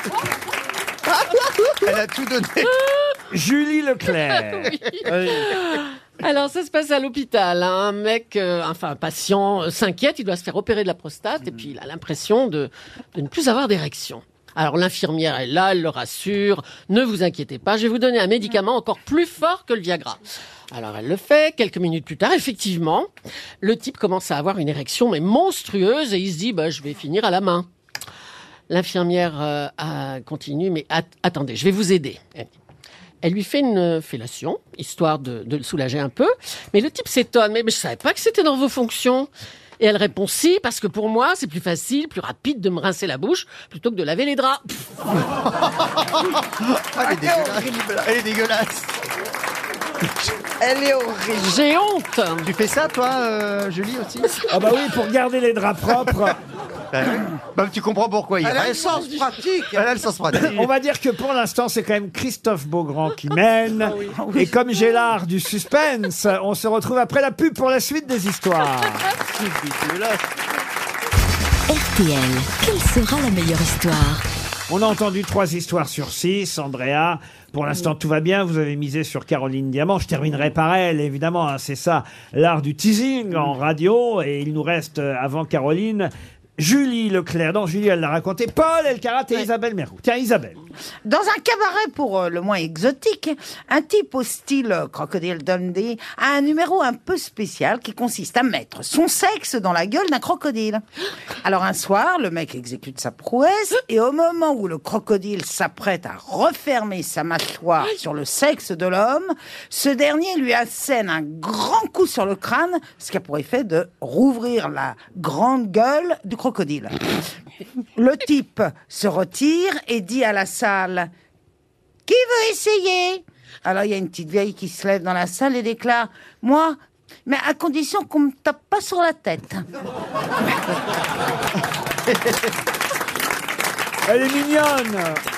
Elle a tout donné. Julie Leclerc. Alors, ça se passe à l'hôpital. hein. Un mec, euh, enfin un patient, euh, s'inquiète, il doit se faire opérer de la prostate et puis il a l'impression de, de ne plus avoir d'érection. Alors l'infirmière est là, elle le rassure. Ne vous inquiétez pas, je vais vous donner un médicament encore plus fort que le Viagra. Alors elle le fait. Quelques minutes plus tard, effectivement, le type commence à avoir une érection mais monstrueuse et il se dit, bah je vais finir à la main. L'infirmière euh, a- continue, mais at- attendez, je vais vous aider. Elle dit. Elle lui fait une fellation, histoire de, de le soulager un peu. Mais le type s'étonne. Mais, mais je savais pas que c'était dans vos fonctions. Et elle répond si, parce que pour moi, c'est plus facile, plus rapide de me rincer la bouche plutôt que de laver les draps. Elle est dégueulasse. Elle est dégueulasse. Elle est horrible. J'ai honte. Tu fais ça, toi, euh, Julie, aussi? Ah bah oui, pour garder les draps propres. Bah, oui. Bah, tu comprends pourquoi il Elle a le reste. sens pratique. Elle a le sens pratique. On va dire que pour l'instant, c'est quand même Christophe Beaugrand qui mène. Et comme j'ai l'art du suspense, on se retrouve après la pub pour la suite des histoires. R T L, quelle sera la meilleure histoire? On a entendu trois histoires sur six, Andrea. Pour l'instant, tout va bien. Vous avez misé sur Caroline Diamant. Je terminerai par elle, évidemment. hein. C'est ça, l'art du teasing en radio. Et il nous reste, euh, avant Caroline, Julie Leclerc. Non, Julie, elle l'a raconté. Paul Elkarat et Isabelle Merroux. Tiens, Isabelle. Dans un cabaret pour euh, le moins exotique, un type au style euh, Crocodile Dundee a un numéro un peu spécial qui consiste à mettre son sexe dans la gueule d'un crocodile. Alors un soir, le mec exécute sa prouesse et au moment où le crocodile s'apprête à refermer sa mâchoire sur le sexe de l'homme, ce dernier lui assène un grand coup sur le crâne, ce qui a pour effet de rouvrir la grande gueule du crocodile. Le type se retire et dit à la salle « Qui veut essayer ?» Alors il y a une petite vieille qui se lève dans la salle et déclare « Moi, mais à condition qu'on me tape pas sur la tête. » Elle est mignonne.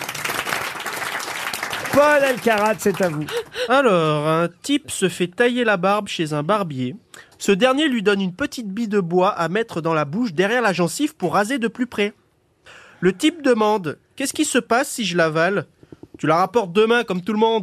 Paul Elkarat, c'est à vous. Alors, un type se fait tailler la barbe chez un barbier. Ce dernier lui donne une petite bille de bois à mettre dans la bouche derrière la gencive pour raser de plus près. Le type demande « Qu'est-ce qui se passe si je l'avale ?»« Tu la rapportes demain comme tout le monde. »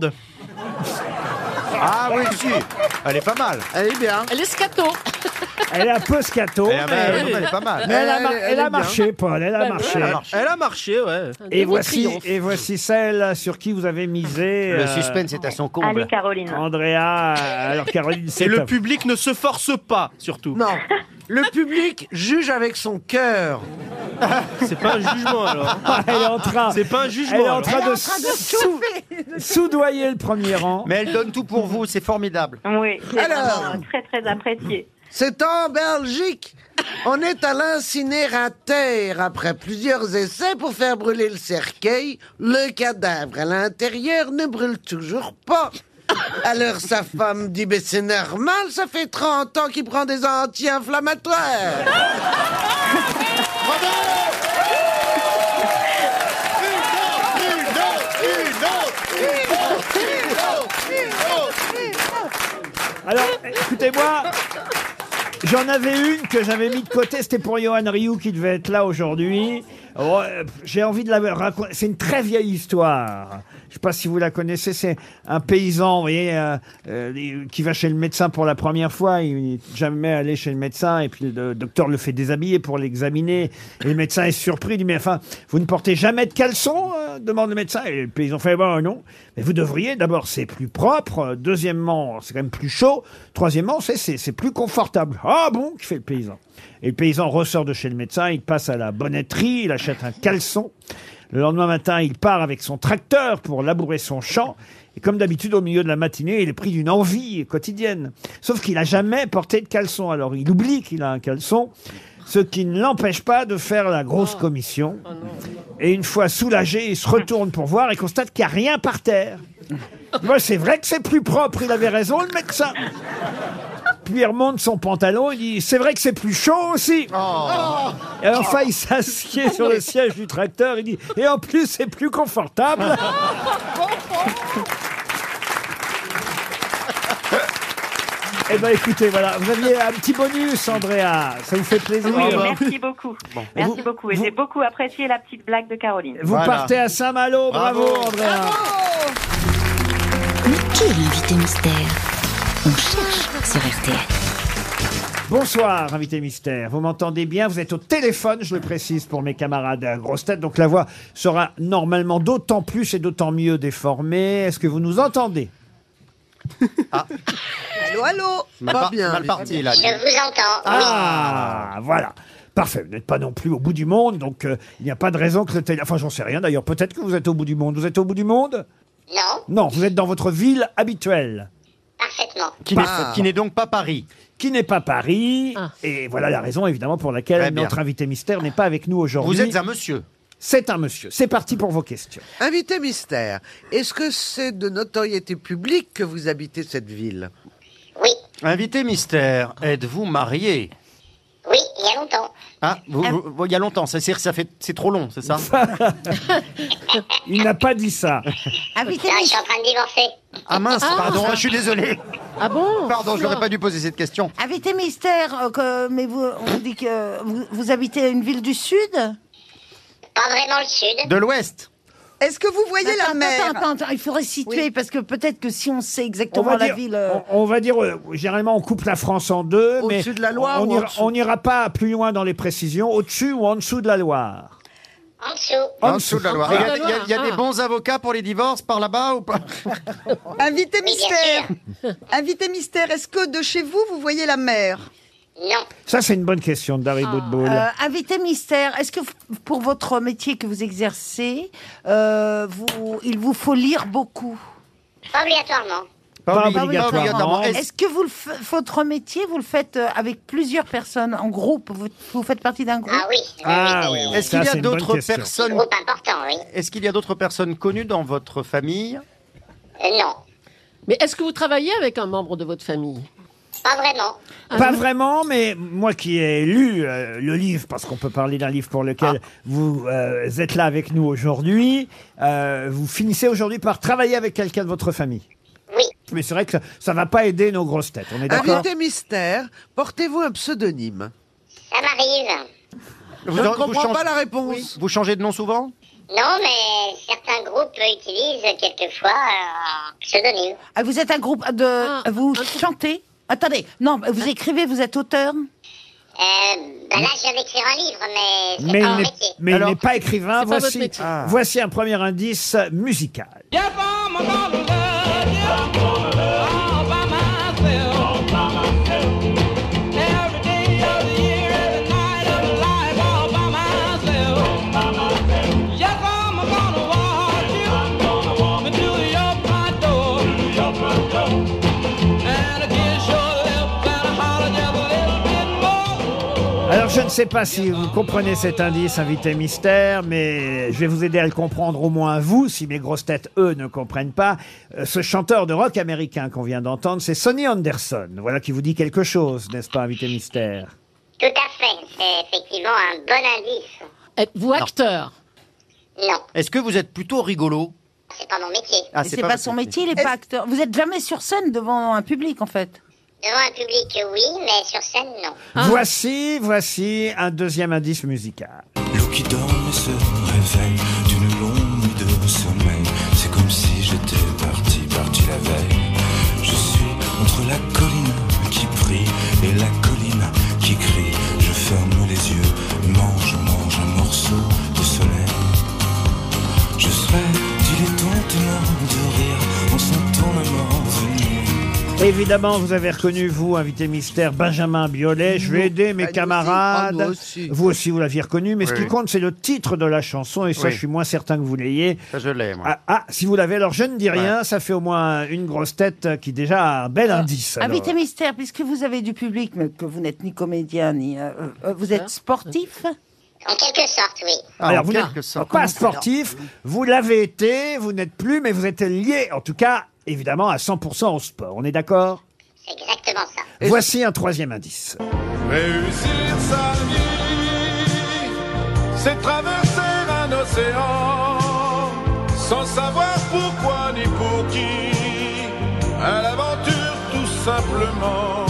Ah oui, si. Elle est pas mal. Elle est bien. Elle est scato. Elle est un peu scato, Elle, mais, elle, elle est pas mal. mais elle a, Elle- mar- elle elle a est bien. marché, Paul, elle a Bah, marché. Elle a marché. Elle a marché, ouais. Et Un beau voici, triomphe. et voici celle sur qui vous avez misé. Le euh, suspense est à son comble. Allez, Caroline. Andrea, alors Caroline, c'est Et le à- public ne se force pas, surtout. Non. Le public juge avec son cœur. C'est pas un jugement, alors. Ah, elle est en train, C'est pas un jugement. elle est en alors. train Elle est de, en train de sou- chauffer. soudoyer le premier rang. Mais elle donne tout pour vous, c'est formidable. Oui, c'est Alors. vraiment très très apprécié. C'est en Belgique. On est à l'incinérateur après plusieurs essais pour faire brûler le cercueil. Le cadavre à l'intérieur ne brûle toujours pas. Alors sa femme dit, ben c'est normal, ça fait trente ans qu'il prend des anti-inflammatoires. Alors, écoutez-moi, j'en avais une que j'avais mis de côté, c'était pour Johan Rioux qui devait être là aujourd'hui. Oh, euh, j'ai envie de la raconter, c'est une très vieille histoire. Je sais pas si vous la connaissez, c'est un paysan, vous voyez, euh, euh, qui va chez le médecin pour la première fois, il n'est jamais allé chez le médecin, et puis le docteur le fait déshabiller pour l'examiner, et le médecin est surpris, il dit, mais enfin, vous ne portez jamais de caleçon, euh, demande le médecin, et le paysan fait, bon, non, mais vous devriez, d'abord, c'est plus propre, deuxièmement, c'est quand même plus chaud, troisièmement, c'est, c'est, c'est plus confortable. Ah bon, qui fait le paysan. Et le paysan ressort de chez le médecin, il passe à la bonnetterie, il achète un caleçon. Le lendemain matin, il part avec son tracteur pour labourer son champ. Et comme d'habitude, au milieu de la matinée, il est pris d'une envie quotidienne. Sauf qu'il n'a jamais porté de caleçon. Alors, il oublie qu'il a un caleçon, ce qui ne l'empêche pas de faire la grosse commission. Et une fois soulagé, il se retourne pour voir et constate qu'il n'y a rien par terre. Moi, c'est vrai que c'est plus propre, il avait raison, le médecin. Puis il remonte son pantalon, il dit, c'est vrai que c'est plus chaud aussi. Et enfin, il s'assied sur le siège du tracteur, il dit, et en plus, c'est plus confortable. Eh ben, écoutez, voilà, vous aviez un petit bonus, Andrea. Ça vous fait plaisir. Oui, merci beaucoup. Merci Vous- beaucoup. Et vous- j'ai beaucoup apprécié la petite blague de Caroline. Vous partez à Saint-Malo, bravo, Bravo. Andrea. Mais qui est l'invité mystère? On cherche sur R T L. Bonsoir, invité mystère. Vous m'entendez bien? Vous êtes au téléphone, je le précise pour mes camarades à grosses têtes. Donc la voix sera normalement d'autant plus et d'autant mieux déformée. Est-ce que vous nous entendez? Allô, allô. Mal, Pas par- bien, mal mais- parti, là. Je vous entends. Ah, voilà. Parfait. Vous n'êtes pas non plus au bout du monde, donc euh, il n'y a pas de raison que le télé... Enfin, j'en sais rien d'ailleurs. Peut-être que vous êtes au bout du monde. Vous êtes au bout du monde? Non, Non, vous êtes dans votre ville habituelle, parfaitement. Qui n'est Ah. qui n'est donc pas Paris. qui n'est pas Paris. Ah. Et voilà la raison, évidemment, pour laquelle Très bien. notre invité mystère n'est pas avec nous aujourd'hui. Vous êtes un monsieur. C'est un monsieur. C'est parti pour vos questions. Invité mystère, est-ce que c'est de notoriété publique que vous habitez cette ville? Oui, Invité mystère, êtes-vous marié? oui, il y a longtemps. Ah, vous- vous- vous- il y a longtemps, ça, c'est- ça fait, c'est trop long, c'est ça? Il n'a pas dit ça. Invité Non, je suis en train de divorcer. Ah mince, Ah. pardon, je suis désolé. Ah bon? Pardon, je n'aurais pas dû poser cette question. Invité mystère, euh, que- mais vous, on dit que vous, vous habitez une ville du Sud? Pas vraiment le sud. De l'Ouest. Est-ce que vous voyez la Attends, mer attends, attends, attends, il faudrait situer, Oui. parce que peut-être que si on sait On exactement va la dire, ville... euh, on, on va dire euh, généralement, on coupe la France en deux, mais Au-dessus de la Loire on ou en n'ira dessous on n'ira pas plus loin dans les précisions, au-dessus ou en dessous de la Loire. En dessous. En En dessous de la Loire. En Il y dessous a, de la il y a- il y a Loire, des ah. bons avocats pour les divorces par là-bas ou pas? Invité Oui, bien mystère. Invité mystère, est-ce que de chez vous, vous voyez la mer? Non, Ça, c'est une bonne question de Dari Boudboul. euh, invité mystère, est-ce que f- pour votre métier que vous exercez, euh, vous, il vous faut lire beaucoup? pas obligatoirement. Pas obli- obligatoirement. Est-ce- Est-ce que vous le f- votre métier, vous le faites euh, avec plusieurs personnes, en groupe? Vous, vous faites partie d'un groupe? Ah oui. oui, Ah oui, oui, oui. Est-ce Ça, qu'il y c'est a une bonne d'autres question. Un personnes? groupe important, oui. Est-ce qu'il y a d'autres personnes connues dans votre famille? Euh, non, Mais est-ce que vous travaillez avec un membre de votre famille? pas vraiment. Pas vraiment, mais moi qui ai lu euh, le livre, parce qu'on peut parler d'un livre pour lequel vous euh, êtes là avec nous aujourd'hui, euh, vous finissez aujourd'hui par travailler avec quelqu'un de votre famille. Oui, mais c'est vrai que ça ne va pas aider nos grosses têtes. On est d'accord? Invité mystère, portez-vous un pseudonyme? Ça m'arrive. Je Vous ne en- vous comprends changez- pas la réponse. Vous changez de nom souvent? Non, mais certains groupes utilisent quelquefois un pseudonyme. Ah, vous êtes un groupe de... vous chantez? Attendez, non, vous écrivez, vous êtes auteur? Euh, ben là, je viens d'écrire un livre, mais c'est Mais pas il mon n'est métier. mais il n'est pas écrivain. C'est pas votre Voici, métier. Ah. voici un premier indice musical. Alors, je ne sais pas si vous comprenez cet indice, invité mystère, mais je vais vous aider à le comprendre au moins vous, si mes grosses têtes, eux, ne comprennent pas. Euh, Ce chanteur de rock américain qu'on vient d'entendre, c'est Sonny Anderson. Voilà qui vous dit quelque chose, n'est-ce pas, invité mystère? Tout à fait. C'est effectivement un bon indice. Êtes-vous acteur? Non, Est-ce que vous êtes plutôt rigolo? c'est pas mon métier. Ah, Mais c'est pas, votre son métier. métier, il est pas acteur. Vous êtes jamais sur scène devant un public, en fait. Devant un public, oui, mais sur scène, non. Voici, voici un deuxième indice musical. L'eau qui dort et se réveille d'une longue nuit de sommeil. C'est comme si j'étais parti, parti la veille. Je suis entre la colline qui prie et la colline qui crie. Je ferme les yeux, mange, mange un morceau de soleil. Je serais dilettantement de rire en sentant la mort venir. Évidemment, vous avez reconnu, vous, invité mystère, Benjamin Biolay. Je vais aider mes Ah, nous camarades. aussi. Ah, nous aussi. Vous aussi, vous l'aviez reconnu. Mais ce qui Oui. compte, c'est le titre de la chanson. Et ça, Oui. je suis moins certain que vous l'ayez. Ça, je l'ai, moi. Ah, ah, si vous l'avez, alors je ne dis rien. Ça fait au moins une grosse tête qui déjà a un bel indice. alors. Invité mystère, puisque vous avez du public, mais que vous n'êtes ni comédien, ni... euh, euh, vous êtes sportif? En quelque sorte, oui. Alors, en vous quelque n'êtes sorte. pas sportif, vous l'avez été, vous n'êtes plus, mais vous êtes lié, en tout cas, évidemment, à cent pour cent au sport. On est d'accord? C'est exactement ça. Voici un troisième indice. Réussir sa vie, c'est traverser un océan, sans savoir pourquoi ni pour qui, à l'aventure tout simplement.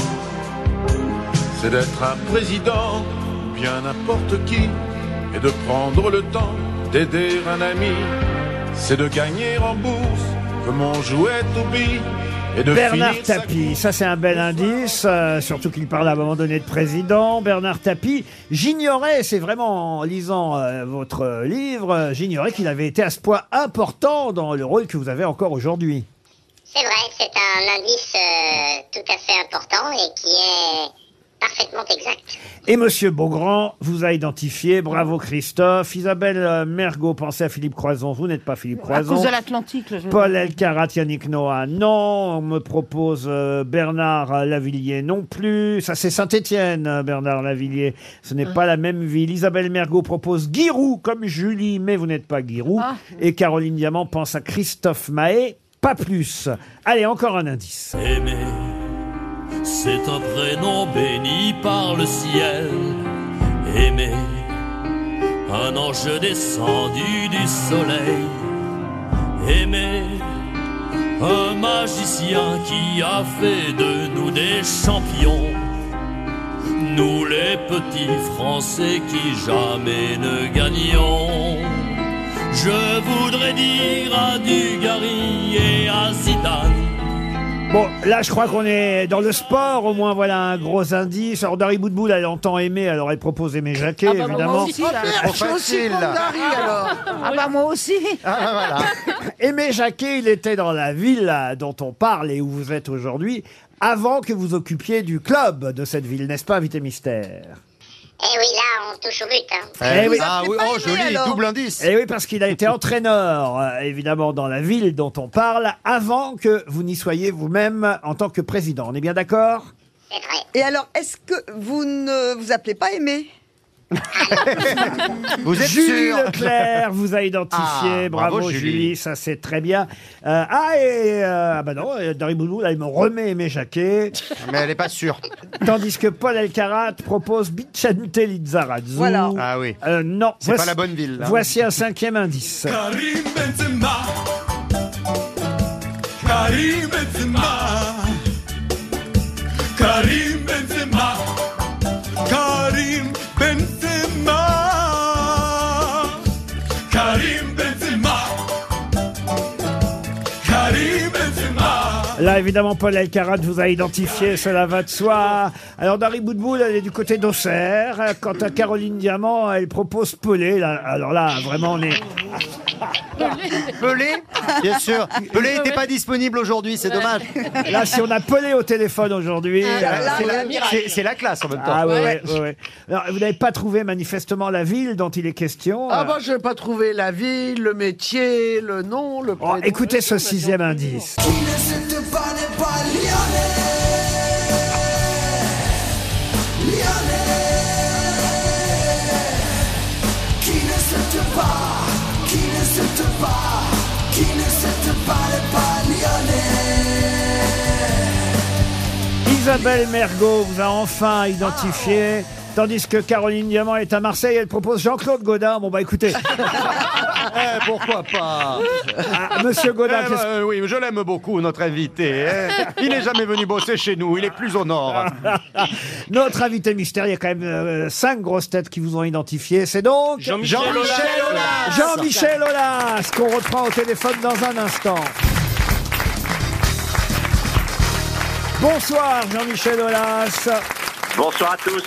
C'est d'être un président, ou bien n'importe qui, et de prendre le temps d'aider un ami. C'est de gagner en bourse, comme on jouait au billes. Et de Bernard finir sa Tapie, ça c'est un bel indice, euh, surtout qu'il parle à un moment donné de président. Bernard Tapie, j'ignorais, c'est vraiment en lisant euh, votre livre, euh, j'ignorais qu'il avait été à ce point important dans le rôle que vous avez encore aujourd'hui. C'est vrai, c'est un indice euh, tout à fait important et qui est parfaitement exact. Et Monsieur Beaugrand vous a identifié, bravo Christophe. Isabelle euh, Mergot, pensez à Philippe Croison, vous n'êtes pas Philippe À Croison. cause de l'Atlantique. là, je- Paul Elkarat, Yannick Noah, non. On me propose euh, Bernard Lavillier, non plus. Ça, c'est Saint-Étienne, euh, Bernard Lavillier. Ce n'est pas la même ville. Isabelle Mergot propose Giroud, comme Julie, mais vous n'êtes pas Giroud. Ah. Et Caroline Diamant pense à Christophe Mahé, pas plus. Allez, encore un indice. Aimer, c'est un prénom béni par le ciel. Aimer, un ange descendu du soleil. Aimer, un magicien qui a fait de nous des champions. Nous les petits Français qui jamais ne gagnions. Je voudrais dire à Dugarry et à Zidane. Bon, là, je crois qu'on est dans le sport. Au moins, voilà un gros indice. Alors, Dari Boudboul, elle entend Aimé, alors elle propose Aimé Jacquet, Ah bah, évidemment. moi aussi, là. Je suis aussi contre Dari, alors. Ah bah moi aussi. Aimé Jacquet, il était dans la ville dont on parle et où vous êtes aujourd'hui, avant que vous occupiez du club de cette ville, n'est-ce pas, invité mystère? Eh oui, là, on touche au but. Hein. Eh oui. Ah oui, oh joli, double indice. Eh oui, parce qu'il a été entraîneur, euh, évidemment, dans la ville dont on parle, avant que vous n'y soyez vous-même en tant que président. On est bien d'accord? Et alors, est-ce que vous ne vous appelez pas Aimé? Vous êtes Julie sûr? Leclerc vous a identifié. Ah, bravo, bravo, Julie. Julie. Ça c'est très bien. Euh, ah et euh, ah bah non, euh, Dari Boudboul, là il me remet Aimé Jacquet. Mais elle n'est pas sûre. Tandis que Paul Elkarat propose Vicente Lizarazu. Voilà. Ah oui. Euh, non. C'est Voici- pas la bonne ville, là. Voici un cinquième indice. Karim Benzema. Karim Benzema, Karim Benzema, Karim Benzema, Karim Benzema, Karim Benzema. Là, évidemment, Paul Elkarat vous a identifié, cela va de soi. Alors, Dari Boudboul, elle est du côté d'Auxerre. Quant à Caroline Diamant, elle propose Pelé. Là, alors là, vraiment, on est... Pelé, bien sûr. Pelé n'était pas disponible aujourd'hui, c'est dommage. Là, si on a Pelé au téléphone aujourd'hui... Ah, euh, là, c'est là, la- c'est- c'est la classe en même temps. Ah ouais, Ouais. ouais, ouais, ouais. Alors, vous n'avez pas trouvé manifestement la ville dont il est question. Ah euh. bah, je n'ai pas trouvé la ville, le métier, le nom, le Oh, prénom. écoutez ce sixième indice. Qui ne se te pas n'est pas lyonnais, lyonnais. Qui ne se te pas, qui ne se te pas, qui ne se te pas n'est pas lyonnais. Isabelle Mergot vous a enfin identifié. Tandis que Caroline Diamant est à Marseille, elle propose Jean-Claude Godin. Bon bah écoutez, Eh, pourquoi pas ah, Monsieur Godin, Eh, qu'est-ce- bah, oui, je l'aime beaucoup, notre invité. hein. Il n'est jamais venu bosser chez nous, il est plus au nord. notre invité mystère, il y a quand même euh, cinq grosses têtes qui vous ont identifié. C'est donc Jean-Michel Aulas. Jean-Michel Aulas, qu'on reprend au téléphone dans un instant. Bonsoir Jean-Michel Aulas. Bonsoir à tous.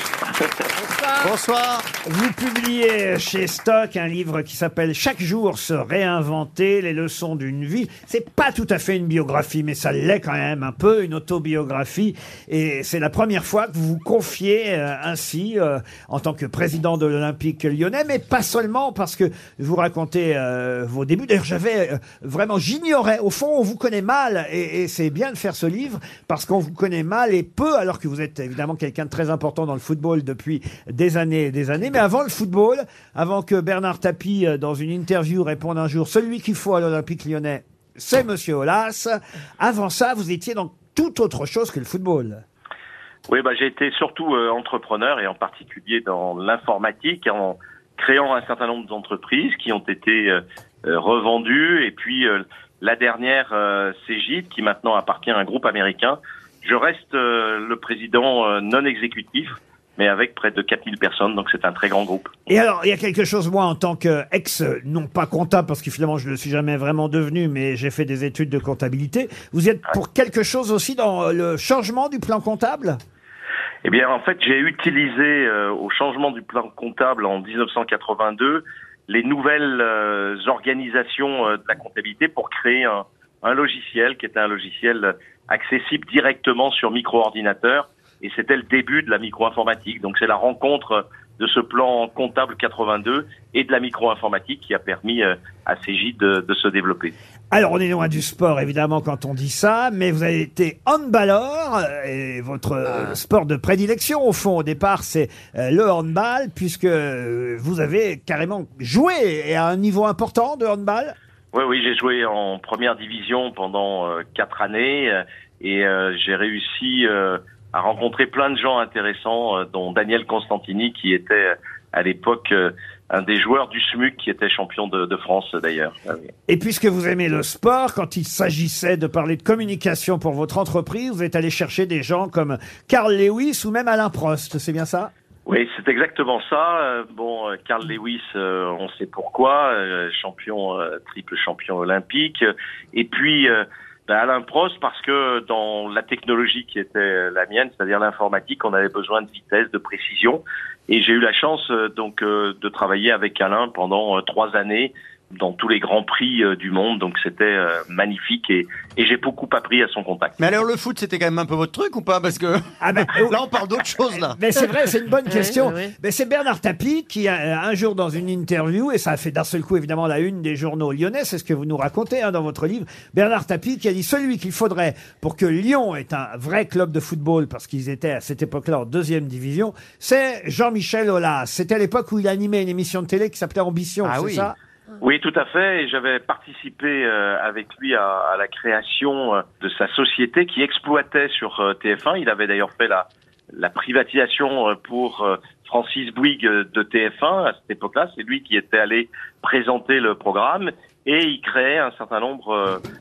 Bonsoir. Vous publiez chez Stock un livre qui s'appelle Chaque jour se réinventer, les leçons d'une vie. C'est pas tout à fait une biographie, mais ça l'est quand même un peu, une autobiographie. Et c'est la première fois que vous vous confiez euh, ainsi euh, en tant que président de l'Olympique lyonnais, mais pas seulement parce que vous racontez euh, vos débuts. D'ailleurs, j'avais euh, vraiment, j'ignorais. Au fond, on vous connaît mal et, et c'est bien de faire ce livre parce qu'on vous connaît mal et peu, alors que vous êtes évidemment quelqu'un de très important dans le football depuis des années et des années. Mais avant le football, avant que Bernard Tapie, euh, dans une interview, réponde un jour « Celui qu'il faut à l'Olympique lyonnais, c'est Monsieur Aulas », avant ça, vous étiez dans toute autre chose que le football. Oui, bah, j'ai été surtout euh, entrepreneur et en particulier dans l'informatique en créant un certain nombre d'entreprises qui ont été euh, euh, revendues. Et puis euh, la dernière, euh, Cégide, qui maintenant appartient à un groupe américain. Je reste euh, le président euh, non exécutif, mais avec près de quatre mille personnes, donc c'est un très grand groupe. Et alors, il y a quelque chose, moi, en tant qu'ex, euh, non pas comptable, parce que finalement, je ne le suis jamais vraiment devenu, mais j'ai fait des études de comptabilité. Vous êtes pour quelque chose aussi dans le changement du plan comptable ? Eh bien, en fait, j'ai utilisé euh, au changement du plan comptable en dix-neuf cent quatre-vingt-deux les nouvelles euh, organisations euh, de la comptabilité pour créer un, un logiciel qui était un logiciel accessible directement sur micro-ordinateur. Et c'était le début de la micro-informatique. Donc c'est la rencontre de ce plan comptable quatre-vingt-deux et de la micro-informatique qui a permis euh, à Cégide de, de se développer. Alors, on est loin du sport, évidemment, quand on dit ça, mais vous avez été handballeur, euh, et votre euh, sport de prédilection, au fond, au départ, c'est euh, le handball, puisque euh, vous avez carrément joué, et à un niveau important de handball. Oui, oui, j'ai joué en première division pendant euh, quatre années euh, et euh, j'ai réussi euh, à rencontrer plein de gens intéressants, euh, dont Daniel Constantini, qui était euh, à l'époque euh, un des joueurs du S M U C, qui était champion de, de France d'ailleurs. Ah oui. Et puisque vous aimez le sport, quand il s'agissait de parler de communication pour votre entreprise, vous êtes allé chercher des gens comme Carl Lewis ou même Alain Prost, c'est bien ça ? Oui, c'est exactement ça. Euh, Bon, euh, Carl Lewis, euh, on sait pourquoi, euh, champion, euh, triple champion olympique. Et puis euh, ben Alain Prost, parce que dans la technologie qui était la mienne, c'est-à-dire l'informatique, on avait besoin de vitesse, de précision. Et j'ai eu la chance euh, donc euh, de travailler avec Alain pendant euh, trois années dans tous les grands prix euh, du monde. Donc c'était euh, magnifique et, et j'ai beaucoup appris à son contact. Mais alors le foot, c'était quand même un peu votre truc ou pas? Parce que là, on parle d'autre chose là. Mais c'est vrai, c'est une bonne Ouais, question. ouais, ouais. Mais c'est Bernard Tapie qui, un, un jour, dans une interview, et ça a fait d'un seul coup, évidemment, la une des journaux lyonnais, c'est ce que vous nous racontez hein, dans votre livre, Bernard Tapie qui a dit celui qu'il faudrait pour que Lyon ait un vrai club de football, parce qu'ils étaient à cette époque-là en deuxième division, c'est Jean-Michel Aulas. C'était à l'époque où il animait une émission de télé qui s'appelait Ambition, Ah c'est oui. ça? Oui, tout à fait. Et j'avais participé euh, avec lui à, à la création euh, de sa société qui exploitait sur euh, T F un. Il avait d'ailleurs fait la, la privatisation euh, pour euh, Francis Bouygues euh, de T F un à cette époque-là. C'est lui qui était allé présenter le programme et il créait un certain nombre euh,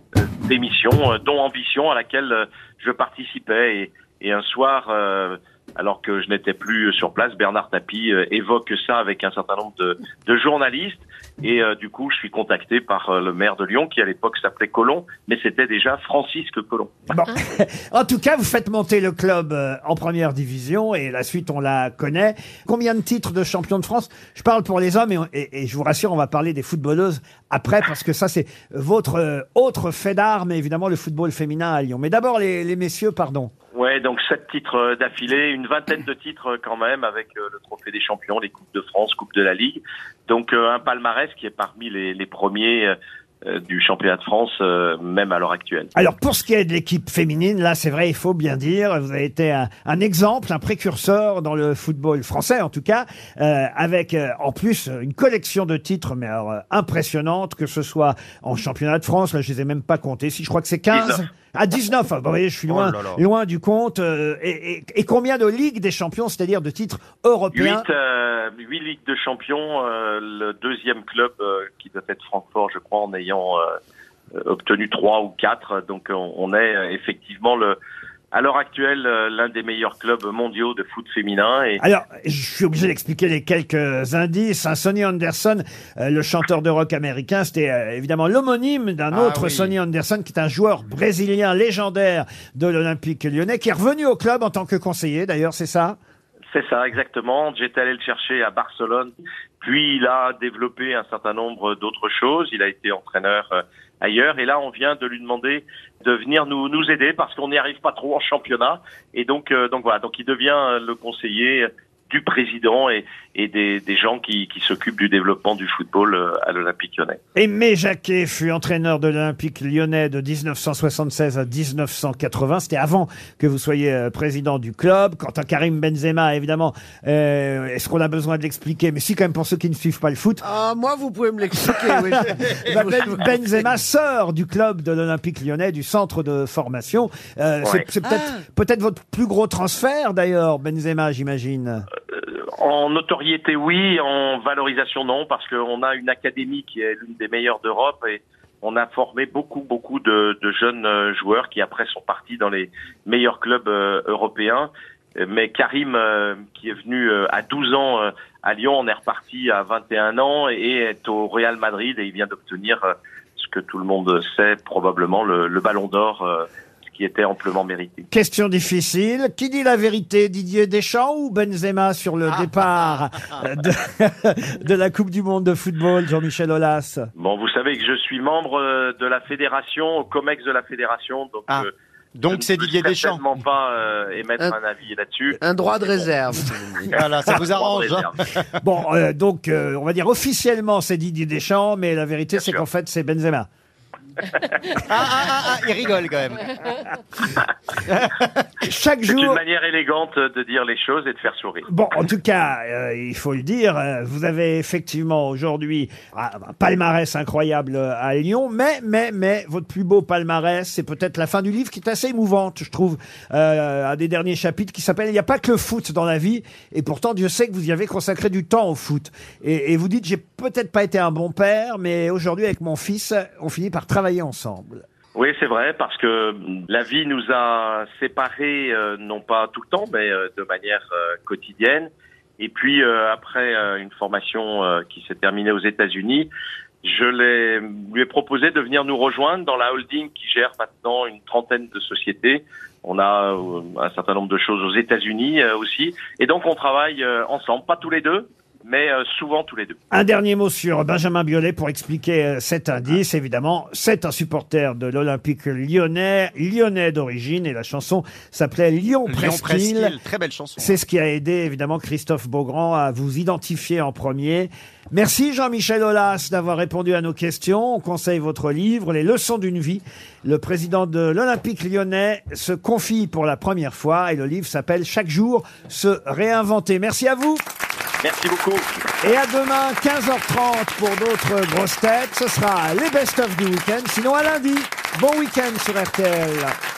d'émissions, euh, dont Ambition, à laquelle euh, je participais. Et, et un soir, euh, alors que je n'étais plus sur place, Bernard Tapie euh, évoque ça avec un certain nombre de, de journalistes. Et euh, du coup, je suis contacté par euh, le maire de Lyon, qui à l'époque s'appelait Colomb, mais c'était déjà Francisque Colomb. Bon. En tout cas, vous faites monter le club euh, en première division et la suite, on la connaît. Combien de titres de champion de France? Je parle pour les hommes et, on- et- et je vous rassure, on va parler des footballeuses après parce que ça, c'est votre euh, autre fait d'armes, évidemment, le football féminin à Lyon. Mais d'abord, les, les messieurs, pardon. Ouais, donc sept titres euh, d'affilée, une vingtaine de titres euh, quand même, avec euh, le Trophée des Champions, les Coupes de France, Coupe de la Ligue. Donc euh, un palmarès qui est parmi les, les premiers euh, euh, du championnat de France, euh, même à l'heure actuelle. Alors, pour ce qui est de l'équipe féminine, là, c'est vrai, il faut bien dire, vous avez été un, un exemple, un précurseur dans le football français, en tout cas, euh, avec, euh, en plus, une collection de titres, mais alors, euh, impressionnante, que ce soit en championnat de France, là, je les ai même pas comptés, si je crois que c'est quinze. dix-neuf. À dix-neuf, ah, bah, vous voyez, je suis Oh loin, là là. loin du compte. euh, et, et- et combien de Ligues des Champions, c'est-à-dire de titres européens? Huit, euh, huit Ligues de Champions, euh, le deuxième club euh, qui doit être Francfort, je crois, en ayant euh, obtenu trois ou quatre. Donc on, on est euh, effectivement le, à l'heure actuelle euh, l'un des meilleurs clubs mondiaux de foot féminin. Et Alors, je suis obligé d'expliquer les quelques indices. Hein, Sonny Anderson, euh, le chanteur de rock américain, c'était euh, évidemment l'homonyme d'un Ah autre oui. Sonny Anderson, qui est un joueur brésilien légendaire de l'Olympique lyonnais, qui est revenu au club en tant que conseiller, d'ailleurs, c'est ça? c'est ça, exactement. J'étais allé le chercher à Barcelone. Puis il a développé un certain nombre d'autres choses. Il a été entraîneur euh, ailleurs. Et là, on vient de lui demander de venir nous nous aider parce qu'on n'y arrive pas trop en championnat. Et donc, euh, donc voilà. Donc il devient euh, le conseiller du président et, et des, des gens qui, qui s'occupent du développement du football euh, à l'Olympique lyonnais. Aimé Jacquet fut entraîneur de l'Olympique lyonnais de dix-neuf cent soixante-seize à dix-neuf cent quatre-vingts. C'était avant que vous soyez euh, président du club. Quant à Karim Benzema, évidemment, euh, est-ce qu'on a besoin de l'expliquer? Mais si, quand même, pour ceux qui ne suivent pas le foot. Ah, moi, vous pouvez me l'expliquer, oui. Bah, Ben- Benzema sort du club de l'Olympique lyonnais, du centre de formation. Euh, c'est Ouais. c'est peut-être Ah. peut-être votre plus gros transfert, d'ailleurs, Benzema, j'imagine. En notoriété, oui. En valorisation, non, parce qu'on a une académie qui est l'une des meilleures d'Europe et on a formé beaucoup, beaucoup de, de jeunes euh, joueurs qui après sont partis dans les meilleurs clubs euh, européens. Euh, Mais Karim, euh, qui est venu euh, à douze ans euh, à Lyon, on est reparti à vingt et un ans et est au Real Madrid et il vient d'obtenir euh, ce que tout le monde sait, probablement le, le Ballon d'Or, euh, ce qui était amplement mérité. Question difficile. Qui dit la vérité, Didier Deschamps ou Benzema sur le départ euh, de, de la Coupe du Monde de football, Jean-Michel Aulas? Bon, vous savez que je suis membre euh, de la fédération, au COMEX de la fédération, donc Ah. euh, Donc je c'est ne peux Didier Deschamps. certainement pas euh, émettre Un- un avis là-dessus. Un droit de réserve. Voilà, ça vous arrange. Droit de hein. réserve. Bon, euh, donc, euh, on va dire officiellement, c'est Didier Deschamps, mais la vérité, c'est sûr. qu'en fait, c'est Benzema. Ah, ah, ah, ah, il rigole quand même. Chaque C'est une jour... manière élégante de dire les choses et de faire sourire. Bon, en tout cas, euh, il faut le dire, euh, vous avez effectivement aujourd'hui ah, un palmarès incroyable euh, à Lyon, mais, mais, mais, votre plus beau palmarès, c'est peut-être la fin du livre qui est assez émouvante, je trouve, euh, un des derniers chapitres qui s'appelle « Il n'y a pas que le foot dans la vie », et pourtant, Dieu sait que vous y avez consacré du temps au foot. Et, et vous dites « J'ai peut-être pas été un bon père, mais aujourd'hui, avec mon fils, on finit par travailler ensemble ». Oui, c'est vrai, parce que la vie nous a séparés, euh, non pas tout le temps, mais euh, de manière euh, quotidienne. Et puis, euh, après euh, une formation euh, qui s'est terminée aux États-Unis, je l'ai, lui ai proposé de venir nous rejoindre dans la holding qui gère maintenant une trentaine de sociétés. On a euh, un certain nombre de choses aux États-Unis euh, aussi. Et donc, on travaille euh, ensemble, pas tous les deux, mais euh, souvent tous les deux. Un dernier mot sur Benjamin Biolay pour expliquer euh, cet indice. Évidemment, c'est un supporter de l'Olympique lyonnais, lyonnais d'origine, et la chanson s'appelait Lyon Lyon Presqu'île. Presqu'île, très belle chanson. C'est ce qui a aidé évidemment Christophe Beaugrand à vous identifier en premier. Merci Jean-Michel Aulas d'avoir répondu à nos questions. On conseille votre livre, Les leçons d'une vie. Le président de l'Olympique lyonnais se confie pour la première fois et le livre s'appelle Chaque jour se réinventer. Merci à vous. Merci beaucoup. Et à demain, quinze heures trente pour d'autres grosses têtes. Ce sera les best-of du week-end. Sinon, à lundi, bon week-end sur R T L.